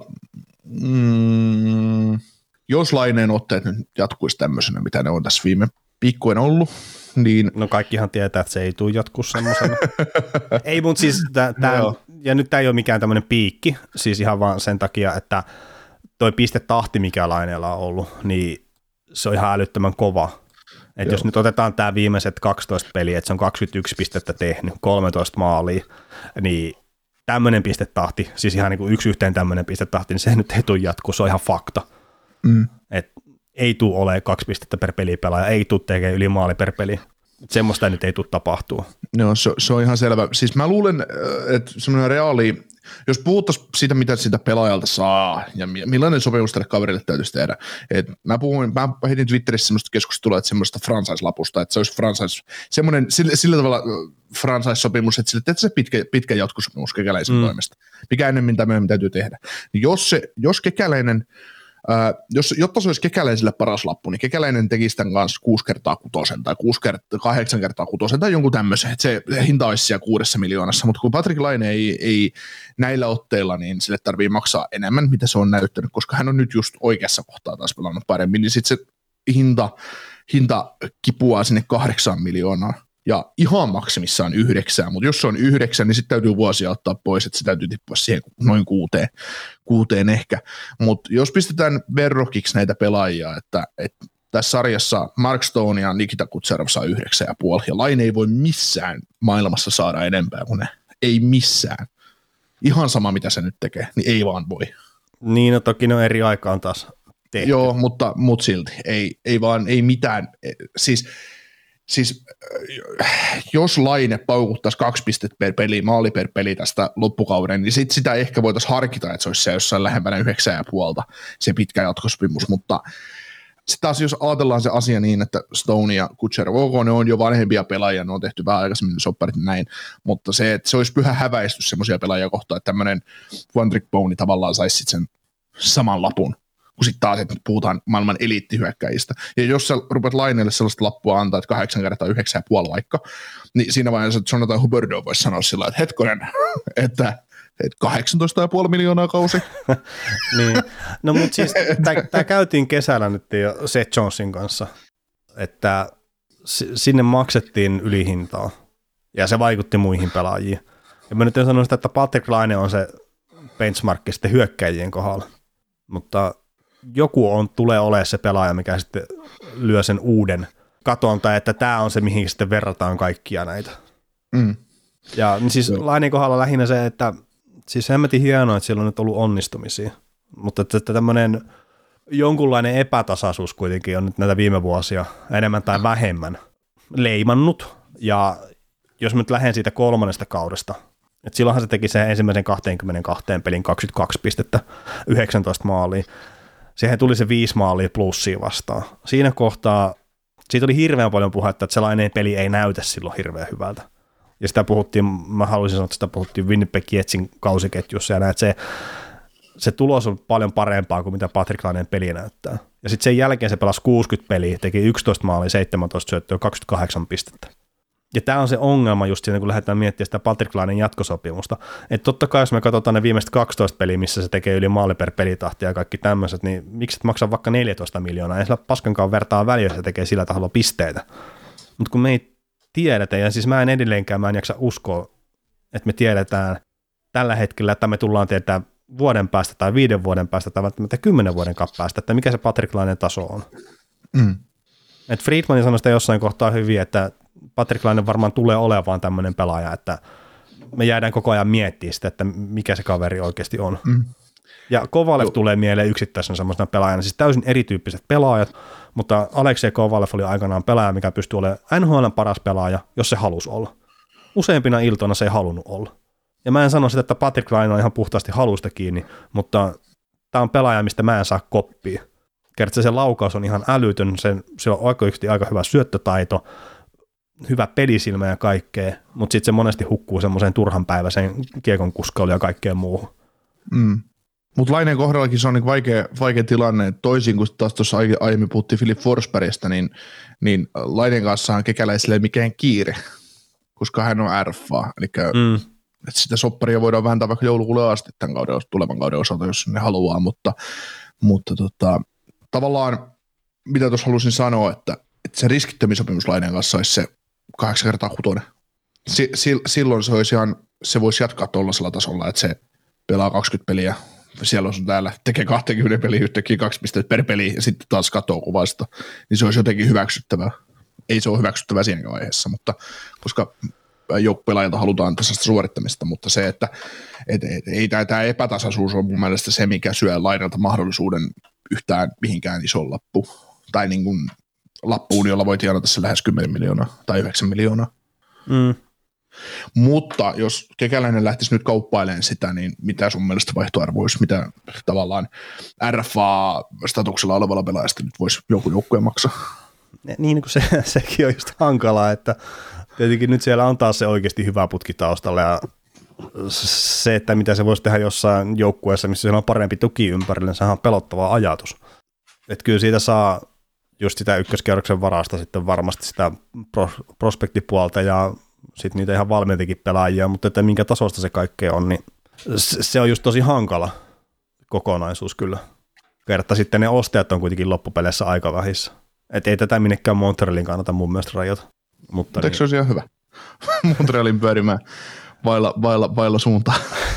C: mm, jos Laineen otteet nyt jatkuisi tämmöisenä, mitä ne on tässä viime viikkojen ollut, niin...
D: No kaikkihan tietää, että se ei tule jatkuu semmoisena. Ei, mutta siis, tää, tää, no. ja nyt tämä ei ole mikään tämmöinen piikki, siis ihan vaan sen takia, että toi pistetahti, mikä Laineella on ollut, niin se on ihan älyttömän kova. Että jos nyt otetaan tämä viimeiset kaksitoista peliä, että se on kaksikymmentäyksi pistettä tehnyt, kolmetoista maalia, niin tämmöinen pistetahti, siis ihan niin kuin yksi yhteen tämmöinen pistetahti, niin se nyt ei tule jatkuu, se on ihan fakta. Mm. Että ei tule olemaan kaksi pistettä per pelipelaaja, ei tule tekemään yli maali per peli. Semmoista nyt ei tule tapahtua.
C: Joo, se, se on ihan selvä. Siis mä luulen, että semmoinen reaali, jos puhuttaisiin siitä, mitä sitä pelaajalta saa ja millainen sopimus tälle kaverille täytyisi tehdä. Et mä puhuin, mä heitin Twitterissä semmoista keskustelua, että semmoista franchise-lapusta, että se olisi franchise, semmoinen sillä, sillä tavalla franchise-sopimus, että sille teet se pitkä, pitkä jatkosopimus Kekäläisen mm. toimesta. Mikä ennemmin tämmöinen täytyy tehdä. Jos, se, jos Kekäläinen Uh, jos, jotta se olisi Kekäläiselle paras lappu, niin Kekäläinen tekisi tämän kanssa kuusi kertaa kutosen tai kuusi kertaa, kahdeksan kertaa kutosen tai jonkun tämmöisen, että se hinta olisi siellä kuudessa miljoonassa, mutta kun Patrick Laine ei, ei näillä otteilla, niin sille tarvii maksaa enemmän, mitä se on näyttänyt, koska hän on nyt just oikeassa kohtaa taas pelannut paremmin, niin sitten se hinta, hinta kipuaa sinne kahdeksaan miljoonaan. Ja ihan maksimissaan yhdeksään, mutta jos se on yhdeksän, niin sitten täytyy vuosia ottaa pois, että se täytyy tippua siihen noin kuuteen, kuuteen ehkä. Mutta jos pistetään verrokiksi näitä pelaajia, että, että tässä sarjassa Mark Stone ja Nikita Kucherov saa yhdeksän ja puoli, ja Laine ei voi missään maailmassa saada enempää kuin ne. Ei missään. Ihan sama, mitä se nyt tekee, niin ei vaan voi.
D: Niin, no toki ne on eri aikaan taas tehty.
C: Joo, mutta, mutta silti. Ei, ei vaan, ei mitään. Siis... Siis jos Laine paukuttaisi kaksi pistettä per peli, maali per peli tästä loppukauden, niin sit sitä ehkä voitaisiin harkita, että se olisi se jossain lähempänä yhdeksän ja puolta se pitkä jatkosopimus, mutta sitten taas jos ajatellaan se asia niin, että Stone ja Kucherov, ok, ne on jo vanhempia pelaajia, ne on tehty vähän aikaisemmin sopparit näin, mutta se, että se olisi pyhä häväistys semmoisia pelaajia kohtaan, että tämmöinen One Trick Pony tavallaan saisi sitten sen saman lapun, kun sitten taas, että puhutaan maailman eliittihyökkäjistä. Ja jos sä rupeat Laineelle sellaista lappua antaa, että kahdeksan kertaa yhdeksän ja puoli vaikka, niin siinä vaiheessa Jonathan Huberdeau voisi sanoa sillä että hetkonen, että kahdeksantoista pilkku viisi miljoonaa kausi.
D: Niin. No mutta siis tämä käytiin kesällä nyt jo Seth Jonesin kanssa, että sinne maksettiin ylihintaa ja se vaikutti muihin pelaajiin. Ja mä nyt en sano sitä, että Patrick Laine on se benchmarkki sitten hyökkäjien kohdalla, mutta joku on, tulee olemaan se pelaaja, mikä sitten lyö sen uuden katon, tai että tämä on se, mihin sitten verrataan kaikkia näitä. Mm. Ja niin siis Laineen kohdalla lähinnä se, että siis hemmetin hienoa, että siellä on nyt ollut onnistumisia, mutta että tämmöinen jonkunlainen epätasaisuus kuitenkin on nyt näitä viime vuosia enemmän tai vähemmän leimannut, ja jos mä nyt lähden siitä kolmannesta kaudesta, että silloinhan se teki sen ensimmäisen kaksikymmentäkaksi pelin kaksikymmentäkaksi pistettä, yhdeksäntoista maalia, siihen tuli se viisi maalia plussia vastaan. Siinä kohtaa, siitä oli hirveän paljon puhetta, että sellainen peli ei näytä silloin hirveän hyvältä. Ja sitä puhuttiin, mä haluaisin sanoa, että sitä puhuttiin Winnipeg Jetsin kausiketjussa, ja näin, että se, se tulos on paljon parempaa kuin mitä Patrick Laineen peli näyttää. Ja sitten sen jälkeen se pelasi kuusikymmentä peliä, teki yksitoista maalia, seitsemäntoista syöttöä, kaksikymmentäkahdeksan pistettä. Ja tämä on se ongelma just siinä, kun lähdetään miettimään sitä Patrick Laineen jatkosopimusta. Että totta kai, jos me katsotaan ne viimeiset kaksitoista peliä, missä se tekee yli maali per pelitahti ja kaikki tämmöiset, niin miksi et maksaa vaikka neljätoista miljoonaa? Ei sillä paskankaan vertaa väliä, jos se tekee sillä taholla pisteitä. Mutta kun me ei tiedetä, ja siis mä en edelleenkään, mä en jaksa uskoa, että me tiedetään tällä hetkellä, että me tullaan tietää vuoden päästä tai viiden vuoden päästä tai välttämättä kymmenen vuoden päästä, että mikä se Patrick Laineen taso on. Mm. Et Friedmanin sanoi sitä jossain kohtaa hyvin, että Patrick Laine varmaan tulee olemaan tämmöinen pelaaja, että me jäädään koko ajan miettimään sitä, että mikä se kaveri oikeasti on. Mm. Ja Kovalev no. tulee mieleen yksittäisenä semmoisena pelaajana, siis täysin erityyppiset pelaajat, mutta Aleksei Kovalev oli aikanaan pelaaja, mikä pystyi olemaan N H L:n paras pelaaja, jos se halusi olla. Useimpina iltoina se ei halunnut olla. Ja mä en sano sitä, että Patrick Laine on ihan puhtaasti halusta kiinni, mutta tämä on pelaaja, mistä mä en saa koppia. Kertaa se laukaus on ihan älytön, sen, se on oikeasti aika hyvä syöttötaito, hyvä pelisilmä ja kaikkea, mutta sitten se monesti hukkuu semmoiseen turhanpäiväiseen kiekon kuskailuun ja kaikkeen muuhun. Mm.
C: Mutta Laineen kohdallakin se on niin vaikea, vaikea tilanne, että toisin kuin taas tuossa aiemmin puhuttiin Philip Forsbergista, niin, niin Laineen kanssa on kekäläisille ei mikään kiire, koska hän on R F A, eli mm. että sitä sopparia voidaan vääntää vaikka joulukuulle asti tämän kauden, tulevan kauden osalta, jos ne haluaa, mutta, mutta tota, tavallaan mitä tuossa halusin sanoa, että, että se riskittömisopimus Laineen kanssa olisi se kahdeksan kertaa kutonen. Si, si, silloin se, olisi ihan, se voisi jatkaa tuollaisella tasolla, että se pelaa kaksikymmentä peliä, siellä on täällä, tekee kaksikymmentä peliä yhtäkkiä kaksi pistettä per peli ja sitten taas katoo kuvasta, niin se olisi jotenkin hyväksyttävää. Ei se ole hyväksyttävää siinäkään vaiheessa, mutta koska joukkopelaajilta halutaan tasaista suorittamista, mutta se, että et, et, ei tämä epätasaisuus on mun mielestä se, mikä syö Lainelta mahdollisuuden yhtään mihinkään ison lappu, tai niin kuin lappuun, jolla voi tienata se lähes kymmenen miljoonaa tai yhdeksän miljoonaa. Mm. Mutta jos Kekäläinen lähtisi nyt kauppailemaan sitä, niin mitä sun mielestä vaihtoarvo olisi, mitä tavallaan R F A-statuksella olevalla pelaajasta nyt voisi joku joukkue maksaa?
D: Niin kuin se, sekin on just hankalaa, että tietenkin nyt siellä on taas se oikeasti hyvä putki taustalla ja se, että mitä se voisi tehdä jossain joukkueessa, missä siellä on parempi tuki ympärillä, sehän on pelottava ajatus. Että kyllä siitä saa just sitä ykköskierroksen varasta sitten varmasti sitä prospektipuolta ja sitten niitä ihan valmiitakin pelaajia, mutta että minkä tasosta se kaikkea on, niin se on just tosi hankala kokonaisuus kyllä. Kerta sitten ne ostajat on kuitenkin loppupeleissä aika vähissä. Että ei tätä minnekään Montrealin kannata mun mielestä rajata. Mutta
C: eikö
D: niin.
C: Se olisi ihan hyvä? Montrealin pyörimään vailla, vailla, vailla suuntaan.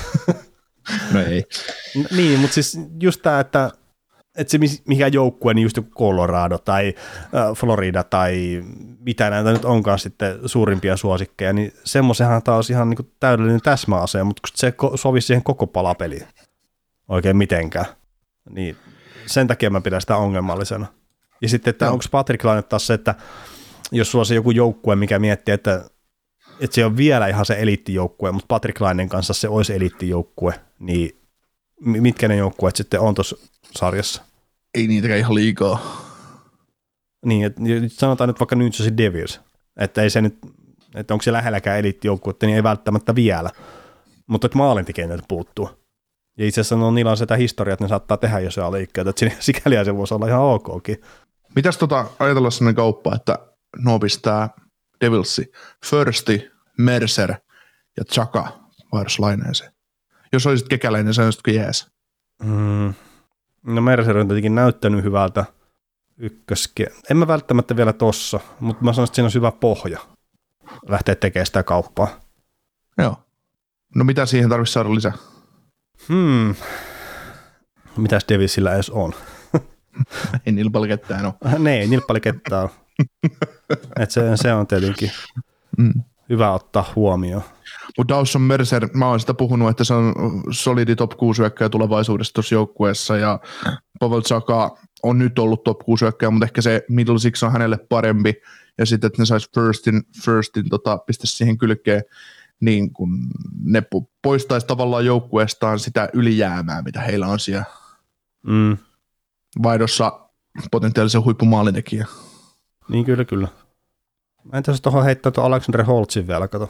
C: No ei.
D: Niin, mutta siis just tämä, että, että se mikä joukkue, niin just joku Colorado tai äh, Florida tai mitä näitä nyt onkaan sitten suurimpia suosikkeja, niin semmoisenhan tämä olisi ihan niin kuin täydellinen täsmäase, mutta kun se sovisi siihen koko palapeliin oikein mitenkään, niin sen takia mä pidän sitä ongelmallisena. Ja sitten, että no. onko Patrick Laine taas se, että jos sulla on se joku joukkue, mikä miettii, että, että se on vielä ihan se eliittijoukkue, mutta Patrick Lainen kanssa se olisi eliittijoukkue, niin mitkä ne joukkueet sitten on tuossa sarjassa?
C: Ei niitäkään ihan liikaa.
D: Niin, että sanotaan nyt vaikka New Jersey Devils, että ei se nyt, että onko se lähelläkään eliittijoukkuetta, niin ei välttämättä vielä, mutta että maalintekijät puuttuu. Ja itse asiassa no, niillä on sitä historiaa, että ne saattaa tehdä jos se on liikkeitä, että sikäli se voisi olla ihan okkin.
C: Mitäs tota, ajatellaan sellainen kauppa, että nuo pistää Devilsi, Firsti, Mercer ja Chaka vaihdos Laineeseen. Jos olisit Kekäläinen, sä olisitko jees?
D: Mm. No Mercer on tietenkin näyttänyt hyvältä ykköske. En mä välttämättä vielä tossa, mutta mä sanoisin, että siinä on hyvä pohja lähteä tekemään sitä kauppaa.
C: Joo. No mitä siihen tarvitsisi saada lisää?
D: Hmm. Mitäs Devilsillä edes on?
C: Ei niillä paljon ketään ole.
D: Ne ei niillä paljon ketään ole. Että se, se on tietenkin mm. hyvä ottaa huomioon.
C: Mutta Dawson Mercer, mä oon sitä puhunut, että se on solidi top kuusi hyökkäjä tulevaisuudessa tuossa joukkueessa, ja Pavel Zacha on nyt ollut top kuusi hyökkäjä, mutta ehkä se middle six on hänelle parempi, ja sitten, että ne sais firstin, firstin tota, pistä siihen kylkeen, niin kun ne poistaisi tavallaan joukkueestaan sitä ylijäämää, mitä heillä on siellä mm. vaihdossa potentiaalisen huippumaalintekijä.
D: Niin kyllä, kyllä. Mä en tässä tuohon heittää tuon Alexander Holtzin vielä, kato.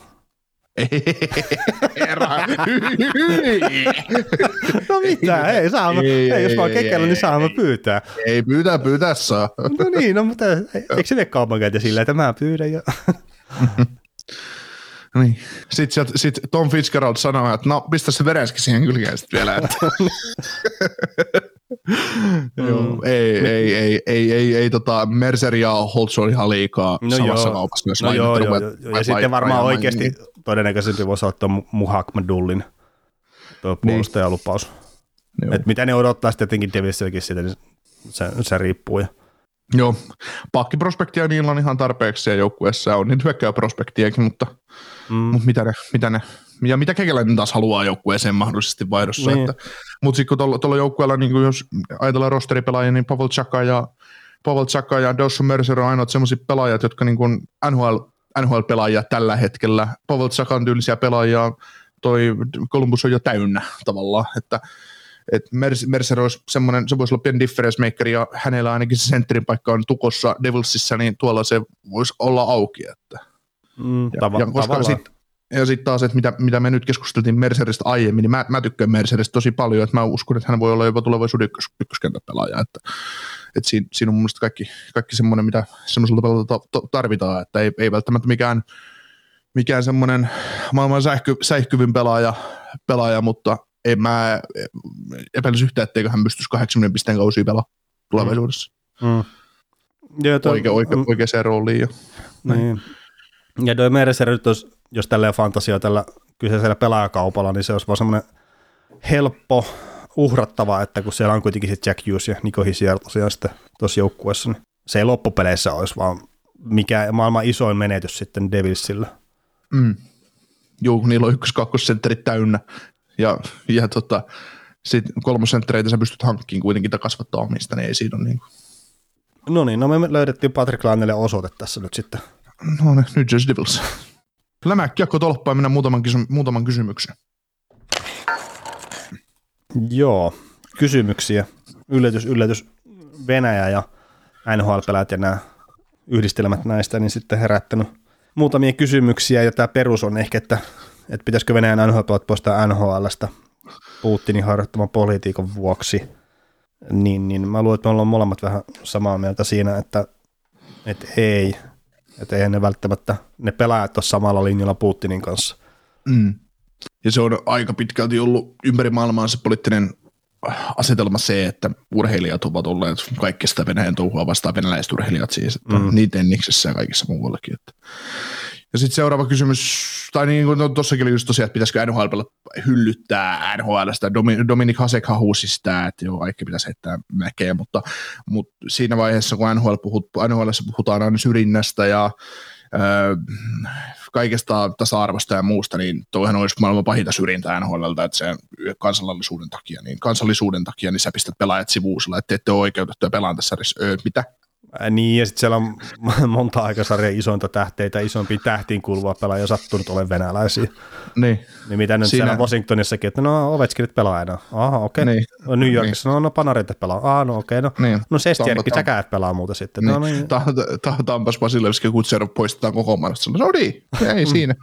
D: No mitä, hei, saa mä, ei, hei, jos mä oon kekellä, niin saa mä pyytää.
C: Ei, pyytää, pyytää saa.
D: No niin, no mutta eikö se mene kaupankäyntiä silleen, että mä pyydän jo?
C: Niin. Sitten sit Tom Fitzgerald sanoo, että no pistä se Verenski siihen kylkeen sitten vielä. Että. Joo, ei, ei, ei, ei, ei, ei tota, Mercer ja Holtz on ihan liikaa no samassa joo. kaupassa. Jos
D: no joo, joo, joo. Ja sitten varmaan oikeasti niin. todennäköisesti voisi ottaa Muhakmadullin tuo puolustajalupaus. Että mitä ne odottaa sitten jotenkin Devilsilläkin siitä, niin se, se riippuu. Ja.
C: Joo, pakkiprospektia niillä on ihan tarpeeksi siellä joukkueessa, on niin hyökkäyprospektiakin, mutta, mm. mutta mitä, ne, mitä ne, ja mitä Kekäläinen taas haluaa joukkueeseen mahdollisesti vaihdossa. Niin. Mutta sitten kun tuolla, tuolla joukkueella, niin jos ajatellaan rosteripelaajia, niin Pavel Zacha ja, Pavel Zacha ja Dawson Mercer on ainoat sellaiset pelaajat, jotka niin kuin N H L, N H L-pelaajia tällä hetkellä. Pavel Zachan tyylisiä pelaajia, toi Columbus on jo täynnä tavallaan, että että Mercer olisi semmoinen, se voisi olla pieni difference maker, ja hänellä ainakin se sentterin paikka on tukossa Devilsissä, niin tuolla se voisi olla auki. Että.
D: Mm,
C: ja,
D: tava-
C: ja koska sit, ja sitten taas, että mitä, mitä me nyt keskusteltiin Merceristä aiemmin, niin mä, mä tykkään Merceristä tosi paljon, että mä uskon, että hän voi olla jopa tulevaisuuden ykkös, ykköskentäpelaaja, että, että siinä, siinä on mun mielestä kaikki, kaikki semmoinen, mitä semmoiselta pelata tarvitaan, että ei, ei välttämättä mikään, mikään semmoinen maailman sähky, säihkyvin pelaaja, pelaaja, mutta en mä epäilisi yhtään, etteikö hän pystyisi kahdeksankymmentä pisteen kausia pelaa tulevaisuudessa. Mm. Ja toi, Oike, oike, oikeaan rooliin. Ja,
D: niin. Ja toi Mercer nyt olisi, jos tälleen fantasia tällä kyseisellä pelaajakaupalla, niin se olisi vaan semmoinen helppo, uhrattava, että kun siellä on kuitenkin se Jack Hughes ja Nico Hischier tosiaan sitten tuossa joukkueessa, niin se ei loppupeleissä olisi vaan mikä maailman isoin menetys sitten Devilsillä.
C: Mm. Joo, niillä on ykkös-kakkossentterit täynnä ja, ja tota, sitten kolmosenttereitä sä pystyt hankkiin kuitenkin tai kasvattaa omista, niin ei siinä ole niin kuin.
D: No niin, no me löydettiin Patrick Lainelle osoite tässä nyt sitten.
C: No niin, New Jersey Devils. Lämää kiekko tolppaan mennä muutaman, kysy- muutaman kysymyksen.
D: Joo, kysymyksiä. Yllätys, yllätys. Venäjä ja N H L-pelaajat ja nämä yhdistelmät näistä, niin sitten herättänyt muutamia kysymyksiä. Ja tämä perus on ehkä, että, että pitäisikö Venäjän N H L-pelaajat poistaa N H L:stä Putinin harjoittaman politiikan vuoksi. Niin, niin mä luulen, että me ollaan molemmat vähän samaa mieltä siinä, että, että ei. Että eihän ne välttämättä, ne pelaajat ole samalla linjalla Putinin kanssa.
C: Mm. Ja se on aika pitkälti ollut ympäri maailmaa se poliittinen asetelma se, että urheilijat ovat olleet kaikista Venäjän touhua vastaan, venäläiset urheilijat siis, että mm. niitä enniksessä ja kaikissa muuallakin. Että. Ja sitten seuraava kysymys, tai niin kuin no, tuossakin oli just tosiaan, että pitäisikö N H L hyllyttää N H L:stä, Dominik Hasek hahusi sitä, että joo, kaikki pitäisi heittää mäkeä, mutta, mutta siinä vaiheessa, kun N H L puhut, N H L:ssä puhutaan aina syrjinnästä ja öö, kaikesta tasa-arvosta ja muusta, niin toihan olisi maailman pahinta syrjintää N H L:ltä, että se kansallisuuden takia, niin kansallisuuden takia, niin sä pistät pelaajat sivuusilla, että ette ole oikeutettuja pelaan tässä öö, mitä?
D: Ää, niin, ja sitten siellä on monta aikasarjan isointa tähteitä, isompiin tähtiin kuuluva pelaaja sattunut olemaan venäläisiä.
C: Niin.
D: Niin mitä nyt Siinä... siellä Washingtonissakin, että no Ovechkinit pelaa enää. Aha, okei. Okay. Niin. No, New Yorkissa, niin. no, no Panarit pelaa. Ah, no okei, okay, no, niin. no Sestjärkki, säkä et pelaa muuta sitten.
C: Niin.
D: No, niin.
C: Tampas Vasilevski ja Kutserov poistetaan koko maailmasta. No niin, ei siinä.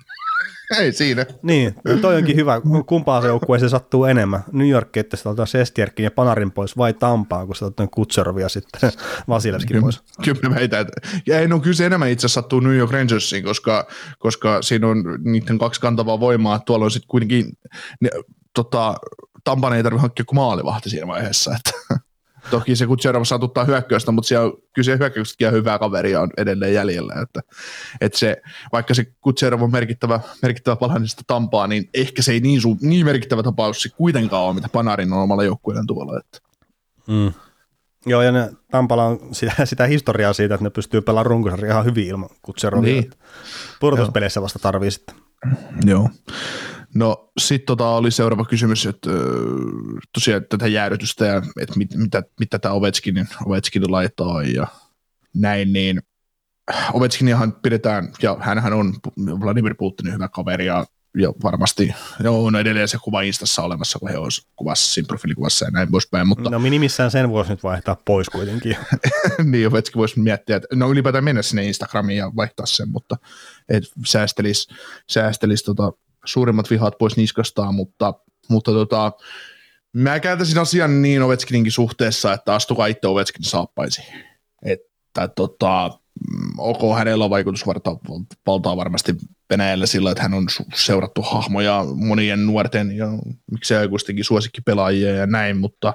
C: Ei siinä.
D: Niin, toi onkin hyvä. Kumpaan se joukkueeseen sattuu enemmän? New York, että sitä otetaan Sestjärkin ja Panarin pois, vai Tampaa, kun sitä otetaan Kutserovia sitten Vasilevskin pois?
C: Kyllä meitä. Ja ei, no kyllä se enemmän itse asiassa sattuu New York Rangersiin, koska, koska siinä on niiden kaksi kantavaa voimaa. Tuolla on sitten kuitenkin, ne, tota, Tampan ei tarvitse hankkia kuin maalivahti siinä vaiheessa, että toki se Kutserov saatuttaa hyökkäystä, mutta siellä, kyllä se hyökkäyksetkin on hyvää kaveria on edelleen jäljellä. Että, että se, vaikka se Kutserov on merkittävä, merkittävä palanisesta Tampaa, niin ehkä se ei niin, su, niin merkittävä tapaus se kuitenkaan ole, mitä Panarin on omalla joukkueiden tuolla. Että.
D: Mm. Joo, ja ne Tampalla on sitä, sitä historiaa siitä, että ne pystyy pelaamaan runkosarja ihan hyvin ilman Kutserovia. Niin. Pudotuspeleissä vasta tarvii sitten.
C: Joo. No sitten tota oli seuraava kysymys, että tosiaan tätä jäädytystä ja että mit, mitä, mitä tämä Ovechkin, Ovechkin laittaa ja näin, niin Ovechkiniahan pidetään, ja hänhän on Vladimir Putinin hyvä kaveri ja, ja varmasti joo, on edelleen se kuva Instassa olemassa, kun he olisivat kuvassa siinä profiilikuvassa ja näin poispäin. Mutta
D: no minimissään sen voisi nyt vaihtaa pois kuitenkin.
C: Niin, Ovechkin voisi miettiä, että no ylipäätään mennä sinne Instagramiin ja vaihtaa sen, mutta et säästelisi, säästelisi tota suurimmat vihat pois niskastaan, mutta, mutta tota, mä kääntäisin asian niin Ovechkininkin suhteessa, että astukaa itse Ovechkin saappaisiin. Että tota, ok, hänellä on vaikutusvaltaa varmasti Venäjällä sillä, että hän on seurattu hahmoja monien nuorten ja miksei aikuistenkin suosikkipelaajia ja näin, mutta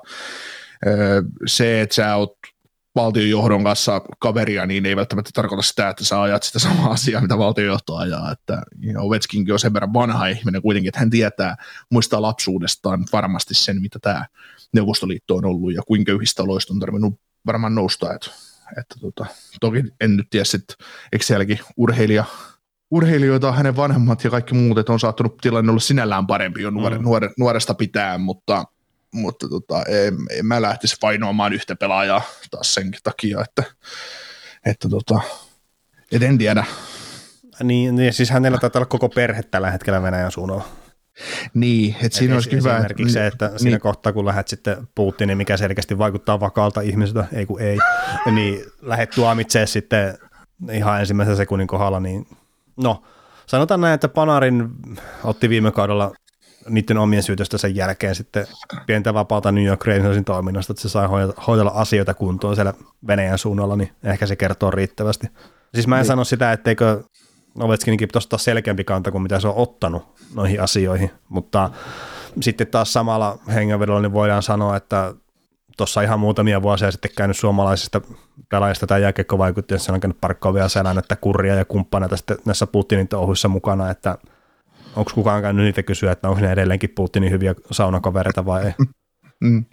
C: se, että sä oot valtionjohdon kanssa kaveria, niin ei välttämättä tarkoita sitä, että sä ajat sitä samaa asiaa, mitä valtionjohto ajaa. Että Ovechkinkin on sen verran vanha ihminen kuitenkin, että hän tietää, muistaa lapsuudestaan varmasti sen, mitä tämä Neuvostoliitto on ollut ja kuinka yhdistä oloista on tarvinnut varmaan nousta. Että, että tota, toki en nyt tiedä, että eikö sielläkin urheilija, urheilijoita, hänen vanhemmat ja kaikki muut, että on saattanut tilanne olla sinällään parempi jo nuore, mm. nuore, nuoresta pitää, mutta mutta tota, en, en mä lähtisi vainoamaan yhtä pelaajaa taas senkin takia, että, että tota, et en tiedä.
D: Niin, niin, siis hänellä taitaa olla koko perhe tällä hetkellä Venäjän suunnalla.
C: Niin, että siinä olisi hyvä.
D: Esimerkiksi se, että niin, siinä kohtaa, kun lähdet sitten Putiniin, mikä selkeästi vaikuttaa vakaalta ihmiseltä, ei kun ei, niin lähdet tuomitsemaan sitten ihan ensimmäisen sekunnin kohdalla, niin no, sanotaan näin, että Panarin otti viime kaudella niiden omien syytöstä sen jälkeen sitten pientä vapaata New York Rangersin toiminnasta, että se sai hoidella asioita kuntoon siellä Venäjän suunnalla, niin ehkä se kertoo riittävästi. Siis mä en niin. sano sitä, etteikö Ovechkininkin pitäisi ottaa selkeämpi kanta kuin mitä se on ottanut noihin asioihin, mutta sitten taas samalla hengenvedolla niin voidaan sanoa, että tuossa ihan muutamia vuosia sitten käynyt suomalaisista pelaajista tai jääkiekkovaikuttajista, on käynyt Parkkovia, Selänettä, Kurria ja kumppaneita sitten näissä Putinin touhuissa mukana, että onko kukaan käynyt niitä kysyä, että onko ne edelleenkin Putinin hyviä saunakovereita vai ei. Mm.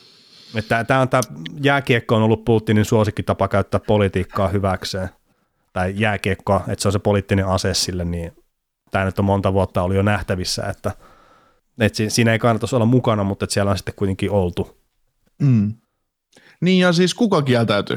D: Tämä on tämä jääkiekko on ollut Putinin suosikkitapa käyttää politiikkaa hyväkseen, tai jääkiekkoa, että se on se poliittinen ase sille, niin tämä nyt on monta vuotta ollut jo nähtävissä, että, että siinä ei kannata olla mukana, mutta että siellä on sitten kuitenkin oltu.
C: Mm. Niin ja siis kuka kieltäytyy?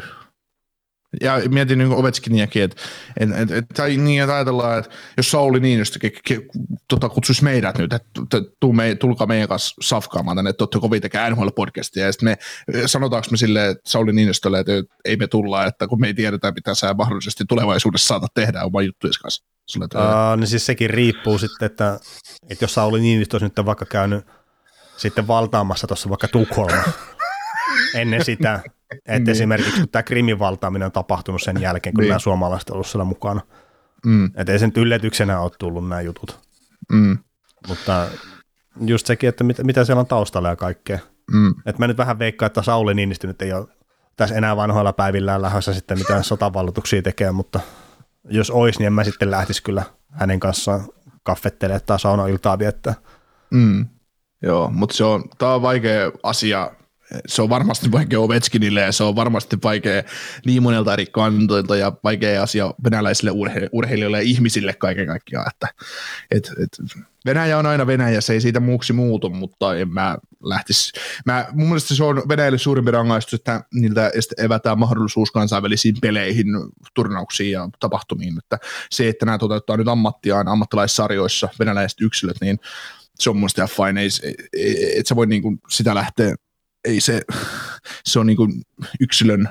C: Ja mietin niin Ovechkiniakin, että et, et, et, tai niin, että ajatellaan, että jos Sauli Niinistö ke, ke, tota, kutsuisi meidät nyt, että tuu me, tulkaa meidän kanssa safkaamaan tänne, että olette kovin tekemään N H L-podcastia, ja sitten me, sanotaanko me silleen, että Sauli Niinistölle, että ei me tulla, että kun me ei tiedetä, mitä sä mahdollisesti tulevaisuudessa saatat tehdä oma juttujen kanssa.
D: Uh, niin siis sekin riippuu sitten, että, että jos Sauli Niinistö olisi nyt vaikka käynyt sitten valtaamassa tuossa vaikka Tukholma ennen sitä, että niin. Esimerkiksi kun tämä Krimin valtaaminen on tapahtunut sen jälkeen, kun niin. Nämä suomalaiset on ollut siellä mukana. Mm. Että ei sen yllätyksenä ole tullut nämä jutut. Mm. Mutta just sekin, että mit, mitä siellä on taustalla ja kaikkea. Mm. Että mä nyt vähän veikkaan, että Sauli Niinistö nyt ei ole tässä enää vanhoilla päivillään lähdössä sitten mitään sotavallutuksia tekemään, mutta jos olisi, niin en mä sitten lähtisi kyllä hänen kanssaan kaffettelemaan tai saunailtaa viettää.
C: Mm. Joo, mutta se on, tämä on vaikea asia. Se on varmasti vaikea Ovechkinille ja se on varmasti vaikea niin monelta eri kantoilta ja vaikea asia venäläisille urhe- urheilijoille ja ihmisille kaiken kaikkiaan. Että, et, et Venäjä on aina Venäjä, se ei siitä muuksi muutu, mutta en mä lähtisi. Mä, mun mielestä se on Venäjälle suurimpi rangaistus, että niiltä evätään mahdollisuus kansainvälisiin peleihin, turnauksiin ja tapahtumiin. Että se, että nämä toteuttaa nyt ammattiaan ammattilaissarjoissa, venäläiset yksilöt, niin se on mun mielestä ihan fine. Että sä voi niinku sitä lähteä. Ei se, se on niin kuin yksilön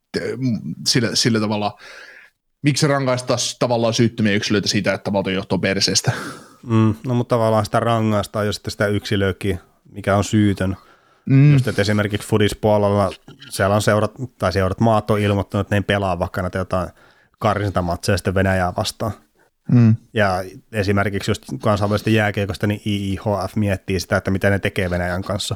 C: sillä, sillä tavalla, miksi rangaistaisi tavallaan syyttömiä yksilöitä siitä, että valtionjohto on perseestä?
D: Mm, no mutta tavallaan sitä rangaistaan jo sitten sitä yksilöäkin, mikä on syytön. Mm. Just, että esimerkiksi fudispuolella siellä on seurat, tai seurat maat on ilmoittanut, että ne ei pelaa vaikka näitä jotain karsintamatseja sitten Venäjää vastaan. Mm. Ja esimerkiksi just kansainvälistä jääkiekosta, niin I I H F miettii sitä, että mitä ne tekee Venäjän kanssa.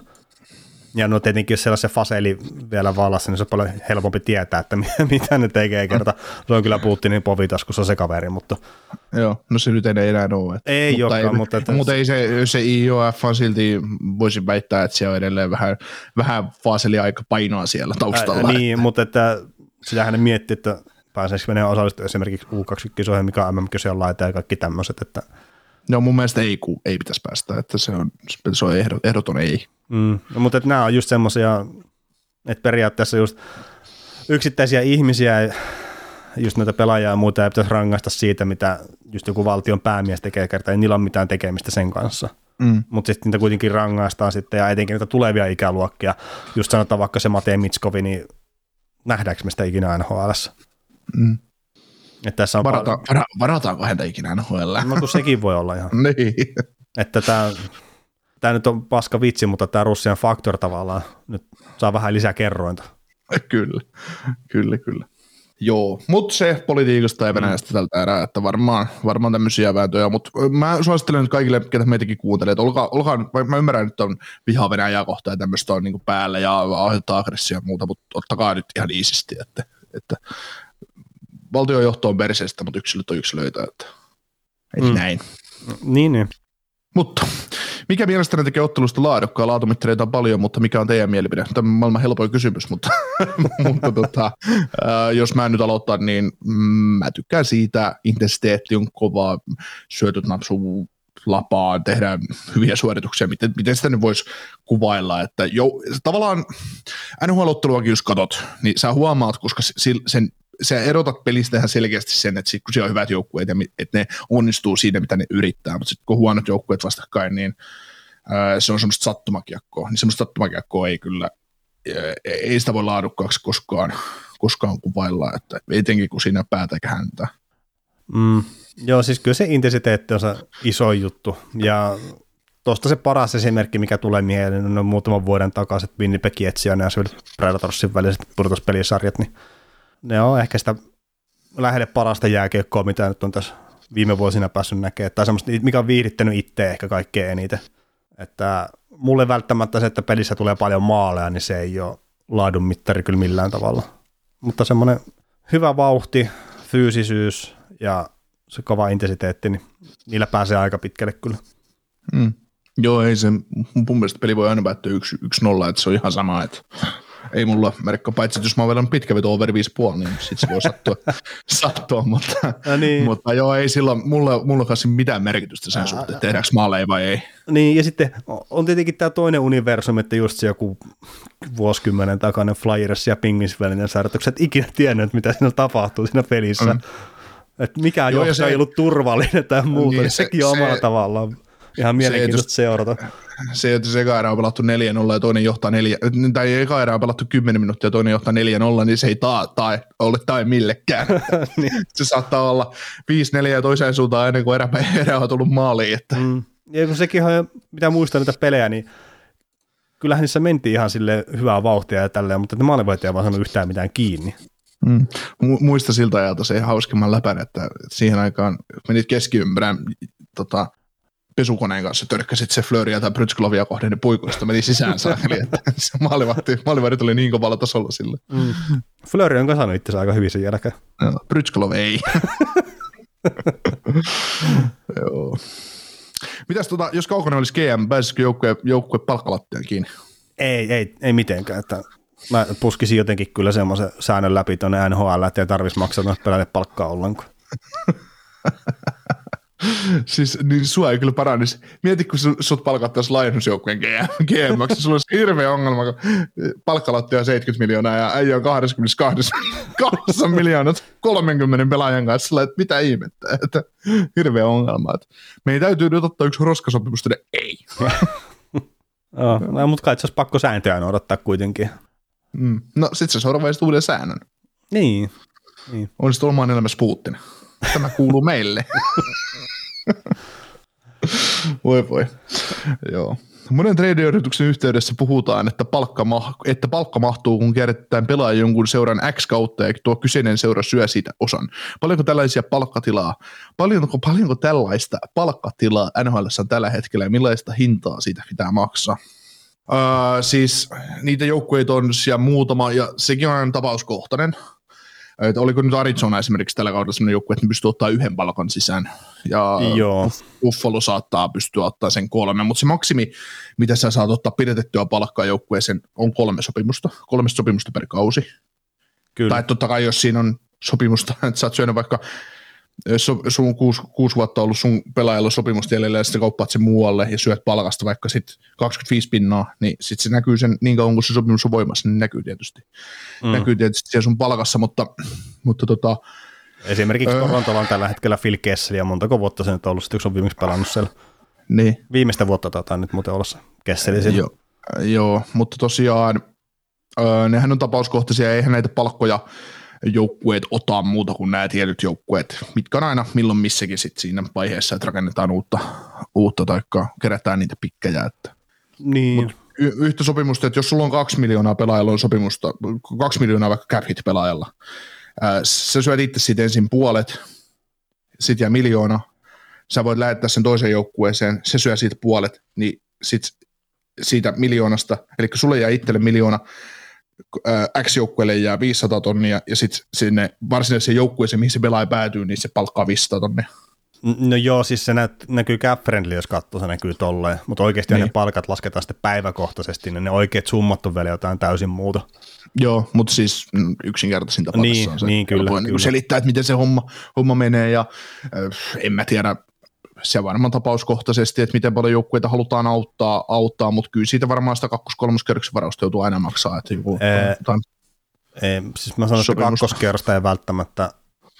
D: Ja no tietenkin, jos sellaisen faseeli vielä vallassa, niin se on paljon helpompi tietää, että mitä ne tekee kerta. Se on kyllä Putinin povitaskussa se kaveri, mutta...
C: Joo, no se nyt ei enää ole. Että,
D: ei mutta olekaan, ei, mutta... Että...
C: Mutta ei se, se I O F on silti, voisin väittää, että se on edelleen vähän, vähän faaseli-aika painoa siellä taustalla.
D: Ää, niin, mutta että sitähän ne miettii, että pääseekö Venäjä osallistua esimerkiksi U kaksikymmentä-kisoihin, mikä on M M-kisojen laita ja kaikki tämmöiset, että...
C: No mun mielestä ei, ei pitäisi päästä, että se on, se on ehdot, ehdoton ei.
D: Mm, no, mutta että nämä on just semmoisia, että periaatteessa just yksittäisiä ihmisiä, just näitä pelaajia ja muuta, ei pitäisi rangaista siitä, mitä just joku valtion päämies tekee kertaa, ei niillä ole mitään tekemistä sen kanssa. Mm. Mutta sitten niitä kuitenkin rangaistaan sitten, ja etenkin niitä tulevia ikäluokkia, just sanotaan vaikka se Matei Mitskovi, niin nähdäänkö me sitä ikinä N H L:ssä? Mm. Että tässä on
C: Varata, pal- var, varataanko häntä ikinä N H L?
D: No kun sekin voi olla ihan.
C: Niin.
D: Että tämä, tämä nyt on paska vitsi, mutta tämä Russian Factor tavallaan nyt saa vähän lisää kerrointa.
C: Kyllä, kyllä, kyllä. Joo, mutta se politiikasta ja Venäjästä mm. tältä erää, että varmaan, varmaan tämmöisiä vääntöjä, mutta mä suosittelen nyt kaikille, ketä meitäkin kuuntelee, että olkaa, olkaa, mä ymmärrän, että on vihaa Venäjää kohtaan ja tämmöistä on niin kuin päällä ja aiheuttaa aggressia ja muuta, mutta ottakaa nyt ihan iisisti, että, että valtionjohto on perseestä, mutta yksilöt on yksilöitä, että ei mm. näin.
D: Niin, niin.
C: Mutta mikä mielestäni tekee ottelusta laadukkaa? Laatumittareita on paljon, mutta mikä on teidän mielipide? Tämä on maailman helpoin kysymys, mutta, mutta tota, ää, jos mä nyt aloitan, niin mm, mä tykkään siitä, intensiteetti on kova, syötöt napsuu lapaan, tehdään hyviä suorituksia, miten, miten sitä nyt voisi kuvailla, että jo, tavallaan N H L-otteluakin jos katot, niin sä huomaat, koska sen sä erotat pelistä ihan selkeästi sen, että sit, kun siellä on hyvät joukkueet ja että ne onnistuu siinä, mitä ne yrittää, mutta sitten kun huonot joukkueet vastakkain, niin ää, se on semmoista sattumakiekkoa. Niin semmoista sattumakiekkoa ei kyllä, ää, ei sitä voi laadukkaaksi koskaan, koskaan kuvailla, että etenkin kun siinä päätä eikä häntä.
D: Mm, joo, siis kyllä se intensiteetti on se iso juttu, ja tuosta se paras esimerkki, mikä tulee mieleen, on muutaman vuoden takaiset Winnipeg Jets ja Nashville Predatorsin väliset pudotuspelisarjat, niin ne on ehkä sitä lähelle parasta jääkiekkoa, mitä nyt on tässä viime vuosina päässyt näkemään, tai semmoista, mikä on viihdyttänyt itse ehkä kaikkein eniten. Että mulle välttämättä se, että pelissä tulee paljon maaleja, niin se ei ole laadun mittari kyllä millään tavalla. Mutta semmoinen hyvä vauhti, fyysisyys ja se kova intensiteetti, niin niillä pääsee aika pitkälle kyllä.
C: Mm. Joo, ei se, mun mielestä peli voi aina päättyä yksi nolla, että se on ihan sama, että ei mulla merkka, paitsi jos mä oon vielä pitkä veto over viisi pilkku viisi, niin sit se voi sattua, sattua mutta,
D: ja niin.
C: mutta joo, ei silloin, mulla, mulla kanssa mitään merkitystä sen suhteen, tehdäänkö maaleja vai ei.
D: Niin, ja sitten on tietenkin tämä toinen universumi, että just se joku vuosikymmenen takainen Flyers ja Penguins välinen sarjoitus, et ikinä tiennyt, mitä siinä tapahtuu siinä pelissä. Mm. Että mikään johtaja se ei ollut turvallinen tai muuta, niin se, sekin on omalla se, tavallaan ihan mielenkiintoista se, seurata.
C: Se, että se eka erä on pelattu neljä nolla ja toinen johtaa neljä, tai eka erä on pelattu kymmenen minuuttia ja toinen johtaa neljä nolla, niin se ei taa, tai ole tai millekään. Niin. Se saattaa olla viisi neljä ja toiseen suuntaan ennen kuin erä, erä on tullut maaliin. Että. Mm.
D: Ja kun sekin on, mitä muistaa niitä pelejä, niin kyllähän niissä mentiin ihan sille hyvää vauhtia ja tälleen, mutta ne maalivoittaja ei vaan sanonut yhtään mitään kiinni.
C: Mm. Muista siltä ajalta se hauskemman läpän, että siihen aikaan menit keskiympärään tota, pesukoneen kanssa, törkkäsit se Fleuria tai Brytskulovia kohden, ne puikuista meni sisään saakeli, että se maalivahdit oli niin kovalla tasolla sille. Mm.
D: Fleury on kasannut itse aika hyvin sen jälkeen.
C: No, Brytskulov ei. Joo. Mitäs tota, jos Kaukonen olisi G M, pääsisikö joukkue, joukkue palkkalattiaan kiinni?
D: Ei, ei, ei mitenkään, että mä puskisin jotenkin kyllä semmoisen säännön läpi tuonne N H L, että ei tarvitsisi maksaa noita pelaajille palkkaa ollenkaan.
C: Siis niin sua ei kyllä parannisi. Mieti, kun sut palkattaisiin Lions-joukkueen G M, sulla olisi hirveä ongelma, kun palkkalatti on seitsemänkymmentä miljoonaa ja äijä on kaksikymmentäkaksi miljoonat kolmenkymmenen pelaajan kanssa, että mitä ihmettä, että hirveä ongelma. Että meidän täytyy nyt ottaa yksi roskasopimus, että ei.
D: Oh, no, mutta kai se olisi pakko sääntöjä noudattaa kuitenkin.
C: Mm. No sit se sorvaisit uuden säännön.
D: Niin. niin.
C: Olisi tuolla maan elämässä Putin. Tämä kuuluu meille. Voi voi. Joo. Monen trade-yrityksen yhteydessä puhutaan, että palkka, ma- että palkka mahtuu, kun kierrätetään pelaaja jonkun seuran X kautta ja tuo kyseinen seura syö siitä osan. Paljonko tällaisia palkkatilaa, paljonko, paljonko tällaista palkkatilaa N H L:ssä on tällä hetkellä ja millaista hintaa siitä pitää maksaa? Öö, siis niitä joukkueita on siellä muutama ja sekin on aina tapauskohtainen. Että oliko nyt Arizona esimerkiksi tällä kaudella sellainen joukkue, että ne pystyy ottaa yhden palkan sisään, ja Joo. Buffalo saattaa pystyä ottaa sen kolme, mutta se maksimi, mitä sä saat ottaa pidätettyä palkkaa joukkueeseen, on kolme sopimusta, kolme sopimusta per kausi. Kyllä. Tai totta kai, jos siinä on sopimusta, että sä oot syönyt vaikka, jos sun kuusi, kuusi vuotta ollut sun pelaajalla sopimusta jäljellä ja sitten kauppaat sen muualle ja syöt palkasta vaikka sitten kaksikymmentäviisi pinnaa, niin sitten se näkyy sen niin kauan kun se sopimus on voimassa, niin näkyy tietysti. Mm. Näkyy tietysti siellä sun palkassa, mutta, mutta tota...
D: Esimerkiksi Torontolla on tällä hetkellä Phil Kessel ja montako vuotta se nyt on ollut, sitten kun se on viimeksi pelannut siellä.
C: Niin.
D: Viimeistä vuotta taitaa nyt muuten olla se Kesseli siellä.
C: Joo, joo, mutta tosiaan öö, nehän on tapauskohtaisia, eihän näitä palkkoja joukkueet ota muuta kuin nämä tietyt joukkueet, mitkä on aina milloin missäkin sit siinä vaiheessa, että rakennetaan uutta, uutta taikka kerätään niitä pikkejä. Että.
D: Niin.
C: Mut y- yhtä sopimusta, että jos sulla on kaksi miljoonaa pelaajalla on sopimusta, kaksi miljoonaa vaikka cap hit pelaajalla, ää, sä syöt itse siitä ensin puolet, sit jää miljoona, sä voit lähettää sen toiseen joukkueeseen, se syö siitä puolet, niin sit siitä miljoonasta, eli sulle jää itselle miljoona, X-joukkueelle jää viisisataa tonnia, ja sitten sinne varsinaiseen joukkueeseen, mihin se pelaaja päätyy, niin se palkkaa viisisataa tonnia.
D: No joo, siis se nä- näkyy cap-friendly, jos katsoo, se näkyy tolleen, mutta oikeasti niin. Ne palkat lasketaan sitten päiväkohtaisesti, niin ne oikeat summat on vielä jotain täysin muuta.
C: Joo, mutta siis yksinkertaisin tapa
D: niin,
C: tässä on se.
D: Niin, kyllä,
C: voin
D: kyllä.
C: selittää, että miten se homma, homma menee, ja äh, en mä tiedä, se varmaan tapauskohtaisesti, että miten paljon joukkueita halutaan auttaa, auttaa, mutta kyllä siitä varmaan sitä kakkos-kolmoskierroksen varausta joutuu aina maksaa. Että joku,
D: ee, ei, siis mä sanon, että kakkoskierrosta ei välttämättä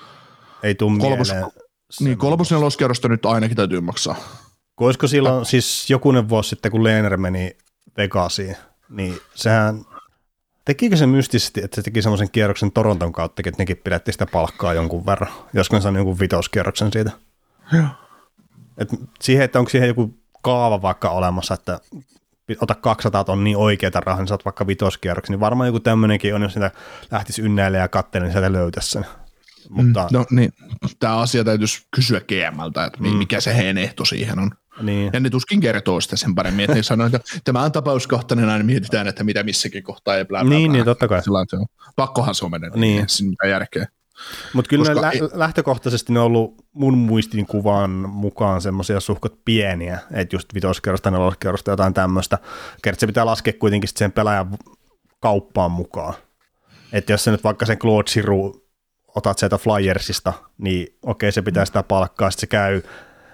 D: ei tule
C: Kolmos,
D: mieleen.
C: Niin, kolmos-neloskierrosta nyt ainakin täytyy maksaa.
D: Olisiko silloin, siis jokunen vuosi sitten, kun Lehner meni Vegasiin, niin sehän tekikö se mystisesti, että se teki semmoisen kierroksen Toronton kautta, että nekin pidätti sitä palkkaa jonkun verran, joskus ne saanut jonkun vitoskierroksen siitä.
C: Joo.
D: Et siihen, että onko siihen joku kaava vaikka olemassa, että ota kaksisataa tonnia oikeita rahaa, niin saat vaikka vitoskierroksen, niin varmaan joku tämmöinenkin on, jos sitä lähtisi ynnäille ja katselemaan, niin sieltä löytäisi sen. Mutta,
C: no niin, tämä asia täytyisi kysyä G M:ltä, että mm. mikä se heidän ehto siihen on.
D: Niin.
C: Ja ne tuskin kertoo sitä sen paremmin, että ne sanoo, että tämä on tapauskohtainen, aina mietitään, että mitä missäkin kohtaa ei plää.
D: Niin, niin, totta kai.
C: Sillä, se on. Pakkohan se on mennä,
D: niin.
C: Ei siinä mitään järkeä.
D: Mutta kyllä
C: Koska
D: ne lä-
C: ei...
D: lähtökohtaisesti ne on ollut mun muistinkuvan mukaan semmoisia suhkot pieniä, että just vitoskerrosta, neloskerrosta, jotain tämmöistä. Kerta se pitää laskea kuitenkin sen pelaajan kauppaan mukaan. Että jos sä nyt vaikka sen Claude Giroux otat sieltä Flyersista, niin okei, se pitää sitä palkkaa, sitten se käy,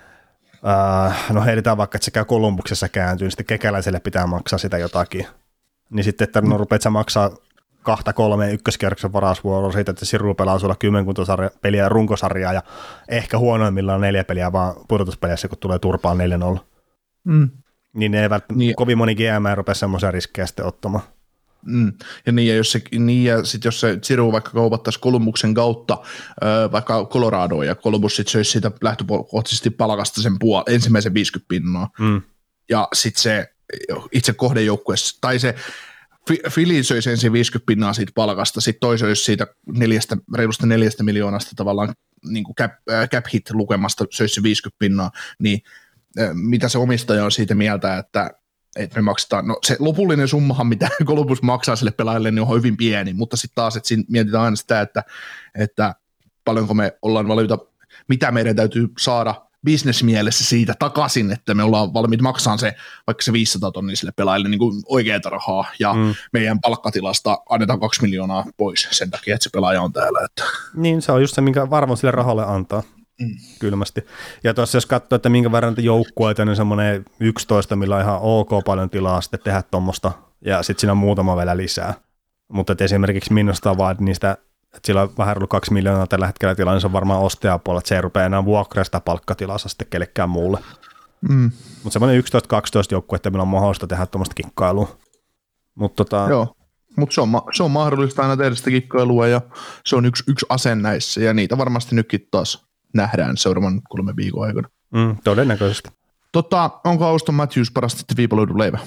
D: äh, no heitetään vaikka, että se käy Kolumbuksessa kääntyy, niin sitten kekäläiselle pitää maksaa sitä jotakin. Niin sitten, että no rupeat sä maksaa kahta kolme ykköskierroksen varausvuoroa siitä, että Giroux pelaa sulla kymmenkunta peliä ja runkosarjaa ja ehkä huonoimmillaan neljä peliä vaan pudotuspeleissä, kun tulee turpaan neljä nolla.
C: Mm.
D: Niin ne eivät, niin. kovin moni G M ei rupea semmoisia riskejä sitten ottamaan.
C: Mm. Ja niin, ja jos se, niin, ja sit jos se Giroux vaikka kaupattaisi Columbuksen kautta ö, vaikka Coloradoon, ja Columbus sitten söisi siitä lähtökohtaisesti palkasta sen puol- ensimmäisen viisikymmentä pinnaa, mm. ja sitten se itse kohdejoukkueessa, tai se Philly söisi ensin viisikymmentä pinnaa siitä palkasta, sitten toi söisi siitä neljästä, reilusta neljästä miljoonasta tavallaan niin kuin cap, äh, cap hit lukemasta söisi viisikymmentä pinnaa, niin äh, mitä se omistaja on siitä mieltä, että että me maksetaan, no se lopullinen summahan, mitä Columbus maksaa sille pelaajalle, niin on hyvin pieni, mutta sitten taas, että siinä mietitään aina sitä, että, että paljonko me ollaan valmiita, mitä meidän täytyy saada bisnesmielessä siitä takaisin, että me ollaan valmiit maksamaan se, vaikka se viisisataa tonnia sille pelaajalle niin kuin oikeaa rahaa, ja mm. meidän palkkatilasta annetaan kaksi miljoonaa pois sen takia, että se pelaaja on täällä. Että.
D: Niin, se on just se, minkä varmaan sille rahalle antaa. Mm. Kylmästi. Ja tuossa jos katsoo, että minkä verran joukkueita, niin semmoinen yksitoista, millä on ihan ok paljon tilaa sitten tehdä tuommoista, ja sitten siinä on muutama vielä lisää. Mutta esimerkiksi Minnesota Wild niistä, että sillä on vähän ollut kaksi miljoonaa tällä hetkellä tilaa, niin se on varmaan ostajapuolella, että se ei rupea enää vuokraa sitä palkkatilassa sitten kellekään muulle. Mm. Mutta semmoinen yksitoista kaksitoista joukkuetta, millä on mahdollista tehdä tuommoista kikkailua. Mut tota...
C: Joo. Mutta se on, se on mahdollista aina tehdä sitä kikkailua, ja se on yksi, yksi ase näissä, ja niitä varmasti nytkin taas nähdään seuraavan kolmen viikon aikana.
D: Mm, todennäköisesti.
C: Tota, onko Auston Matthews parasti viipaloidun leivä?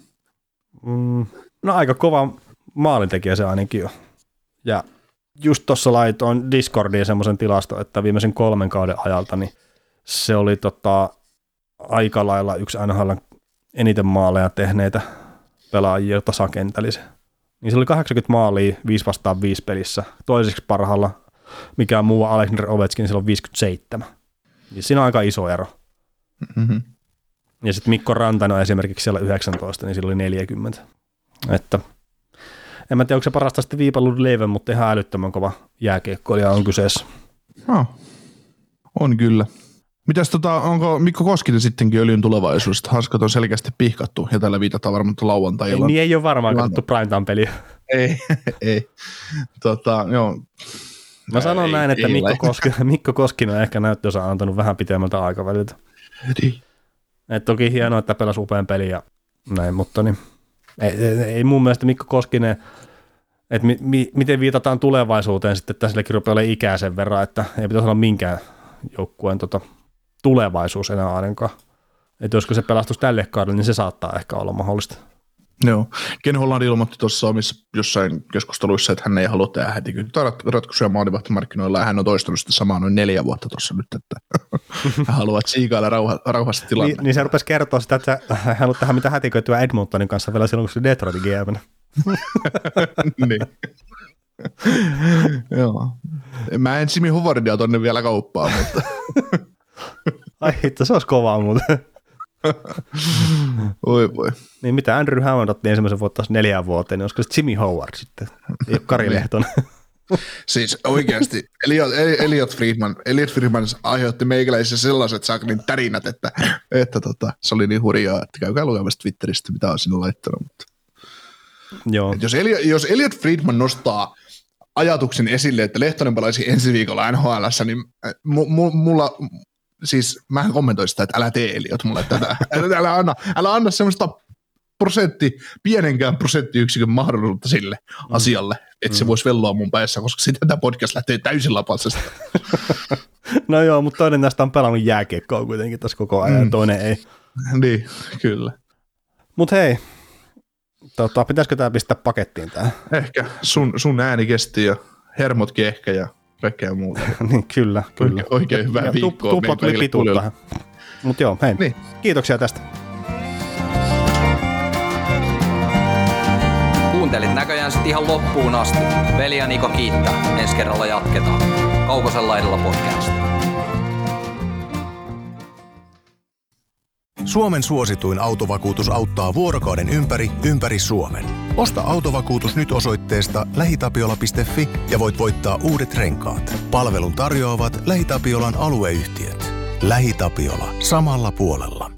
D: Mm, no aika kova maalintekijä se ainakin on. Ja just tuossa laitoin Discordiin semmoisen tilasto, että viimeisen kolmen kauden ajalta niin se oli tota, aika lailla yksi N H L:n eniten maaleja tehneitä pelaajia tasakentällisiä. Niin se oli kahdeksankymmentä maalia viisi vastaan viisi pelissä. Toiseksi parhaalla mikä muu Alexander Ovechkin, niin siellä on viisikymmentäseitsemän. Ja siinä on aika iso ero. Mm-hmm. Ja sitten Mikko Rantanen esimerkiksi siellä yhdeksäntoista, niin sillä oli neljäkymmentä. Että en mä tiedä, onko se parasta sitten viipalun leivän, mutta ihan älyttömän kova jääkiekkoilija on kyseessä.
C: No, on kyllä. Mitäs tota, onko Mikko Koskinen sittenkin öljyn tulevaisuudesta? Hanskat on selkeästi pihkattu, ja tällä viitataan varmaan lauantailla.
D: Niin ei ole varmaan katsottu primetime-peliä.
C: Ei, ei. Tota, joo.
D: Mä sanon ei, näin, että Mikko Koskinen, Mikko Koskinen on ehkä näyttönsä antanut vähän pitemmältä aikaväliltä.
C: Niin.
D: Et toki hienoa, että pelasi upean pelin ja näin, mutta niin, ei, ei, ei mun mielestä Mikko Koskinen, että mi, mi, miten viitataan tulevaisuuteen sitten, että silläkin rupeaa olemaan ikää sen verran, että ei pitäisi olla minkään joukkueen tota, tulevaisuus enää ainakaan. Että joskus se pelastus tälle kaudelle, niin se saattaa ehkä olla mahdollista.
C: Joo. Ken Holland ilmoitti tuossa omissa jossain keskusteluissa, että hän ei halua tehdä heti ratkaisuja maalivahtimarkkinoilla, ja hän on toistanut sitä samaa noin neljä vuotta tuossa nyt, että hän haluaa tsiikailla rauha, rauhassa tilanne.
D: Niin, niin se rupesi kertoa sitä, että hän haluaa tehdä mitä hätiköityä Edmontonin kanssa vielä silloin, kun se Detroitin G M:nä.
C: Niin. Joo. Mä en Jimmy Howardia tonne vielä kauppaa, mutta...
D: Ai hitto, se olisi kovaa muuten.
C: Oi voi.
D: Niin mitä Andrew Hammond otti ensimmäisen vuotta neljään vuoteen, niin olisiko se Jimmy Howard sitten, ei ole Kari Lehtonen.
C: Siis oikeasti, Elliot, Elliot Friedman, Elliot Friedman aiheutti meikäläisissä sellaiset saaklin tärinät, että, että tota, se oli niin hurjaa, että käykää lukemassa Twitteristä, mitä on sinne laittanut. Mutta.
D: Joo.
C: Jos, Elliot, jos Elliot Friedman nostaa ajatuksen esille, että Lehtonen palaisi ensi viikolla N H L:ssä, niin m- m- mulla... Siis mähän kommentoin sitä, että älä tee Eliot mulle tätä. Älä, älä, anna, älä anna semmoista prosentti, pienenkään prosenttiyksikön mahdollisuutta sille mm. asialle, että mm. se voisi velloa mun päässä, koska sitten tämä podcast lähtee täysin lapasesta.
D: No joo, mutta toinen näistä on pelannut jääkiekkoa kuitenkin tässä koko ajan, mm. toinen ei.
C: Niin, kyllä.
D: Mutta hei, tota, pitäisikö tämä pistää pakettiin tää?
C: Ehkä, sun, sun ääni kesti ja hermotkin ehkä ja kaikkea muuta.
D: Niin, kyllä, kyllä.
C: Oikein, oikein hyvää viikkoa.
D: Tupla tuli pituutta. Mutta joo, hei, niin. Kiitoksia tästä.
B: Kuuntelit näköjään sitten ihan loppuun asti. Veli ja Niko kiittää. Ensi kerralla jatketaan. Kaukosen laidalla podcast.
A: Suomen suosituin autovakuutus auttaa vuorokauden ympäri, ympäri Suomen. Osta autovakuutus nyt osoitteesta lähitapiola piste fi ja voit voittaa uudet renkaat. Palvelun tarjoavat LähiTapiolan alueyhtiöt. LähiTapiola. Samalla puolella.